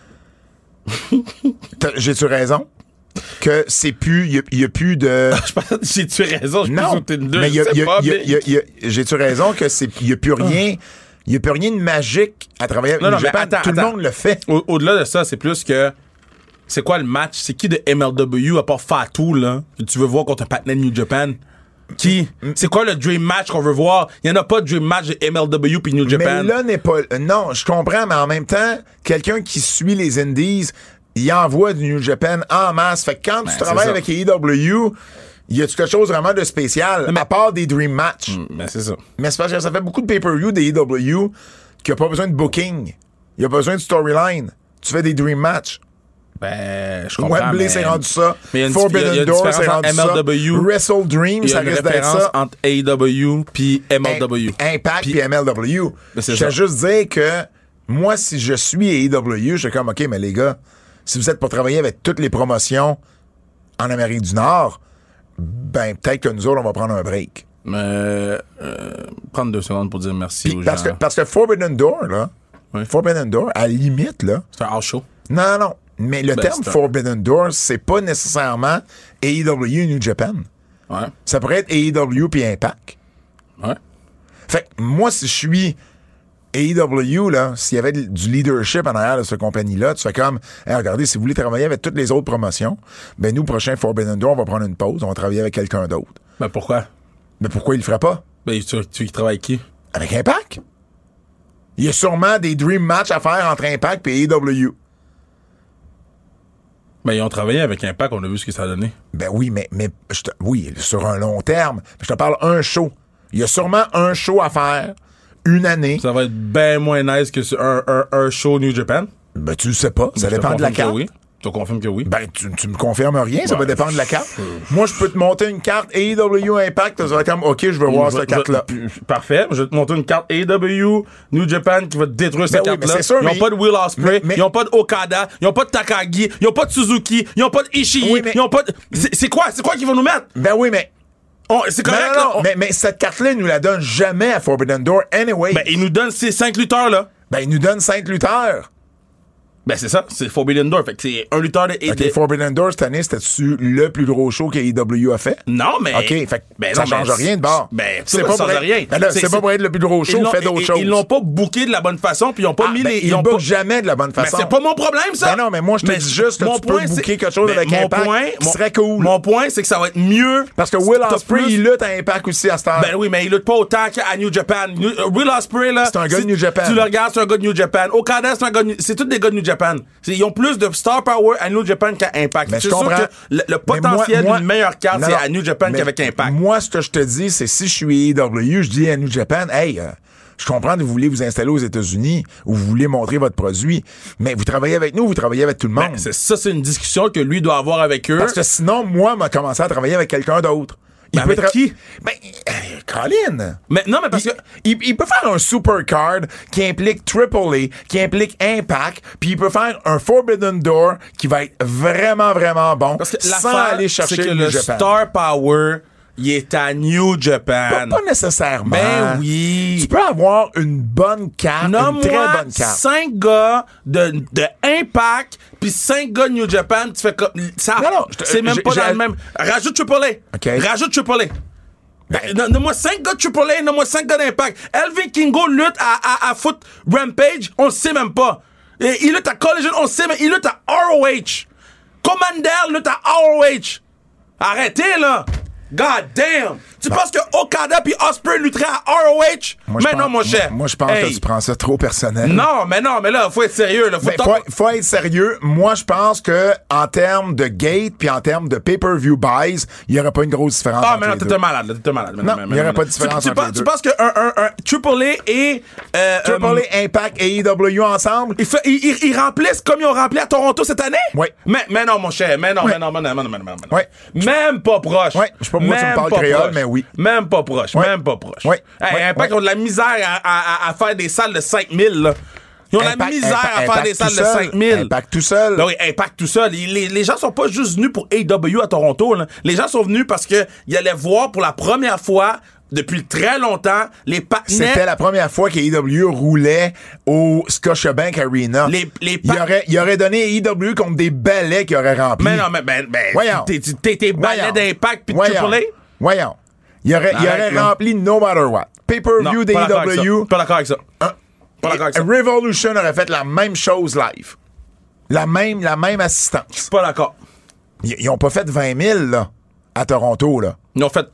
Speaker 5: j'ai-tu raison? Que c'est plus... Il y a plus de...
Speaker 6: Je pense que j'ai-tu raison? Je
Speaker 5: non,
Speaker 6: sur Tinder,
Speaker 5: mais y a,
Speaker 6: je sais
Speaker 5: y a,
Speaker 6: pas,
Speaker 5: y a,
Speaker 6: mais...
Speaker 5: y a, y a, j'ai-tu raison que c'est... Il y a plus rien... Il n'y a plus rien de magique à travailler avec
Speaker 6: non,
Speaker 5: New
Speaker 6: non,
Speaker 5: Japan.
Speaker 6: attends,
Speaker 5: Tout
Speaker 6: attends.
Speaker 5: le monde le fait.
Speaker 6: Au- au-delà de ça, c'est plus que... C'est quoi le match? C'est qui de M L W à part Fatou, là? Que tu veux voir contre un partenaire de New Japan? Qui? C'est quoi le dream match qu'on veut voir? Il n'y en a pas de dream match de M L W puis New Japan.
Speaker 5: Mais là n'est pas... Non, je comprends, mais en même temps, quelqu'un qui suit les Indies, il envoie du New Japan en masse. Fait que quand
Speaker 6: Ben,
Speaker 5: tu travailles avec A E W... Y a-tu quelque chose vraiment de spécial, mais, à part des Dream Match?
Speaker 6: Mm, ben, c'est ça.
Speaker 5: Mais c'est parce que ça fait beaucoup de pay-per-view des A E W qui a pas besoin de booking. Il a pas besoin de storyline. Tu fais des Dream Match.
Speaker 6: Ben, je comprends,
Speaker 5: Wembley,
Speaker 6: mais...
Speaker 5: c'est rendu ça.
Speaker 6: Mais il y a une,
Speaker 5: Forbidden
Speaker 6: il y a une
Speaker 5: Door,
Speaker 6: différence
Speaker 5: c'est
Speaker 6: entre
Speaker 5: rendu
Speaker 6: M L W.
Speaker 5: ça. Wrestle Dream,
Speaker 6: Il y
Speaker 5: ça
Speaker 6: a une
Speaker 5: risque d'être
Speaker 6: référence
Speaker 5: ça.
Speaker 6: entre A E W puis M L W.
Speaker 5: Impact puis M L W.
Speaker 6: Ben, c'est
Speaker 5: Je
Speaker 6: ça.
Speaker 5: vais juste dire que moi, si je suis A E W, je suis comme, OK, mais les gars, si vous êtes pour travailler avec toutes les promotions en Amérique du Nord, ben, peut-être que nous autres, on va prendre un break.
Speaker 6: Mais, euh, prendre deux secondes pour dire merci
Speaker 5: Puis,
Speaker 6: aux
Speaker 5: parce,
Speaker 6: gens.
Speaker 5: que, parce que Forbidden Door, là,
Speaker 6: Oui.
Speaker 5: Forbidden Door, à la limite, là.
Speaker 6: C'est un house show.
Speaker 5: Non, non. Mais le
Speaker 6: Ben,
Speaker 5: terme
Speaker 6: c'est un-
Speaker 5: Forbidden Door, c'est pas nécessairement A E W New Japan.
Speaker 6: Ouais.
Speaker 5: Ça pourrait être A E W puis Impact.
Speaker 6: Ouais.
Speaker 5: Fait que moi, si je suis A E W, là, s'il y avait du leadership en arrière de cette compagnie-là, tu fais comme, hey, regardez, si vous voulez travailler avec toutes les autres promotions, ben nous, prochain Forbidden Door, on va prendre une pause, on va travailler avec quelqu'un d'autre.
Speaker 6: Ben, pourquoi?
Speaker 5: Mais pourquoi il le ferait pas?
Speaker 6: Ben, tu, tu, tu travailles avec qui?
Speaker 5: Avec Impact? Il y a sûrement des dream matchs à faire entre Impact et A E W.
Speaker 6: Ben, ils ont travaillé avec Impact, on a vu ce que ça a donné.
Speaker 5: Ben oui, mais, mais je te- oui, sur un long terme. Je te parle un show. Il y a sûrement un show à faire, une année.
Speaker 6: Ça va être bien moins nice que sur un, un, un show New Japan.
Speaker 5: Ben tu le sais pas, ça
Speaker 6: Ben, je te
Speaker 5: dépend de la
Speaker 6: confirme que
Speaker 5: carte.
Speaker 6: Oui. Je te confirme que oui.
Speaker 5: Ben, tu, tu me confirmes rien, ça
Speaker 6: Ouais,
Speaker 5: va dépendre de la carte.
Speaker 6: je-
Speaker 5: Moi, je peux te monter une carte A E W Impact, ça va être comme, OK, je veux voir
Speaker 6: Je-
Speaker 5: cette
Speaker 6: je-
Speaker 5: carte-là.
Speaker 6: Parfait. Je vais te montrer une carte A E W, New Japan qui va te détruire cette
Speaker 5: Ben oui,
Speaker 6: carte-là.
Speaker 5: mais c'est sûr,
Speaker 6: ils n'ont
Speaker 5: mais-
Speaker 6: pas de Will Ospreay,
Speaker 5: mais- mais-
Speaker 6: ils n'ont pas de Okada, ils n'ont pas de Takagi, ils n'ont pas de Suzuki, ils n'ont pas de Ishii,
Speaker 5: Oui, mais-
Speaker 6: ils n'ont pas de... C'est, c'est quoi? C'est quoi qu'ils vont nous mettre?
Speaker 5: Ben oui, mais...
Speaker 6: On- c'est
Speaker 5: Non,
Speaker 6: correct,
Speaker 5: non,
Speaker 6: là.
Speaker 5: non,
Speaker 6: On-
Speaker 5: mais, mais cette carte-là, ils nous la donnent jamais à Forbidden Door anyway.
Speaker 6: Ben, ils nous donnent ces cinq lutteurs, là.
Speaker 5: Ben, ils nous donnent cinq lutteurs.
Speaker 6: Ben, c'est ça. C'est Forbidden Door. Fait que c'est un lutteur de...
Speaker 5: OK,
Speaker 6: de-
Speaker 5: Forbidden Door, cette année, c'était-tu le plus gros show qu'A E W a fait?
Speaker 6: Non, mais...
Speaker 5: OK, fait que
Speaker 6: ben
Speaker 5: ça
Speaker 6: non,
Speaker 5: change
Speaker 6: mais
Speaker 5: rien de bord.
Speaker 6: Ben,
Speaker 5: C'est
Speaker 6: ça
Speaker 5: pas
Speaker 6: change
Speaker 5: pour être-
Speaker 6: rien.
Speaker 5: Ben là, c'est pas pour être le plus gros show,
Speaker 6: ils l'ont-
Speaker 5: fait d'autres
Speaker 6: ils-
Speaker 5: choses.
Speaker 6: Ils l'ont pas booké de la bonne façon, puis ils ont pas
Speaker 5: Ah,
Speaker 6: mis
Speaker 5: ben,
Speaker 6: les...
Speaker 5: ils
Speaker 6: ont
Speaker 5: bookent
Speaker 6: pas-
Speaker 5: jamais de la bonne
Speaker 6: Mais
Speaker 5: façon.
Speaker 6: c'est pas mon problème, ça.
Speaker 5: Ben non, mais moi, je te
Speaker 6: Mais
Speaker 5: dis juste que
Speaker 6: mon
Speaker 5: tu peux
Speaker 6: point,
Speaker 5: booker
Speaker 6: c'est-
Speaker 5: quelque chose
Speaker 6: Ben,
Speaker 5: avec
Speaker 6: mon
Speaker 5: Impact
Speaker 6: point,
Speaker 5: qui
Speaker 6: mon-
Speaker 5: serait cool.
Speaker 6: Mon point, c'est que ça va être mieux.
Speaker 5: Parce que Will
Speaker 6: T'as
Speaker 5: Ospreay,
Speaker 6: plus-
Speaker 5: il lutte à Impact aussi à cette heure.
Speaker 6: Ben oui, mais il lutte pas autant qu'à New Japan. New- euh, Will Ospreay, là.
Speaker 5: C'est un gars de
Speaker 6: si
Speaker 5: New Japan.
Speaker 6: Tu le regardes, c'est un gars de New Japan. Okada, c'est un gars de New- C'est tous des gars de New Japan. C'est- Ils ont plus de star power à New Japan qu'à Impact.
Speaker 5: Mais
Speaker 6: C'est
Speaker 5: je
Speaker 6: sûr
Speaker 5: comprends.
Speaker 6: que le, le
Speaker 5: Mais
Speaker 6: potentiel
Speaker 5: moi- moi-
Speaker 6: d'une meilleure carte,
Speaker 5: Non,
Speaker 6: c'est
Speaker 5: non.
Speaker 6: à New Japan
Speaker 5: Mais
Speaker 6: qu'avec Impact.
Speaker 5: Moi, ce que je te dis, c'est si je suis A E W, je dis à New Japan, hey, euh, je comprends que vous voulez vous installer aux États-Unis ou vous voulez montrer votre produit, mais vous travaillez avec nous, vous travaillez avec tout le monde.
Speaker 6: Ben, c'est ça, c'est une discussion que lui doit avoir avec eux.
Speaker 5: Parce que sinon, moi, m'a commencé à travailler avec quelqu'un d'autre. Il
Speaker 6: Ben, avec
Speaker 5: tra-
Speaker 6: qui?
Speaker 5: Ben, euh, Colin.
Speaker 6: Mais non, mais parce
Speaker 5: il,
Speaker 6: que
Speaker 5: il, il peut faire un super card qui implique Triple A, qui implique Impact, puis il peut faire un Forbidden Door qui va être vraiment, vraiment bon
Speaker 6: Parce que
Speaker 5: sans
Speaker 6: l'affaire,
Speaker 5: aller chercher
Speaker 6: c'est que
Speaker 5: New
Speaker 6: le
Speaker 5: Japan.
Speaker 6: star power il est à New Japan.
Speaker 5: Pas, pas nécessairement.
Speaker 6: Ben oui.
Speaker 5: Tu peux avoir une bonne carte, une très bonne carte.
Speaker 6: cinq gars de, de Impact puis cinq gars de New Japan, tu fais comme ça.
Speaker 5: Non, non,
Speaker 6: c'est même pas
Speaker 5: j'ai,
Speaker 6: dans le même. Rajoute Triple A.
Speaker 5: Okay.
Speaker 6: Rajoute Triple A. Ben, donne-moi cinq gars de Triple A, donne-moi cinq gars d'Impact. Elvin Kingo lutte à, à, à Foot Rampage, on le sait même pas. Et il lutte à Collision, on le sait, mais il lutte à R O H. Commander lutte à R O H. Arrêtez, là. God damn! Tu
Speaker 5: bah.
Speaker 6: penses que Okada puis Ospreay lutteraient à R O H?
Speaker 5: Moi,
Speaker 6: mais
Speaker 5: pense,
Speaker 6: non, mon cher.
Speaker 5: Moi, moi je pense hey. que tu prends ça trop personnel.
Speaker 6: Non, mais non, mais là, faut être sérieux. Là. Faut,
Speaker 5: ben, faut, faut être sérieux. Moi, je pense que en termes de gate puis en termes de pay-per-view buys, il n'y aurait pas une grosse différence.
Speaker 6: Ah,
Speaker 5: entre
Speaker 6: mais non,
Speaker 5: les
Speaker 6: t'es
Speaker 5: deux.
Speaker 6: malade. Là, t'es malade.
Speaker 5: Non, il n'y aurait pas de différence
Speaker 6: tu,
Speaker 5: entre
Speaker 6: tu,
Speaker 5: les deux.
Speaker 6: Tu penses qu'un un, un, Triple A et... Euh,
Speaker 5: Triple
Speaker 6: um,
Speaker 5: A, Impact et A E W ensemble?
Speaker 6: Ils, fait, ils, ils, ils remplissent comme ils ont rempli à Toronto cette année?
Speaker 5: Oui.
Speaker 6: Mais, mais non, mon cher. Mais non,
Speaker 5: oui.
Speaker 6: mais non, mais non, mais non, mais non.
Speaker 5: Oui.
Speaker 6: Même pas proche.
Speaker 5: Oui. Je sais pas pourquoi tu me parles créole, mais oui.
Speaker 6: Même pas proche.
Speaker 5: Oui.
Speaker 6: Même pas proche.
Speaker 5: Oui.
Speaker 6: Hey,
Speaker 5: oui.
Speaker 6: Impact
Speaker 5: oui.
Speaker 6: ont de la misère à, à, à faire des salles de cinq mille, là. Ils ont
Speaker 5: Impact,
Speaker 6: la misère
Speaker 5: Impact,
Speaker 6: à faire
Speaker 5: Impact
Speaker 6: des salles
Speaker 5: seul,
Speaker 6: de cinq mille.
Speaker 5: Impact tout seul.
Speaker 6: Ben oui, Impact tout seul. Les, les, les gens sont pas juste venus pour A E W à Toronto, là. Les gens sont venus parce que ils allaient voir pour la première fois depuis très longtemps les partenaires.
Speaker 5: C'était la première fois qu'A E W roulait au Scotiabank Arena.
Speaker 6: Les, les
Speaker 5: il, aurait, il aurait donné A E W contre des balais qu'il aurait remplis.
Speaker 6: Mais non, mais ben, ben
Speaker 5: Voyons.
Speaker 6: T'es, t'es, t'es balais d'Impact pis de
Speaker 5: Voyons.
Speaker 6: Triple A?
Speaker 5: Voyons. Il aurait, il aurait rempli no matter what. Pay-per-view d'A E W.
Speaker 6: Pas d'accord avec ça.
Speaker 5: Hein?
Speaker 6: Pas d'accord avec ça.
Speaker 5: Revolution aurait fait la même chose live. La même, la même assistance.
Speaker 6: Pas d'accord.
Speaker 5: Ils, ils ont pas fait vingt mille, là, à Toronto, là.
Speaker 6: Ils ont fait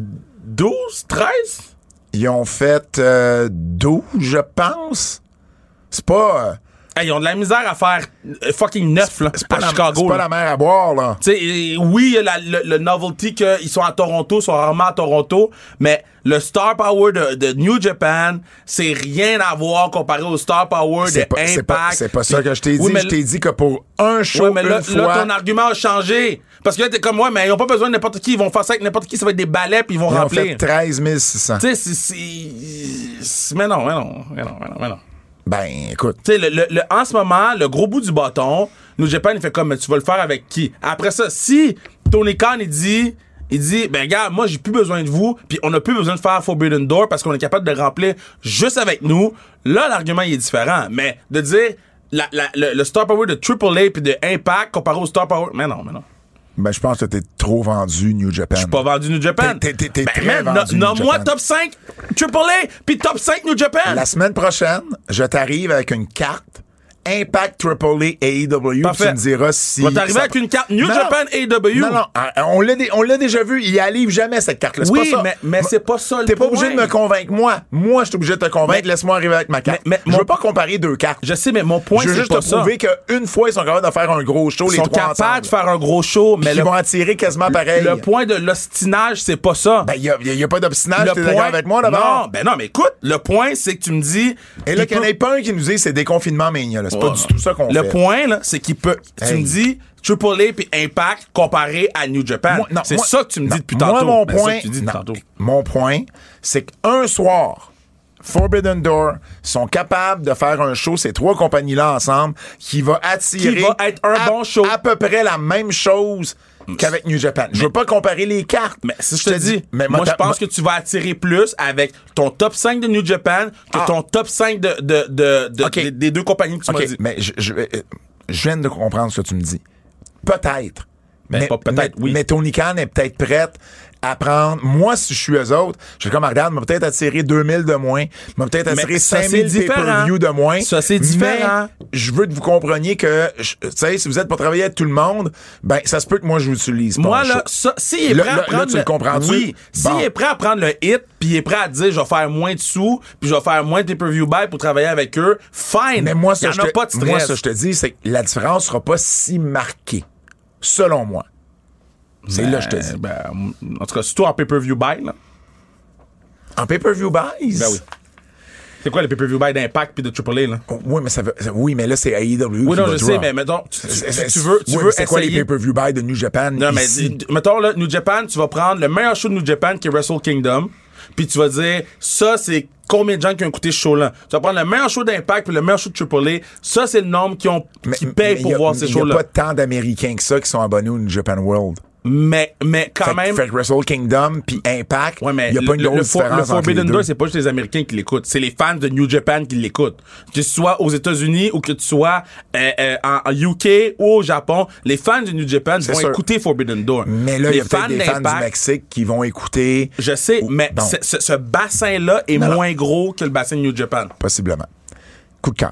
Speaker 6: douze, treize?
Speaker 5: Ils ont fait euh, douze, je pense. C'est pas... Euh,
Speaker 6: hey, ils ont de la misère à faire euh, fucking neuf, là,
Speaker 5: c'est pas
Speaker 6: à
Speaker 5: la,
Speaker 6: Chicago.
Speaker 5: C'est pas
Speaker 6: là.
Speaker 5: la mer à boire, là.
Speaker 6: Tu sais, oui, il y a la, le, le novelty qu'ils sont à Toronto, sont rarement à Toronto, mais le star power de, de New Japan, c'est rien à voir comparé au star power
Speaker 5: C'est
Speaker 6: de
Speaker 5: pas,
Speaker 6: Impact.
Speaker 5: c'est pas, c'est pas ça que je t'ai
Speaker 6: oui,
Speaker 5: dit.
Speaker 6: mais
Speaker 5: Je t'ai dit que pour un show,
Speaker 6: ouais, mais là,
Speaker 5: une fois...
Speaker 6: là, ton argument a changé. Parce que là, t'es comme, ouais, mais ils ont pas besoin de n'importe qui. Ils vont faire ça avec n'importe qui. Ça va être des balais puis ils vont
Speaker 5: Ils ont
Speaker 6: remplir.
Speaker 5: fait treize mille six cents.
Speaker 6: Tu sais, c'est, c'est, c'est... Mais non, mais non, mais non, mais non, mais non.
Speaker 5: Ben, écoute.
Speaker 6: Tu sais, le, le, le, en ce moment, le gros bout du bâton, New Japan, il fait comme, mais tu vas le faire avec qui? Après ça, si Tony Khan, il dit, il dit, ben, gars, moi, j'ai plus besoin de vous, puis on a plus besoin de faire Forbidden Door parce qu'on est capable de remplir juste avec nous, là, l'argument, il est différent. Mais de dire, la, la, le, le star power de Triple A puis de Impact comparé au star power, mais non, mais non.
Speaker 5: Ben, je pense que t'es trop vendu New Japan.
Speaker 6: Je suis pas vendu New Japan.
Speaker 5: T'es, t'es, t'es
Speaker 6: ben,
Speaker 5: très
Speaker 6: man,
Speaker 5: vendu
Speaker 6: no,
Speaker 5: New
Speaker 6: Nomme-moi
Speaker 5: Japan.
Speaker 6: top cinq Triple A puis top cinq New Japan.
Speaker 5: La semaine prochaine, je t'arrive avec une carte Impact, Triple A, A E W.
Speaker 6: Parfait.
Speaker 5: Tu me diras si...
Speaker 6: Tu vas t'arriver
Speaker 5: ça...
Speaker 6: avec une carte New
Speaker 5: non,
Speaker 6: Japan A E W.
Speaker 5: Non, non, on l'a, on l'a déjà vu. Il y arrive jamais, cette carte-là. C'est
Speaker 6: oui,
Speaker 5: pas ça.
Speaker 6: mais, mais c'est pas ça le
Speaker 5: T'es pas
Speaker 6: point.
Speaker 5: obligé de me convaincre, moi. Moi, je suis obligé de te convaincre.
Speaker 6: Mais,
Speaker 5: Laisse-moi arriver avec ma carte.
Speaker 6: Mais, mais,
Speaker 5: je
Speaker 6: mon...
Speaker 5: veux pas comparer deux cartes.
Speaker 6: Je sais, mais mon point,
Speaker 5: je veux
Speaker 6: c'est
Speaker 5: juste
Speaker 6: pas
Speaker 5: te
Speaker 6: ça.
Speaker 5: prouver qu'une fois, ils sont capables de faire un gros show,
Speaker 6: ils
Speaker 5: les
Speaker 6: sont
Speaker 5: trois
Speaker 6: capables
Speaker 5: ensemble.
Speaker 6: de faire un gros show, mais
Speaker 5: ils
Speaker 6: le...
Speaker 5: vont attirer quasiment pareil.
Speaker 6: Le point de l'ostinage, c'est pas ça.
Speaker 5: Ben, il y a, y a pas d'obstinage.
Speaker 6: Le
Speaker 5: T'es
Speaker 6: point...
Speaker 5: d'accord avec moi, d'abord?
Speaker 6: Non, ben non, mais écoute, le point, c'est que tu me dis...
Speaker 5: Et là, qu'il n'y en
Speaker 6: peut...
Speaker 5: ait pas un qui nous dit c'est déconfinement mania, là. C'est
Speaker 6: oh,
Speaker 5: pas du tout ça qu'on
Speaker 6: le
Speaker 5: fait.
Speaker 6: Le point, là, c'est qu'il peut...
Speaker 5: Hey.
Speaker 6: Tu me dis Triple A puis Impact comparé à New Japan. Moi, non, c'est moi, ça que tu me dis
Speaker 5: non,
Speaker 6: depuis tantôt.
Speaker 5: Moi, mon
Speaker 6: ben,
Speaker 5: point...
Speaker 6: Ça que tu dis depuis
Speaker 5: non,
Speaker 6: tantôt.
Speaker 5: Mon point, c'est qu'un soir... Forbidden Door sont capables de faire un show, ces trois compagnies-là ensemble, qui va attirer...
Speaker 6: Qui va être un
Speaker 5: à,
Speaker 6: bon show.
Speaker 5: À peu près la même chose qu'avec New Japan. Je veux pas comparer les cartes.
Speaker 6: Mais si je te dis, mais
Speaker 5: mais
Speaker 6: moi, je pense que tu vas attirer plus avec ton top cinq de New Japan que
Speaker 5: ah.
Speaker 6: ton top cinq de, de, de, de,
Speaker 5: okay.
Speaker 6: de des deux compagnies que tu
Speaker 5: okay.
Speaker 6: m'as dit.
Speaker 5: Mais je, je, je viens de comprendre ce que tu me dis. Peut-être.
Speaker 6: Ben,
Speaker 5: mais,
Speaker 6: pas peut-être,
Speaker 5: mais,
Speaker 6: oui.
Speaker 5: mais Tony Khan est peut-être prête à prendre... Moi, si je suis eux autres, je suis comme, regarde, m'a peut-être attiré deux mille de moins, m'a peut-être attiré cinq mille pay-per-view de moins.
Speaker 6: Ça, c'est différent.
Speaker 5: Mais je veux que vous compreniez que, tu sais, si vous êtes pour travailler avec tout le monde, ben, ça se peut que moi, je vous utilise pas.
Speaker 6: Moi, là, ça, s'il est
Speaker 5: là,
Speaker 6: prêt à
Speaker 5: là,
Speaker 6: prendre
Speaker 5: là, tu le, le comprends-tu?
Speaker 6: Oui. S'il
Speaker 5: bon.
Speaker 6: est prêt à prendre le hit, puis il est prêt à dire, je vais faire moins de sous, puis je vais faire moins de pay-per-view buy pour travailler avec eux, fine.
Speaker 5: Mais moi,
Speaker 6: il
Speaker 5: ça,
Speaker 6: y en
Speaker 5: je
Speaker 6: a
Speaker 5: te,
Speaker 6: pas de stress.
Speaker 5: moi, ça, je te dis, c'est que la différence sera pas si marquée. Selon moi. C'est
Speaker 6: ben,
Speaker 5: là, je te dis.
Speaker 6: Ben, en tout cas, surtout en pay-per-view buy, là.
Speaker 5: En pay-per-view buys?
Speaker 6: Ben oui. C'est quoi le pay-per-view buy d'Impact puis de Triple A, là?
Speaker 5: Oui, mais ça veut, oui, mais là, c'est A E W.
Speaker 6: Oui, non, je
Speaker 5: draw.
Speaker 6: sais, mais mettons, tu,
Speaker 5: c'est,
Speaker 6: tu,
Speaker 5: c'est,
Speaker 6: tu veux, tu
Speaker 5: oui,
Speaker 6: veux
Speaker 5: c'est quoi les
Speaker 6: essayer...
Speaker 5: pay-per-view buys de New Japan?
Speaker 6: Non, mais
Speaker 5: ici?
Speaker 6: mettons, là, New Japan, tu vas prendre le meilleur show de New Japan qui est Wrestle Kingdom, puis tu vas dire, ça, c'est combien de gens qui ont écouté ce show-là. Tu vas prendre le meilleur show d'Impact puis le meilleur show de Triple A. Ça, c'est le nombre qui, ont,
Speaker 5: mais,
Speaker 6: qui payent
Speaker 5: mais
Speaker 6: pour
Speaker 5: a,
Speaker 6: voir ces
Speaker 5: shows-là. Il
Speaker 6: shows-là.
Speaker 5: n'y a pas tant d'Américains que ça qui sont abonnés au New Japan World.
Speaker 6: Mais, mais quand
Speaker 5: fait,
Speaker 6: même.
Speaker 5: Fait que Wrestle Kingdom puis Impact, il
Speaker 6: Ouais, mais
Speaker 5: n'y a pas une
Speaker 6: le,
Speaker 5: grosse
Speaker 6: le,
Speaker 5: différence
Speaker 6: le
Speaker 5: entre
Speaker 6: Forbidden
Speaker 5: les
Speaker 6: Door,
Speaker 5: deux.
Speaker 6: c'est pas juste les Américains qui l'écoutent. C'est les fans de New Japan qui l'écoutent. Que tu sois aux États-Unis ou que tu sois euh, euh, en, en U K ou au Japon, les fans de New Japan
Speaker 5: C'est
Speaker 6: vont
Speaker 5: sûr.
Speaker 6: écouter Forbidden Door.
Speaker 5: Mais là, il y
Speaker 6: les
Speaker 5: a peut-être des fans du
Speaker 6: d'Impact,
Speaker 5: Mexique qui vont écouter.
Speaker 6: Je sais,
Speaker 5: Ou-
Speaker 6: mais
Speaker 5: bon.
Speaker 6: ce, ce, ce bassin-là est
Speaker 5: Non,
Speaker 6: moins gros que le bassin de New Japan.
Speaker 5: Possiblement. Coup de cœur.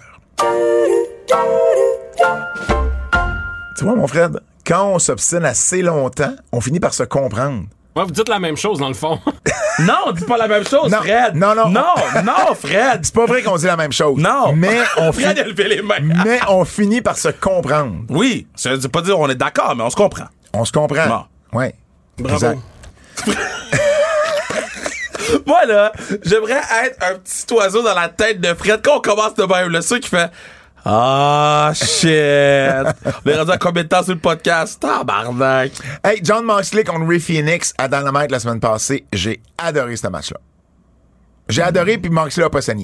Speaker 5: Tu vois, mon Fred, quand on s'obstine assez longtemps, on finit par se comprendre.
Speaker 7: Ouais, vous dites la même chose, dans le fond.
Speaker 6: Non, dis pas la même chose,
Speaker 5: Non,
Speaker 6: Fred.
Speaker 5: non, non.
Speaker 6: Non, non, Fred.
Speaker 5: C'est pas vrai qu'on dit la même chose.
Speaker 6: Non.
Speaker 5: Mais on,
Speaker 6: Fred,
Speaker 5: fi-
Speaker 6: il a levé les mains.
Speaker 5: mais on finit par se comprendre.
Speaker 6: Oui, ça veut pas dire on est d'accord, mais on se comprend.
Speaker 5: On se comprend.
Speaker 6: Bon.
Speaker 5: Oui.
Speaker 7: Bravo.
Speaker 6: Moi, là, j'aimerais être un petit oiseau dans la tête de Fred. Quand on commence de même, le ceux qui fait ah, shit. On est rendu à combien de temps sur le podcast? Tabarnak.
Speaker 5: Hey, John Moxley contre Ray Phoenix à Dynamite la semaine passée. J'ai adoré ce match-là. J'ai adoré, puis Moxley a pas saigné.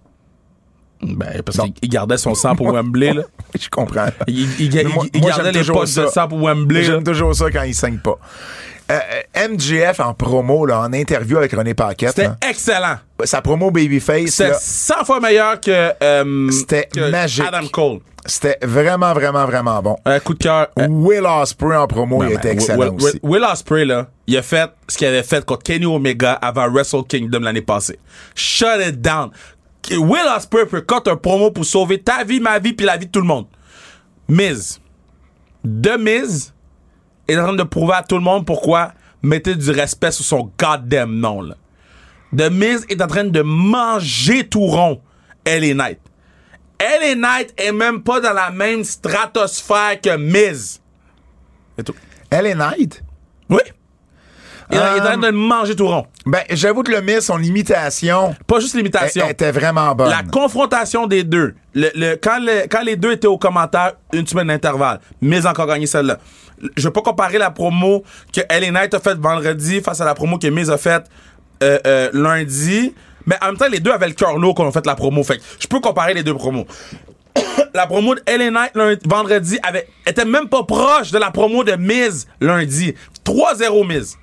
Speaker 6: Ben, parce
Speaker 5: Non.
Speaker 6: qu'il il gardait son sang pour Wembley, là.
Speaker 5: Je comprends.
Speaker 6: Il, il, il, il-
Speaker 5: Moi-
Speaker 6: il
Speaker 5: moi,
Speaker 6: gardait
Speaker 5: j'aime
Speaker 6: les
Speaker 5: toujours
Speaker 6: poches de
Speaker 5: ça.
Speaker 6: sang pour Wembley. là.
Speaker 5: J'aime toujours ça quand il saigne pas. Euh, euh, M J F en promo, là, en interview avec René Paquette,
Speaker 6: C'était
Speaker 5: là,
Speaker 6: excellent.
Speaker 5: sa promo Babyface,
Speaker 6: C'était
Speaker 5: là,
Speaker 6: cent fois meilleur que, euh,
Speaker 5: C'était
Speaker 6: que
Speaker 5: magique.
Speaker 6: Adam Cole.
Speaker 5: c'était vraiment, vraiment, vraiment bon.
Speaker 6: Un coup de cœur. euh,
Speaker 5: Will Ospreay en promo,
Speaker 6: non,
Speaker 5: il
Speaker 6: mais
Speaker 5: était
Speaker 6: Will-
Speaker 5: excellent
Speaker 6: Will,
Speaker 5: aussi.
Speaker 6: Will, Will Ospreay, là, il a fait ce qu'il avait fait contre Kenny Omega avant Wrestle Kingdom l'année passée. Shut it down. Will Ospreay peut cut un promo pour sauver ta vie, ma vie, puis la vie de tout le monde. Miz. De Miz est en train de prouver à tout le monde pourquoi mettez du respect sur son goddamn nom, là. The Miz est en train de manger tout rond L A Knight. L A Knight est même pas dans la même stratosphère que Miz. C'est tout.
Speaker 5: L A Knight?
Speaker 6: Oui. Il, est- il est en train
Speaker 5: Um,
Speaker 6: de manger tout rond.
Speaker 5: Ben, j'avoue que le Miz, son imitation,
Speaker 6: Pas juste
Speaker 5: elle-
Speaker 6: l'imitation.
Speaker 5: elle était vraiment bonne.
Speaker 6: La confrontation des deux. Le, le- quand, le- quand les deux étaient au commentaire, une semaine d'intervalle, Miz a encore gagné celle-là. Je veux pas comparer la promo que L A Knight a faite vendredi face à la promo que Miz a faite euh, euh, lundi. Mais en même temps, les deux avaient le cœur lourd quand on a fait la promo. Fait que je peux comparer les deux promos. La promo de L A Knight lundi, vendredi avait, était même pas proche de la promo de Miz lundi. trois zéro Miz.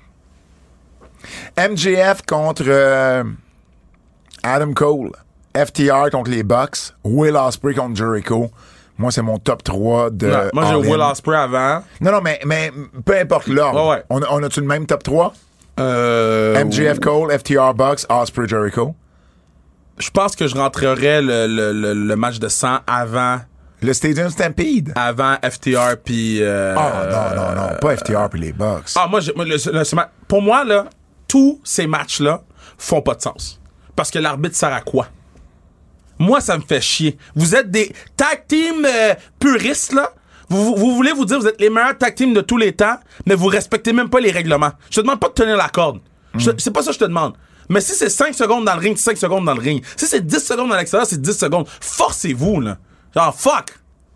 Speaker 5: M J F contre euh, Adam Cole. F T R contre les Bucks. Will Ospreay contre Jericho. Moi, c'est mon top trois de.
Speaker 6: Non, moi, j'ai
Speaker 5: All In.
Speaker 6: Will Ospreay avant.
Speaker 5: Non, non, mais, mais peu importe l'ordre.
Speaker 6: Ouais, ouais.
Speaker 5: On, a- on a-tu le même top trois?
Speaker 6: Euh,
Speaker 5: M J F Cole, F T R Bucks, Ospreay Jericho.
Speaker 6: Je pense que je rentrerais le, le, le, le match de sang avant,
Speaker 5: Le Stadium Stampede.
Speaker 6: avant F T R puis. Euh,
Speaker 5: Ah, non, non, non. Pas F T R puis les Bucks.
Speaker 6: Ah, moi, je- moi, le- le- ce ma- pour moi, là, tous ces matchs-là font pas de sens. Parce que l'arbitre sert à quoi? Moi, ça me fait chier. Vous êtes des tag team euh, puristes, là. Vous, vous, vous voulez vous dire vous êtes les meilleurs tag team de tous les temps, mais vous respectez même pas les règlements. Je te demande pas de tenir la corde. Je- C'est pas ça que je te demande. Mais si c'est cinq secondes dans le ring, c'est cinq secondes dans le ring. Si c'est dix secondes à l'extérieur, c'est dix secondes. Forcez-vous, là. Genre, fuck!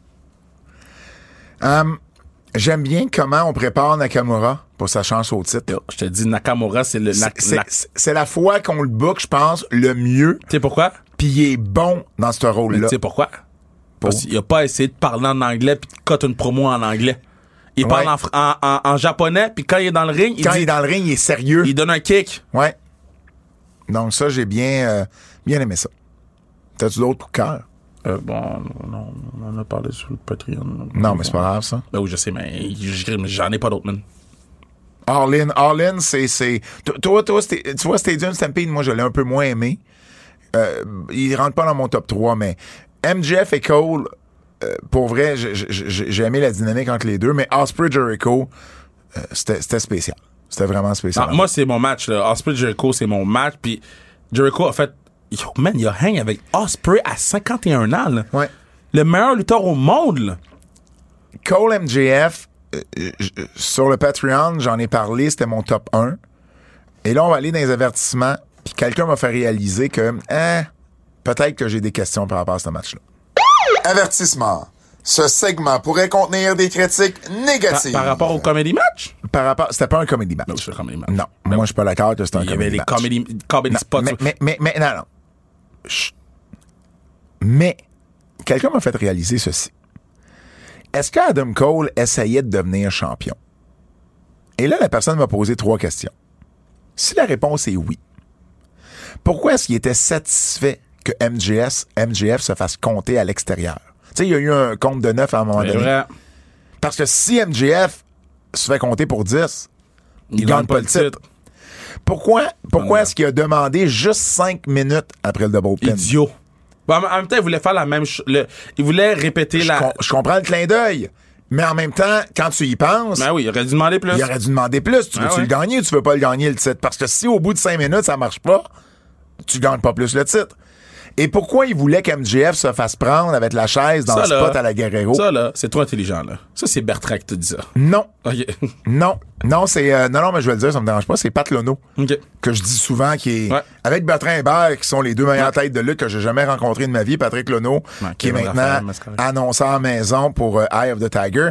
Speaker 5: Um, J'aime bien comment on prépare Nakamura pour sa chance au titre.
Speaker 6: Yo, je te dis, Nakamura, c'est le...
Speaker 5: C'est-
Speaker 6: Nak-
Speaker 5: C'est
Speaker 6: Nak-
Speaker 5: c'est- c'est la fois qu'on le book, je pense, le mieux.
Speaker 6: Tu sais pourquoi?
Speaker 5: Puis il est bon dans ce
Speaker 6: Mais
Speaker 5: rôle-là.
Speaker 6: tu sais pourquoi? Parce qu'il a pas essayé de parler en anglais puis de cut une promo en anglais. Il
Speaker 5: Ouais.
Speaker 6: parle en, fr- en, en, en japonais, puis quand il est dans le ring, il,
Speaker 5: Quand
Speaker 6: dit,
Speaker 5: il est dans le ring, il est sérieux.
Speaker 6: il donne un kick.
Speaker 5: Ouais. Donc ça, j'ai bien, euh, bien aimé ça. T'as-tu d'autres coups de cœur?
Speaker 6: Euh, bon, non, on en a parlé sur le Patreon.
Speaker 5: Non, mais c'est pas grave, ça.
Speaker 6: Ben oui, je sais, mais j'en ai pas d'autres, man.
Speaker 5: All In, All In, c'est... c'est- Toi, toi, c'était- tu vois, Stadium Stampede, moi, je l'ai un peu moins aimé. Euh, il rentre pas dans mon top trois, mais M J F et Cole, euh, pour vrai, j'ai- j'ai j'ai aimé la dynamique entre les deux, mais Ospreay Jericho, euh, c'était c'était spécial. C'était vraiment spécial.
Speaker 6: Non, moi, c'est mon match, là. Ospreay Jericho, c'est mon match, puis Jericho a fait... Yo, man, il a hang avec Ospreay à cinquante et un ans, là.
Speaker 5: Ouais.
Speaker 6: Le meilleur lutteur au monde, là.
Speaker 5: Cole M J F, euh, euh, sur le Patreon, j'en ai parlé, c'était mon top un. Et là, on va aller dans les avertissements, puis quelqu'un m'a fait réaliser que, hein, peut-être que j'ai des questions par rapport à ce match-là. Avertissement. Ce segment pourrait contenir des critiques
Speaker 6: Par,
Speaker 5: négatives.
Speaker 6: par rapport au comedy match?
Speaker 5: Par rapport... C'était pas un comedy match.
Speaker 6: Non, c'est un comedy match.
Speaker 5: Non, moi, je suis pas d'accord que c'était un
Speaker 6: Il y avait
Speaker 5: comedy
Speaker 6: les
Speaker 5: match.
Speaker 6: comedy, comedy
Speaker 5: Non,
Speaker 6: spots.
Speaker 5: mais, mais, mais, mais, non, non. Chut. Mais, quelqu'un m'a fait réaliser ceci. Est-ce que Adam Cole essayait de devenir champion? Et là, la personne m'a posé trois questions. Si la réponse est oui, pourquoi est-ce qu'il était satisfait que M J S, M J F se fasse compter à l'extérieur? Tu sais, il y a eu un compte de neuf à un moment
Speaker 6: C'est
Speaker 5: donné.
Speaker 6: vrai.
Speaker 5: Parce que si M J F se fait compter pour dix, il ne gagne pas le titre. Pourquoi, pourquoi
Speaker 6: Ouais.
Speaker 5: est-ce qu'il a demandé juste cinq minutes après le double pin?
Speaker 6: Idiot. Bon, en en même temps, il voulait faire la même chose. Il voulait répéter
Speaker 5: Je,
Speaker 6: la.
Speaker 5: com- je comprends le clin d'œil. Mais en même temps, quand tu y penses,
Speaker 6: Ben oui, il aurait dû demander plus.
Speaker 5: il aurait dû demander plus. Tu
Speaker 6: Ah
Speaker 5: veux-tu
Speaker 6: ouais.
Speaker 5: le gagner ou tu veux pas le gagner, le titre? Parce que si au bout de cinq minutes, ça marche pas, tu gagnes pas plus le titre. Et pourquoi il voulait qu'M J F se fasse prendre avec la chaise dans
Speaker 6: Ça,
Speaker 5: le
Speaker 6: là,
Speaker 5: spot à la Guerrero?
Speaker 6: Ça, là, c'est trop intelligent, là. Ça, c'est Bertrand qui te dit ça.
Speaker 5: Non.
Speaker 6: OK.
Speaker 5: Non. Non, c'est... euh, non, non, mais je vais le dire, ça me dérange pas. C'est Pat Lono.
Speaker 6: OK.
Speaker 5: Que je dis souvent, qui est...
Speaker 6: Ouais.
Speaker 5: Avec Bertrand Hébert, qui sont les deux meilleures têtes de lutte que j'ai jamais rencontrées de ma vie. Patrick Lono,
Speaker 6: Ouais,
Speaker 5: qui est
Speaker 6: Kevin
Speaker 5: maintenant
Speaker 6: Raphaël, mais c'est correct.
Speaker 5: annonceur maison pour euh, Eye of the Tiger.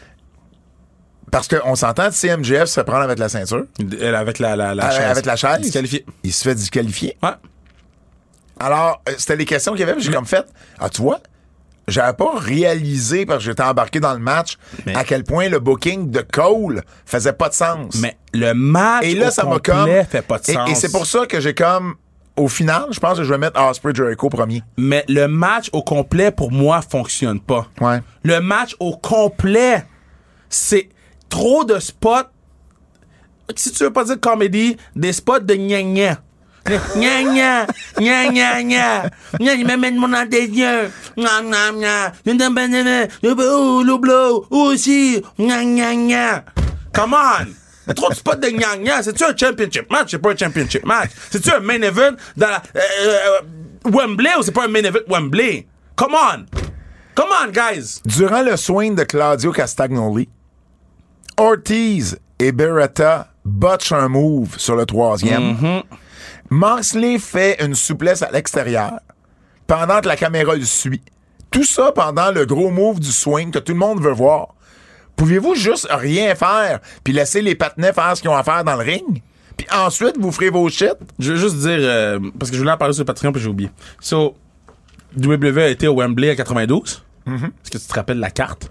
Speaker 5: Parce qu'on s'entend, si M J F se prend avec la ceinture,
Speaker 6: Elle, avec la, la, la
Speaker 5: avec,
Speaker 6: chaise.
Speaker 5: avec la chaise,
Speaker 6: Disqualifié.
Speaker 5: il se fait disqualifier.
Speaker 6: Ouais.
Speaker 5: Alors, euh, c'était les questions qu'il y avait, puis j'ai comme fait, ah, tu vois, j'avais pas réalisé, parce que j'étais embarqué dans le match,
Speaker 6: Mais-
Speaker 5: à quel point le booking de Cole faisait pas de sens.
Speaker 6: Mais le match
Speaker 5: Et là,
Speaker 6: au
Speaker 5: ça m'a
Speaker 6: complet
Speaker 5: comme...
Speaker 6: fait pas de
Speaker 5: Et,
Speaker 6: sens.
Speaker 5: et c'est pour ça que j'ai comme... Au final, je pense que je vais mettre Osprey Jericho premier.
Speaker 6: Mais le match au complet, pour moi, fonctionne pas.
Speaker 5: Ouais.
Speaker 6: Le match au complet, c'est trop de spots. Si tu veux pas dire comédie, des spots de gna-gna. Gna gna, gna gna gna, gna il m'amène mon nom des yeux, gna gna gna, gna gna gna, oh le blow, oh aussi, gna gna gna. Come on, trop de spots de gna gna. C'est-tu un championship match? C'est pas un championship match. C'est-tu un main event dans la, euh, euh, Wembley ou c'est pas un main event Wembley? Come on, come on guys.
Speaker 5: Durant le swing de Claudio Castagnoli, Ortiz et Beretta botchent un move sur le troisième.
Speaker 6: Mm-hmm.
Speaker 5: Moxley fait une souplesse à l'extérieur pendant que la caméra le suit. Tout ça pendant le gros move du swing que tout le monde veut voir. Pouvez-vous juste rien faire puis laisser les patinets faire ce qu'ils ont à faire dans le ring? Puis ensuite, vous ferez vos shit?
Speaker 6: Je veux juste dire, euh, parce que je voulais en parler sur le Patreon puis j'ai oublié. So, W W E a été au Wembley en quatre-vingt-douze. Est-ce que tu te rappelles la carte?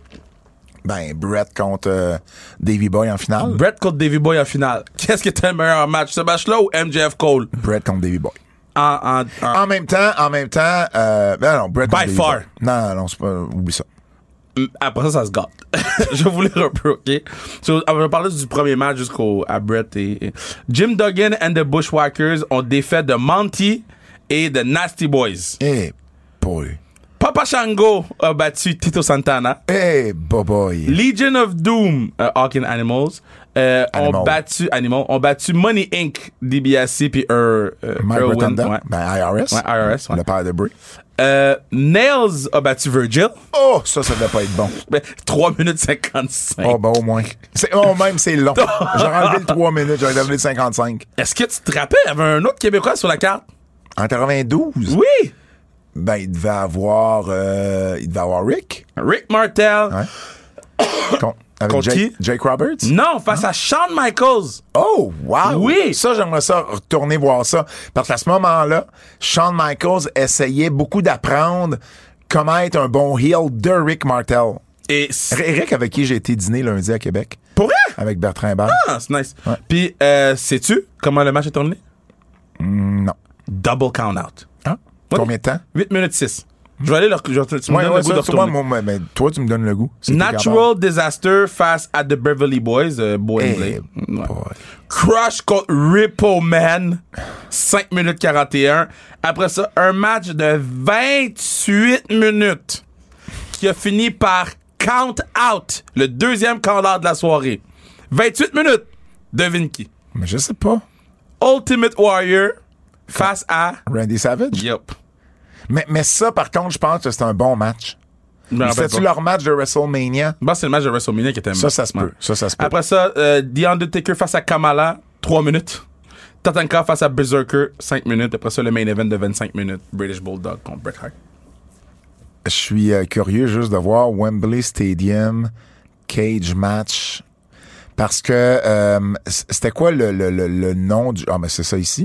Speaker 5: Ben, Brett contre euh, Davey Boy en finale.
Speaker 6: Brett contre Davey Boy en finale. Qu'est-ce qui était le meilleur match? Ce match-là ou M J F Cole?
Speaker 5: Brett contre Davey Boy.
Speaker 6: En, en, en-
Speaker 5: En même temps, en même temps, euh, ben non, Brett
Speaker 6: By
Speaker 5: contre Davey
Speaker 6: far.
Speaker 5: Boy. Non, non, non, c'est pas, oublie ça.
Speaker 6: Après ça, ça se gâte. Je vais vous lire un peu, OK? So, on va parler du premier match jusqu'au à Brett et, et... Jim Duggan and the Bushwhackers ont défait de Monty et de Nasty Boys.
Speaker 5: Eh, boy.
Speaker 6: Papa Shango a battu Tito Santana.
Speaker 5: Eh, boy.
Speaker 6: Legion of Doom, euh, Hawking Animals, euh, ont
Speaker 5: Animal.
Speaker 6: battu Animal, ont battu Money Incorporated, DiBiase puis euh, euh,
Speaker 5: Mike
Speaker 6: Irwin,
Speaker 5: Rotunda.
Speaker 6: ouais.
Speaker 5: Ben, I R S.
Speaker 6: Ouais, I R S, ouais.
Speaker 5: Le père de Bray.
Speaker 6: Euh, Nails a battu Virgil.
Speaker 5: Oh, ça, ça devait pas être bon.
Speaker 6: Ben, trois minutes cinquante-cinq.
Speaker 5: Oh, ben, au moins. C'est, oh, même, c'est long. J'aurais enlevé le trois minutes, j'aurais enlevé le cinquante-cinq.
Speaker 6: Est-ce que tu te rappelles, il y avait un autre Québécois sur la carte?
Speaker 5: En quatre-vingt-douze?
Speaker 6: Oui!
Speaker 5: Ben, il devait avoir, euh, il devait avoir Rick.
Speaker 6: Rick Martel.
Speaker 5: Ouais. Con- avec
Speaker 6: Contre
Speaker 5: Jake,
Speaker 6: qui?
Speaker 5: Jake Roberts?
Speaker 6: Non, face à Shawn Michaels.
Speaker 5: Oh, wow!
Speaker 6: Oui.
Speaker 5: Ça, j'aimerais ça retourner voir ça. Parce qu'à ce moment-là, Shawn Michaels essayait beaucoup d'apprendre comment être un bon heel de Rick Martel.
Speaker 6: Et c'est-
Speaker 5: Rick, avec qui j'ai été dîner lundi à Québec.
Speaker 6: pour vrai?
Speaker 5: Avec Bertrand Hébert.
Speaker 6: Ah, c'est nice.
Speaker 5: Ouais.
Speaker 6: Puis, euh, sais-tu comment le match est tourné?
Speaker 5: Non.
Speaker 6: Double count out.
Speaker 5: Ah?
Speaker 6: Ouais.
Speaker 5: Combien de temps?
Speaker 6: huit minutes six. Je vais aller leur. Je, vais te- tu me
Speaker 5: Ouais,
Speaker 6: donnes
Speaker 5: ouais,
Speaker 6: le goût de
Speaker 5: ça, moi,
Speaker 6: retourner.
Speaker 5: moi, mais toi, tu me donnes le goût. C'est tes
Speaker 6: Natural Disaster face à The Beverly Boys, euh, Boy and
Speaker 5: Eh,
Speaker 6: Blade. Ouais.
Speaker 5: boy.
Speaker 6: Crush contre Ripple Man, cinq minutes quarante et un. Après ça, un match de vingt-huit minutes qui a fini par count out, le deuxième count out de la soirée. vingt-huit minutes. Devine qui?
Speaker 5: Mais je sais pas.
Speaker 6: Ultimate Warrior face à...
Speaker 5: Randy Savage?
Speaker 6: Yup.
Speaker 5: Mais, mais ça, par contre, je pense que c'est un bon match.
Speaker 6: Je me rappelle
Speaker 5: C'était-tu
Speaker 6: pas.
Speaker 5: leur match de WrestleMania?
Speaker 6: Bon, c'est le match de WrestleMania qui était...
Speaker 5: Ça, ça se
Speaker 6: Ouais.
Speaker 5: peut. Ça, ça se peut.
Speaker 6: Après ça, euh, The Undertaker face à Kamala, trois minutes. Tatanka face à Berserker, cinq minutes. Après ça, le main event de vingt-cinq minutes. British Bulldog contre Bret Hart.
Speaker 5: Je suis euh, curieux juste de voir Wembley Stadium cage match. Parce que euh, c- c'était quoi le, le, le, le nom du... Ah, mais c'est ça ici?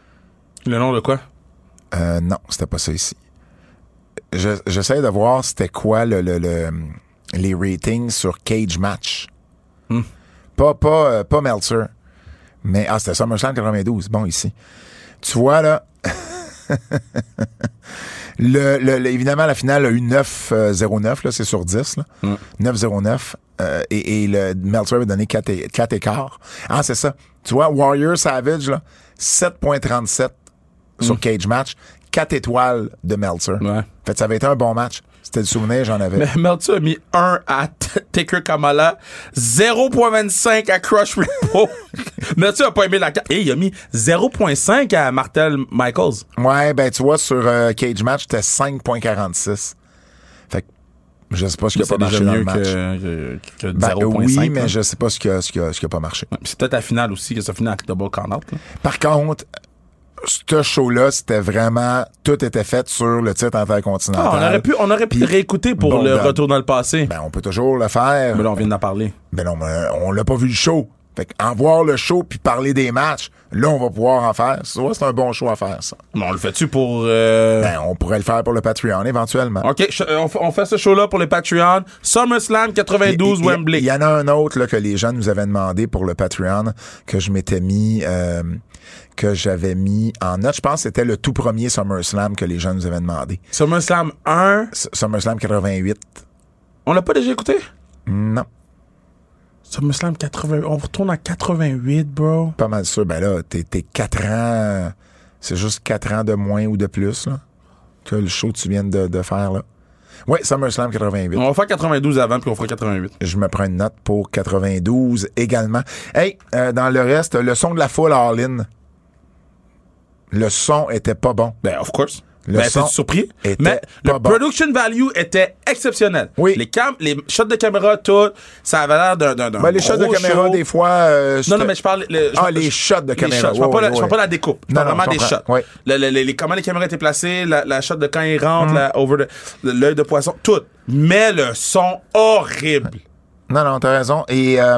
Speaker 6: Le nom de quoi?
Speaker 5: Euh, non, c'était pas ça ici. Je- J'essaie de voir c'était quoi le, le, le- les ratings sur cage match.
Speaker 6: Hmm.
Speaker 5: Pas, pas, euh, pas Meltzer. Mais, ah, c'était SummerSlam quatre-vingt-douze. Bon, ici. Tu vois, là... le, le, le, évidemment, la finale a eu neuf zéro neuf, là, c'est sur dix. Là. Mm. neuf zéro neuf. Euh, et, et le Meltzer avait donné quatre, et, quatre écarts. Ah, c'est ça. Tu vois, Warrior Savage, là, sept virgule trente-sept mm. sur Cage Match. quatre étoiles de Meltzer.
Speaker 6: Ouais.
Speaker 5: Fait que ça avait été un bon match. C'était le souvenir, j'en avais.
Speaker 6: Mais Meltzer a mis un à T- Taker Kamala, zéro virgule vingt-cinq à Crush Repo. Meltzer a pas aimé la carte. Et il a mis zéro virgule cinq à Martel Michaels.
Speaker 5: Ouais, ben tu vois, sur euh, Cage Match, c'était cinq virgule quarante-six. Fait que je sais pas ce qui a pas marché dans le match.
Speaker 6: Que, que, que
Speaker 5: ben,
Speaker 6: zéro virgule cinq.
Speaker 5: oui, mais
Speaker 6: hein.
Speaker 5: je sais pas ce qui a, ce qui a, ce qui a pas marché.
Speaker 6: Ouais, c'est peut-être la finale aussi que ça finit avec double count-out. Là.
Speaker 5: Par contre, ce show-là, c'était vraiment... Tout était fait sur le titre intercontinental.
Speaker 6: Ah, on aurait pu, on aurait pu
Speaker 5: Puis,
Speaker 6: réécouter pour
Speaker 5: bon,
Speaker 6: le
Speaker 5: ben,
Speaker 6: retour dans le passé.
Speaker 5: Ben, on peut toujours le faire.
Speaker 6: Mais là, on vient d'en parler.
Speaker 5: Ben non, mais on l'a pas vu le show. Fait qu'en voir le show puis parler des matchs, là, on va pouvoir en faire. Ça, c'est un bon show à faire, ça.
Speaker 6: Mais on le fait-tu pour... Euh...
Speaker 5: Ben, on pourrait le faire pour le Patreon, éventuellement.
Speaker 6: OK, on, on fait ce show-là pour les Patreon. SummerSlam quatre-vingt-douze,
Speaker 5: il, il,
Speaker 6: Wembley.
Speaker 5: Il y en a un autre là, que les gens nous avaient demandé pour le Patreon, que je m'étais mis... Euh, que j'avais mis en note. Je pense que c'était le tout premier SummerSlam que les gens nous avaient demandé.
Speaker 6: SummerSlam un.
Speaker 5: S- SummerSlam quatre-vingt-huit.
Speaker 6: On l'a pas déjà écouté?
Speaker 5: Non.
Speaker 6: SummerSlam quatre-vingt-huit. On retourne à quatre-vingt-huit, bro.
Speaker 5: Pas mal sûr. Ben là, t'es, t'es quatre ans... C'est juste quatre ans de moins ou de plus là, que le show que tu viens de, de faire, là. Oui, SummerSlam quatre-vingt-huit.
Speaker 6: On va faire quatre-vingt-douze avant, puis on fera quatre-vingt-huit.
Speaker 5: Je me prends une note pour quatre-vingt-douze également. Hey, euh, dans le reste, le son de la foule All-In. Le son était pas bon.
Speaker 6: Ben, of course.
Speaker 5: Le
Speaker 6: ben,
Speaker 5: son
Speaker 6: t'es surpris?
Speaker 5: était
Speaker 6: Mais
Speaker 5: pas
Speaker 6: le
Speaker 5: bon.
Speaker 6: production value était exceptionnel.
Speaker 5: Oui.
Speaker 6: Les cam, les shots de caméra, tout, ça avait l'air d'un, d'un, d'un
Speaker 5: Ben, les shots de
Speaker 6: gros
Speaker 5: caméra,
Speaker 6: show.
Speaker 5: des fois... euh,
Speaker 6: Non,
Speaker 5: c'était-
Speaker 6: non, mais je parle... Le, je
Speaker 5: Ah,
Speaker 6: parle-
Speaker 5: les shots de
Speaker 6: les
Speaker 5: caméra.
Speaker 6: shots. Je parle
Speaker 5: Ouais,
Speaker 6: pas, la,
Speaker 5: ouais,
Speaker 6: je parle
Speaker 5: ouais.
Speaker 6: pas la découpe. Je
Speaker 5: Non,
Speaker 6: parle
Speaker 5: non,
Speaker 6: vraiment
Speaker 5: je
Speaker 6: des shots.
Speaker 5: comprends. Ouais.
Speaker 6: Le, le, les, les- comment les caméras étaient placées, la, la shot de quand ils rentrent,
Speaker 5: Mm.
Speaker 6: la over the, l'œil de poisson, tout. Mais le son horrible.
Speaker 5: Non, non, t'as raison. Et euh,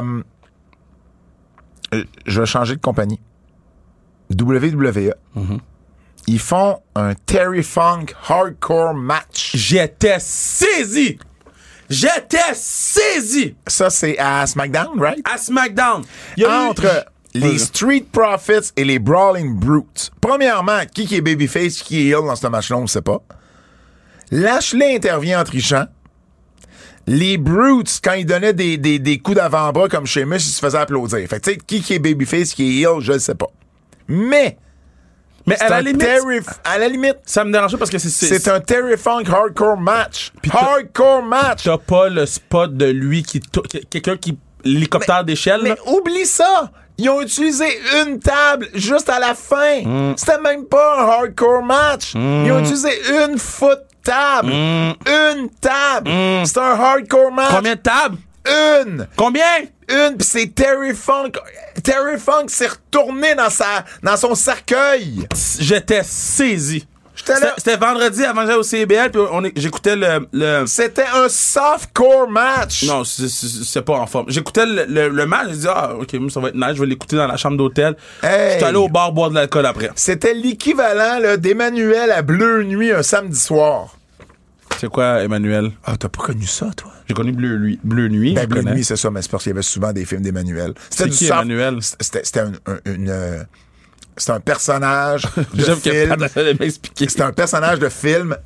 Speaker 5: je vais changer de compagnie. W W E.
Speaker 6: Mm-hmm.
Speaker 5: Ils font un Terry Funk hardcore match.
Speaker 6: J'étais saisi. J'étais saisi.
Speaker 5: Ça, c'est à SmackDown, right?
Speaker 6: À SmackDown. Il y a eu-
Speaker 5: Entre les
Speaker 6: Ouais.
Speaker 5: Street Profits et les Brawling Brutes. Premièrement, qui qui est babyface, qui est heel dans ce match-là, on ne sait pas. Lashley intervient en trichant. Les Brutes, quand ils donnaient des, des, des coups d'avant-bras comme Sheamus, ils se faisaient applaudir. Fait que, tu sais, qui qui est babyface, qui est heel, je ne sais pas. Mais,
Speaker 6: Mais
Speaker 5: c'est
Speaker 6: à la
Speaker 5: un
Speaker 6: limite,
Speaker 5: Terry, à la limite,
Speaker 6: ça me dérange pas parce que c'est...
Speaker 5: c'est un Terry Funk hardcore match.
Speaker 6: Puis t'as-
Speaker 5: Hardcore match.
Speaker 6: T'as pas le spot de lui qui... tou- quelqu'un qui... L'hélicoptère d'échelle,
Speaker 5: Mais
Speaker 6: là.
Speaker 5: oublie ça! Ils ont utilisé une table juste à la fin.
Speaker 6: Mm.
Speaker 5: C'était même pas un hardcore match. Ils ont utilisé une foot table. Une table. C'est un hardcore match.
Speaker 6: Combien de tables?
Speaker 5: Une.
Speaker 6: Combien?
Speaker 5: Une. Puis c'est Terry Funk. Terry Funk s'est retourné dans sa, dans son cercueil.
Speaker 6: J'étais saisi.
Speaker 5: J'étais
Speaker 6: C'était
Speaker 5: là.
Speaker 6: c'était vendredi avant que j'aille au C B L, puis on est- j'écoutais le... le
Speaker 5: C'était un softcore match.
Speaker 6: non, c'est- c'est c'est pas en forme. J'écoutais le, le, le match, je dis ah, OK, ça va être nice, je vais l'écouter dans la chambre d'hôtel.
Speaker 5: Hey.
Speaker 6: J'étais allé au bar boire de l'alcool après.
Speaker 5: C'était l'équivalent là, d'Emmanuel à Bleu Nuit un samedi soir.
Speaker 6: C'est quoi, Emmanuel?
Speaker 5: Ah, t'as pas connu ça, toi?
Speaker 6: J'ai connu Bleu, Nuit- Bleu Nuit.
Speaker 5: Ben,
Speaker 6: je
Speaker 5: Bleu
Speaker 6: connais.
Speaker 5: Nuit, c'est ça, mais c'est parce qu'il y avait souvent des films d'Emmanuel.
Speaker 6: C'est
Speaker 5: du
Speaker 6: qui,
Speaker 5: soft-
Speaker 6: Emmanuel?
Speaker 5: C'était, c'était un, un- une, euh, c'était un personnage de
Speaker 6: J'aime que
Speaker 5: film.
Speaker 6: Pat allait m'expliquer.
Speaker 5: C'était un personnage de film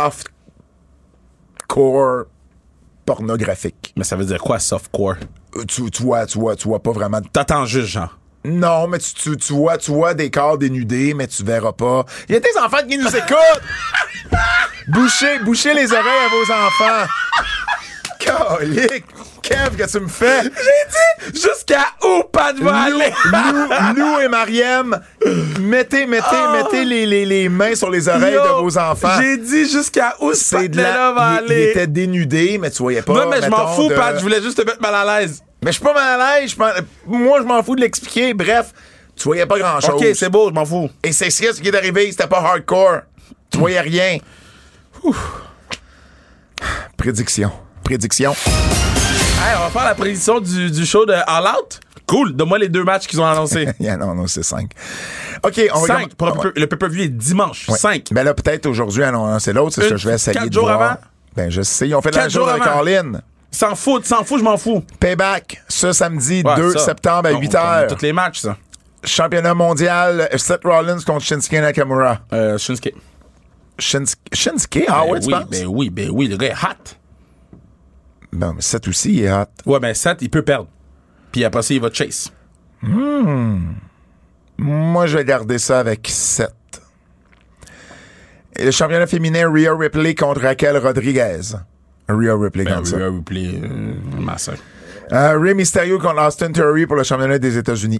Speaker 5: softcore pornographique.
Speaker 6: Mais ça veut dire quoi, softcore?
Speaker 5: Euh, Tu, tu vois, tu vois, tu vois pas vraiment. de-
Speaker 6: T'attends juste, genre.
Speaker 5: Non, mais tu, tu, tu vois, tu vois des corps dénudés, mais tu verras pas. Il y a des enfants qui nous écoutent! Bouchez, bouchez les oreilles à vos enfants! Calique! Kev, que tu me fais?
Speaker 6: J'ai dit jusqu'à où Pat va aller?
Speaker 5: Lou, Lou et Mariem, mettez, mettez,
Speaker 6: Oh.
Speaker 5: mettez les, les, les mains sur les oreilles
Speaker 6: Yo,
Speaker 5: de vos enfants.
Speaker 6: J'ai dit jusqu'à où ce
Speaker 5: C'est de
Speaker 6: Pat-là va
Speaker 5: la... il, il
Speaker 6: aller.
Speaker 5: était dénudé, mais tu voyais pas.
Speaker 6: Non, mais je m'en
Speaker 5: mettons,
Speaker 6: fous,
Speaker 5: de-
Speaker 6: Pat. Je voulais juste te mettre mal à l'aise.
Speaker 5: Mais je suis pas mal à l'aise. je pense- Moi, je m'en fous de l'expliquer. Bref, tu voyais pas grand-chose.
Speaker 6: OK, c'est beau, je m'en fous.
Speaker 5: Et c'est ce qui est arrivé. C'était pas hardcore. Tu voyais rien. Prédiction. Prédiction.
Speaker 6: Hey, on va faire la prédiction du, du show de All Out. Cool, donne-moi les deux matchs qu'ils ont annoncés.
Speaker 5: Yeah, non, non, c'est cinq. OK, on va...
Speaker 6: Cinq. Pour le, pay- le pay-per-view est dimanche.
Speaker 5: Ouais.
Speaker 6: Cinq.
Speaker 5: Ben là, peut-être aujourd'hui, non, c'est l'autre, c'est ce
Speaker 6: Une-
Speaker 5: que je vais essayer
Speaker 6: quatre
Speaker 5: de
Speaker 6: jours
Speaker 5: voir.
Speaker 6: avant?
Speaker 5: Ben, je sais, ils ont fait la
Speaker 6: Quatre
Speaker 5: même chose
Speaker 6: jours
Speaker 5: avec
Speaker 6: avant.
Speaker 5: All-In.
Speaker 6: S'en fout, s'en fout, je m'en fous.
Speaker 5: Payback, ce samedi
Speaker 6: Ouais,
Speaker 5: deux
Speaker 6: ça.
Speaker 5: septembre à
Speaker 6: On-
Speaker 5: huit
Speaker 6: on-
Speaker 5: heures.
Speaker 6: Tous les matchs, ça.
Speaker 5: Championnat mondial, Seth Rollins contre Shinsuke Nakamura.
Speaker 6: Euh, Shinsuke.
Speaker 5: Shinsuke, Shinsuke? Ah
Speaker 6: Ben
Speaker 5: ouais, tu
Speaker 6: oui,
Speaker 5: penses?
Speaker 6: ben oui, ben oui, le gars est hot.
Speaker 5: Bon, mais Seth aussi, il est hot.
Speaker 6: Ouais, ben Seth, il peut perdre. Puis après ça, il va chase.
Speaker 5: Moi, je vais garder ça avec Seth. Et le championnat féminin, Rhea Ripley contre Raquel Rodriguez. Rhea Ripley
Speaker 6: Ben
Speaker 5: contre ça.
Speaker 6: oui, replay, euh, massacre.
Speaker 5: Euh, Rey Mysterio contre Austin Theory pour le championnat des États-Unis.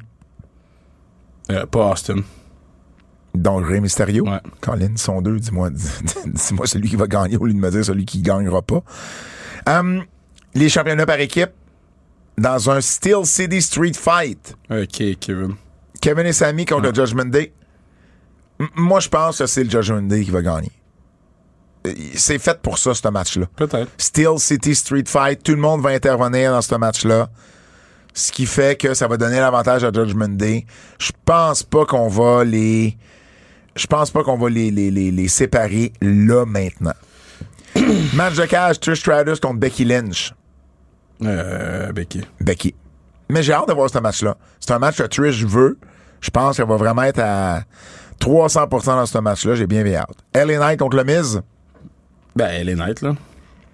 Speaker 6: Euh, pas Austin.
Speaker 5: Donc, Rey Mysterio.
Speaker 6: Ouais.
Speaker 5: Colin, ils sont deux. Dis-moi, dis-moi celui qui va gagner au lieu de me dire celui qui gagnera pas. Um, les championnats par équipe dans un Steel City Street Fight.
Speaker 6: OK, Kevin.
Speaker 5: Kevin et Sami contre le Judgment Day. M- moi, je pense que c'est le Judgment Day qui va gagner. Euh, C'est fait pour ça, ce match-là.
Speaker 6: Peut-être.
Speaker 5: Steel City Street Fight, tout le monde va intervenir dans ce match-là. Ce qui fait que ça va donner l'avantage à Judgment Day. Je pense pas qu'on va les. Je pense pas qu'on va les, les, les, les séparer là maintenant. Match de cage, Trish Stratus contre Becky Lynch.
Speaker 6: Euh, Becky.
Speaker 5: Becky. Mais j'ai hâte de voir ce match-là. C'est un match que Trish veut. Je pense qu'elle va vraiment être à trois cents pour cent dans ce match-là. J'ai bien bien hâte. L A Knight contre le Miz.
Speaker 6: Ben, elle est nette, là.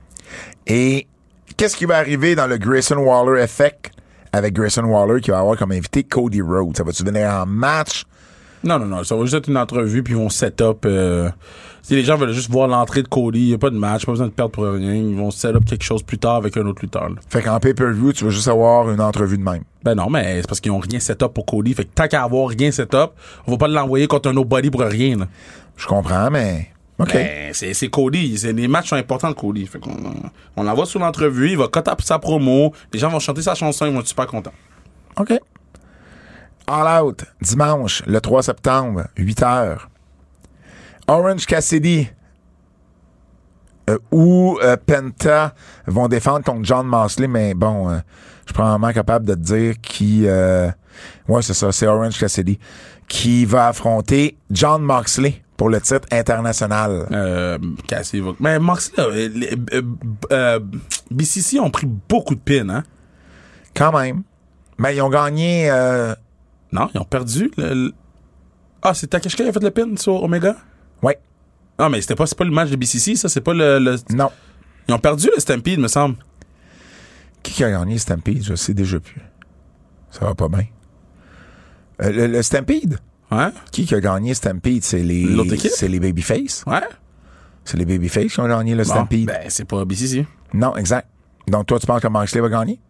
Speaker 5: Et qu'est-ce qui va arriver dans le Grayson Waller Effect avec Grayson Waller qui va avoir comme invité Cody Rhodes? Ça va-tu venir en match?
Speaker 6: Non, non, non. Ça va juste être une entrevue, puis ils vont set up. Euh, si les gens veulent juste voir l'entrée de Cody, il n'y a pas de match, pas besoin de perdre pour rien. Ils vont set up quelque chose plus tard avec un autre lutteur. Là.
Speaker 5: Fait qu'en pay-per-view, tu vas juste avoir une entrevue de même.
Speaker 6: Ben non, mais c'est parce qu'ils ont rien set up pour Cody. Fait que tant qu'à avoir rien set up, on va pas l'envoyer contre un nobody pour rien. Là.
Speaker 5: Je comprends, mais... OK.
Speaker 6: Ben, c'est, c'est Cody. C'est, les matchs sont importants de Cody. Fait qu'on on l'envoie sur l'entrevue, il va coter sa promo, les gens vont chanter sa chanson, ils vont être super contents.
Speaker 5: OK. All Out, dimanche, le trois septembre, huit heures. Orange Cassidy euh, ou euh, Penta vont défendre contre John Moxley, mais bon, euh, je suis probablement capable de te dire qui... Euh, ouais, c'est ça, c'est Orange Cassidy, qui va affronter John Moxley pour le titre international.
Speaker 6: Euh, Cassie va... Mais Moxley, euh, les- euh, euh, B C C ont pris beaucoup de pins, hein?
Speaker 5: Quand même. Mais ils ont gagné... Euh,
Speaker 6: Non, ils ont perdu. Le, le- Ah, c'est Takeshita qui a fait le pin sur Omega?
Speaker 5: ouais,
Speaker 6: Non, mais c'était pas, c'est pas le match de B C C, ça, c'est pas le, le-
Speaker 5: non.
Speaker 6: Ils ont perdu le Stampede, me semble.
Speaker 5: Qui qui a gagné Stampede? Je sais déjà plus. Ça va pas bien. Euh, le, le Stampede?
Speaker 6: Ouais?
Speaker 5: Qui qui a gagné Stampede? C'est les,
Speaker 6: L'autre équipe?
Speaker 5: c'est les Babyface.
Speaker 6: Ouais?
Speaker 5: C'est les Babyface qui ont gagné le
Speaker 6: Bon,
Speaker 5: Stampede.
Speaker 6: ben, c'est pas B C C.
Speaker 5: Non, exact. Donc, toi, tu penses que Moxley va gagner?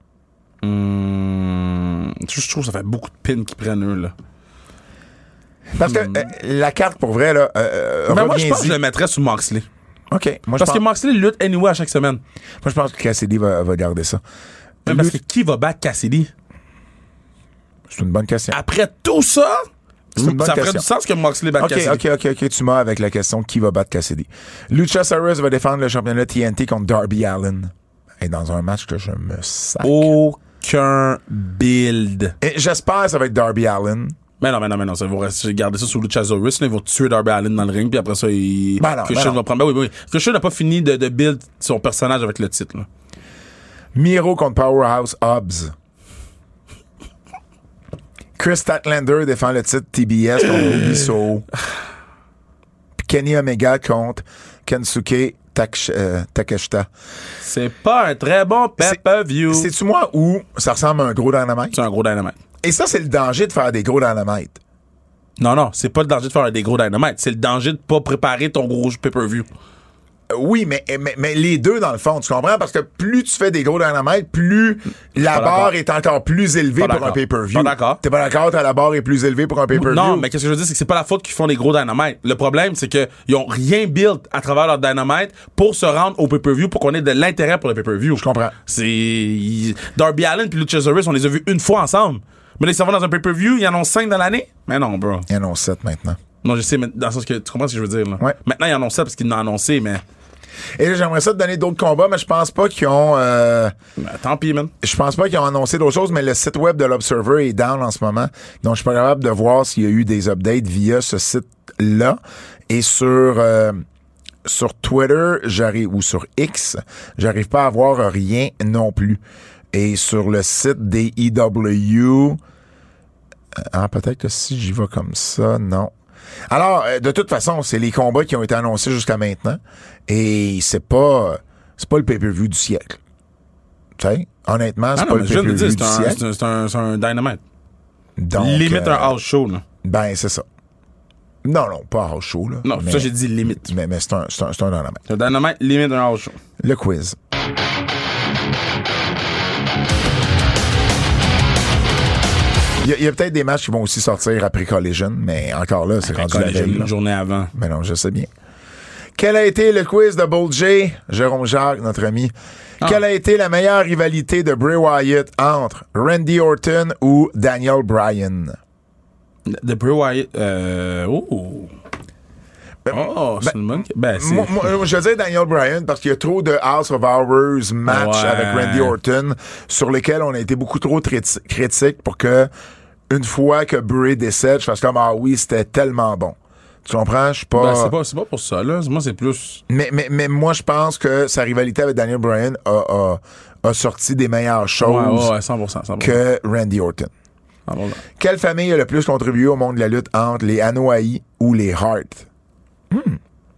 Speaker 6: Hum, je je trouve que ça fait beaucoup de pins qu'ils prennent, eux, là.
Speaker 5: Parce que euh, la carte, pour vrai, là, euh,
Speaker 6: Ben, moi, je pense que
Speaker 5: reviens-y.
Speaker 6: je le mettrais sur Moxley.
Speaker 5: OK. Moi, je
Speaker 6: Parce
Speaker 5: pense,
Speaker 6: que Moxley lutte anyway à chaque semaine.
Speaker 5: moi, je pense que Cassidy va, va garder ça.
Speaker 6: Même parce que qui va battre Cassidy?
Speaker 5: C'est une bonne question.
Speaker 6: Après tout ça,
Speaker 5: C'est une bonne
Speaker 6: ça ferait
Speaker 5: question.
Speaker 6: du sens que Moxley batte
Speaker 5: OK,
Speaker 6: Cassidy.
Speaker 5: OK, OK, OK. Tu m'as avec la question qui va battre Cassidy. Luchasaurus va défendre le championnat T N T contre Darby Allin. Et dans un match que je me sac.
Speaker 6: Aucun build.
Speaker 5: Et j'espère que ça va être Darby Allin.
Speaker 6: Mais non, mais non, mais non, ça, ils vont rester- garder ça sur Luchasaurus, là, ils vont tuer Darby Allin dans le ring, puis après ça, ils...
Speaker 5: Ben non,
Speaker 6: Christian
Speaker 5: ben non.
Speaker 6: va prendre... Ben oui, ben oui. Christian n'a pas fini de, de build son personnage avec le titre, là.
Speaker 5: Miro contre Powerhouse Hobbs. Chris Statlander défend le titre T B S contre Ruby Soho. Puis Kenny Omega contre Kensuke Taksh- euh, Takeshita.
Speaker 6: C'est pas un très bon pay-per-view. C'est,
Speaker 5: C'est-tu moi où ça ressemble à un gros dynamite?
Speaker 6: un gros dynamite.
Speaker 5: Et ça, c'est le danger de faire des gros dynamites.
Speaker 6: Non, non, c'est pas le danger de faire des gros dynamites. C'est le danger de pas préparer ton gros pay-per-view.
Speaker 5: Euh, Oui, mais, mais, mais les deux, dans le fond, tu comprends? Parce que plus tu fais des gros dynamites, plus la
Speaker 6: Pas
Speaker 5: barre
Speaker 6: d'accord.
Speaker 5: est encore plus élevée
Speaker 6: Pas
Speaker 5: pour un
Speaker 6: d'accord.
Speaker 5: pay-per-view.
Speaker 6: Pas d'accord.
Speaker 5: T'es pas d'accord? T'as la barre est plus élevée pour un pay-per-view?
Speaker 6: Non, mais qu'est-ce que je veux dire, c'est que c'est pas la faute qu'ils font des gros dynamites. Le problème, c'est que ils ont rien build à travers leur dynamite pour se rendre au pay-per-view, pour qu'on ait de l'intérêt pour le pay-per-view.
Speaker 5: Je comprends.
Speaker 6: C'est ils- Darby Allin puis Luchasaurus, on les a vus une fois ensemble. Mais là, ils s'en vont dans un pay-per-view, il y en a cinq dans l'année. Mais non, bro.
Speaker 5: Il y en a sept maintenant.
Speaker 6: Non, je sais, mais dans le sens que tu comprends ce que je veux dire, là.
Speaker 5: Ouais.
Speaker 6: Maintenant, ils en ont sept parce qu'ils l'ont annoncé, mais.
Speaker 5: Et là, j'aimerais ça te donner d'autres combats, mais je pense pas qu'ils ont... euh,
Speaker 6: mais tant pis, man.
Speaker 5: Je pense pas qu'ils ont annoncé d'autres choses, mais le site web de l'Observer est down en ce moment. Donc, je suis pas capable de voir s'il y a eu des updates via ce site-là. Et sur euh, sur Twitter, j'arrive ou sur X, j'arrive pas à voir rien non plus. Et sur le site des E W, ah, peut-être que si j'y vais comme ça, non. Alors, de toute façon, c'est les combats qui ont été annoncés jusqu'à maintenant. Et c'est pas, c'est pas le pay-per-view du siècle. Tu sais, honnêtement, c'est
Speaker 6: ah
Speaker 5: pas
Speaker 6: non,
Speaker 5: le
Speaker 6: mais je viens de
Speaker 5: pay-per-view
Speaker 6: dire,
Speaker 5: du
Speaker 6: c'est un,
Speaker 5: siècle.
Speaker 6: c'est un, c'est un, c'est un Dynamite.
Speaker 5: Donc,
Speaker 6: Limite
Speaker 5: euh,
Speaker 6: un house show, là.
Speaker 5: Ben, c'est ça. Non, non, pas house show, là.
Speaker 6: Non,
Speaker 5: mais,
Speaker 6: ça, j'ai dit limite.
Speaker 5: Mais, mais c'est un, c'est un, c'est un dynamite.
Speaker 6: C'est un Dynamite, limite un house show.
Speaker 5: Le quiz. Il y a, il y a peut-être des matchs qui vont aussi sortir après Collision, mais encore là, c'est rendu la veille.
Speaker 6: Une journée avant.
Speaker 5: Mais non, je sais bien. Quel a été le quiz de Bull J? Jérôme Jacques, notre ami. Ah. Quelle a été la meilleure rivalité de Bray Wyatt entre Randy Orton ou Daniel Bryan?
Speaker 6: De Bray Wyatt, euh, oh.
Speaker 5: Ben,
Speaker 6: oh, c'est
Speaker 5: ben,
Speaker 6: une bonne... Ben, c'est...
Speaker 5: Moi, moi, je veux dire Daniel Bryan parce qu'il y a trop de House of Hours match
Speaker 6: ouais.
Speaker 5: avec Randy Orton sur lesquels on a été beaucoup trop triti- critiques pour que une fois que Bray décède, je fasse comme ah oui, c'était tellement bon. Tu comprends? Je suis pas...
Speaker 6: Ben, c'est pas, c'est pas pour ça, là. Moi, c'est plus...
Speaker 5: Mais, mais, mais moi, je pense que sa rivalité avec Daniel Bryan a, a, a sorti des meilleures choses
Speaker 6: ouais, ouais, cent pour cent, cent pour cent.
Speaker 5: que Randy Orton.
Speaker 6: cent pour cent.
Speaker 5: Quelle famille a le plus contribué au monde de la lutte entre les Anoa'i ou les Hart? Hmm.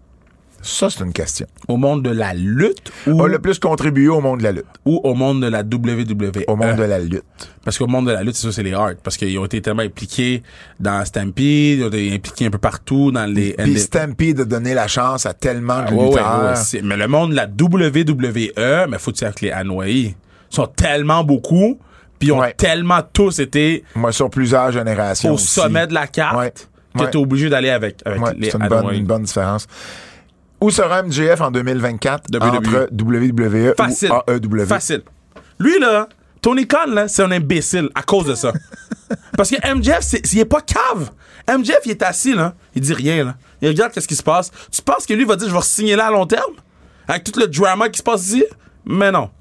Speaker 5: Ça, c'est une question.
Speaker 6: Au monde de la lutte ou...
Speaker 5: A le plus contribué au monde de la lutte.
Speaker 6: Ou au monde de la W W E.
Speaker 5: Au monde de la lutte.
Speaker 6: Parce qu'au monde de la lutte, c'est ça, c'est les Hart. Parce qu'ils ont été tellement impliqués dans Stampede, ils ont été impliqués un peu partout dans les...
Speaker 5: Puis
Speaker 6: les...
Speaker 5: Stampede a donné la chance à tellement de
Speaker 6: Ah, ouais,
Speaker 5: lutteurs.
Speaker 6: ouais, ouais, c'est... Mais le monde de la W W E, mais faut dire que les Anoa'i sont tellement beaucoup, puis ils ont
Speaker 5: ouais.
Speaker 6: tellement tous été...
Speaker 5: Moi, sur plusieurs générations
Speaker 6: au
Speaker 5: aussi.
Speaker 6: sommet de la carte,
Speaker 5: ouais.
Speaker 6: que
Speaker 5: ouais.
Speaker 6: t'es obligé d'aller avec, avec
Speaker 5: ouais,
Speaker 6: les
Speaker 5: c'est une
Speaker 6: Anoa'i.
Speaker 5: bonne, une bonne différence. Où sera M J F en deux mille vingt-quatre
Speaker 6: W W E.
Speaker 5: entre W W E
Speaker 6: Facile.
Speaker 5: ou A E W?
Speaker 6: Facile. Lui, là, Tony Khan, là, c'est un imbécile à cause de ça. Parce que M J F, c'est, il est pas cave. M J F, il est assis, là. Il dit rien, là. Il regarde qu'est-ce qui se passe. Tu penses que lui va dire, je vais signer là à long terme? Avec tout le drama qui se passe ici? Mais non.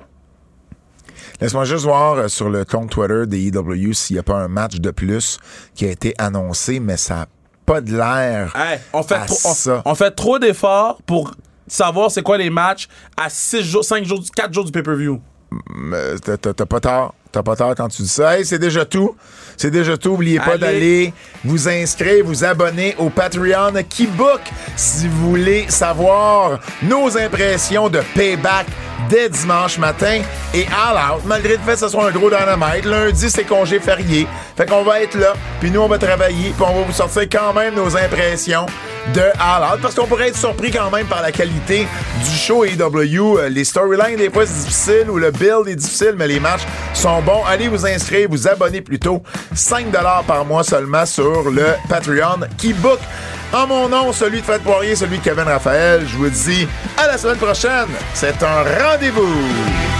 Speaker 5: Laisse-moi juste voir euh, sur le compte Twitter des E W s'il n'y a pas un match de plus qui a été annoncé, mais ça n'a pas de l'air
Speaker 6: Hey, on fait
Speaker 5: à
Speaker 6: trop,
Speaker 5: ça.
Speaker 6: on, on fait trop d'efforts pour savoir c'est quoi les matchs à six jours, cinq jours, quatre jours du pay-per-view.
Speaker 5: Euh, t'as, t'as, t'as pas tort. T'as pas tort quand tu dis ça. Hey, c'est déjà tout. C'est déjà tout. Oubliez pas
Speaker 6: Allez.
Speaker 5: d'aller vous inscrire, vous abonner au Patreon Keybook si vous voulez savoir nos impressions de Payback dès dimanche matin et All Out. Malgré le fait que ce soit un gros dynamite, lundi, c'est congé férié. Fait qu'on va être là, puis nous, on va travailler, puis on va vous sortir quand même nos impressions de All Out, parce qu'on pourrait être surpris quand même par la qualité du show A E W. Les storylines, des fois, c'est difficile, ou le build est difficile, mais les matchs sont bons. Allez vous inscrire, vous abonner plutôt. cinq dollars par mois seulement sur le Patreon Keybook. En mon nom, celui de Fred Poirier, celui de Kevin Raphaël, je vous dis à la semaine prochaine. C'est un rendez-vous.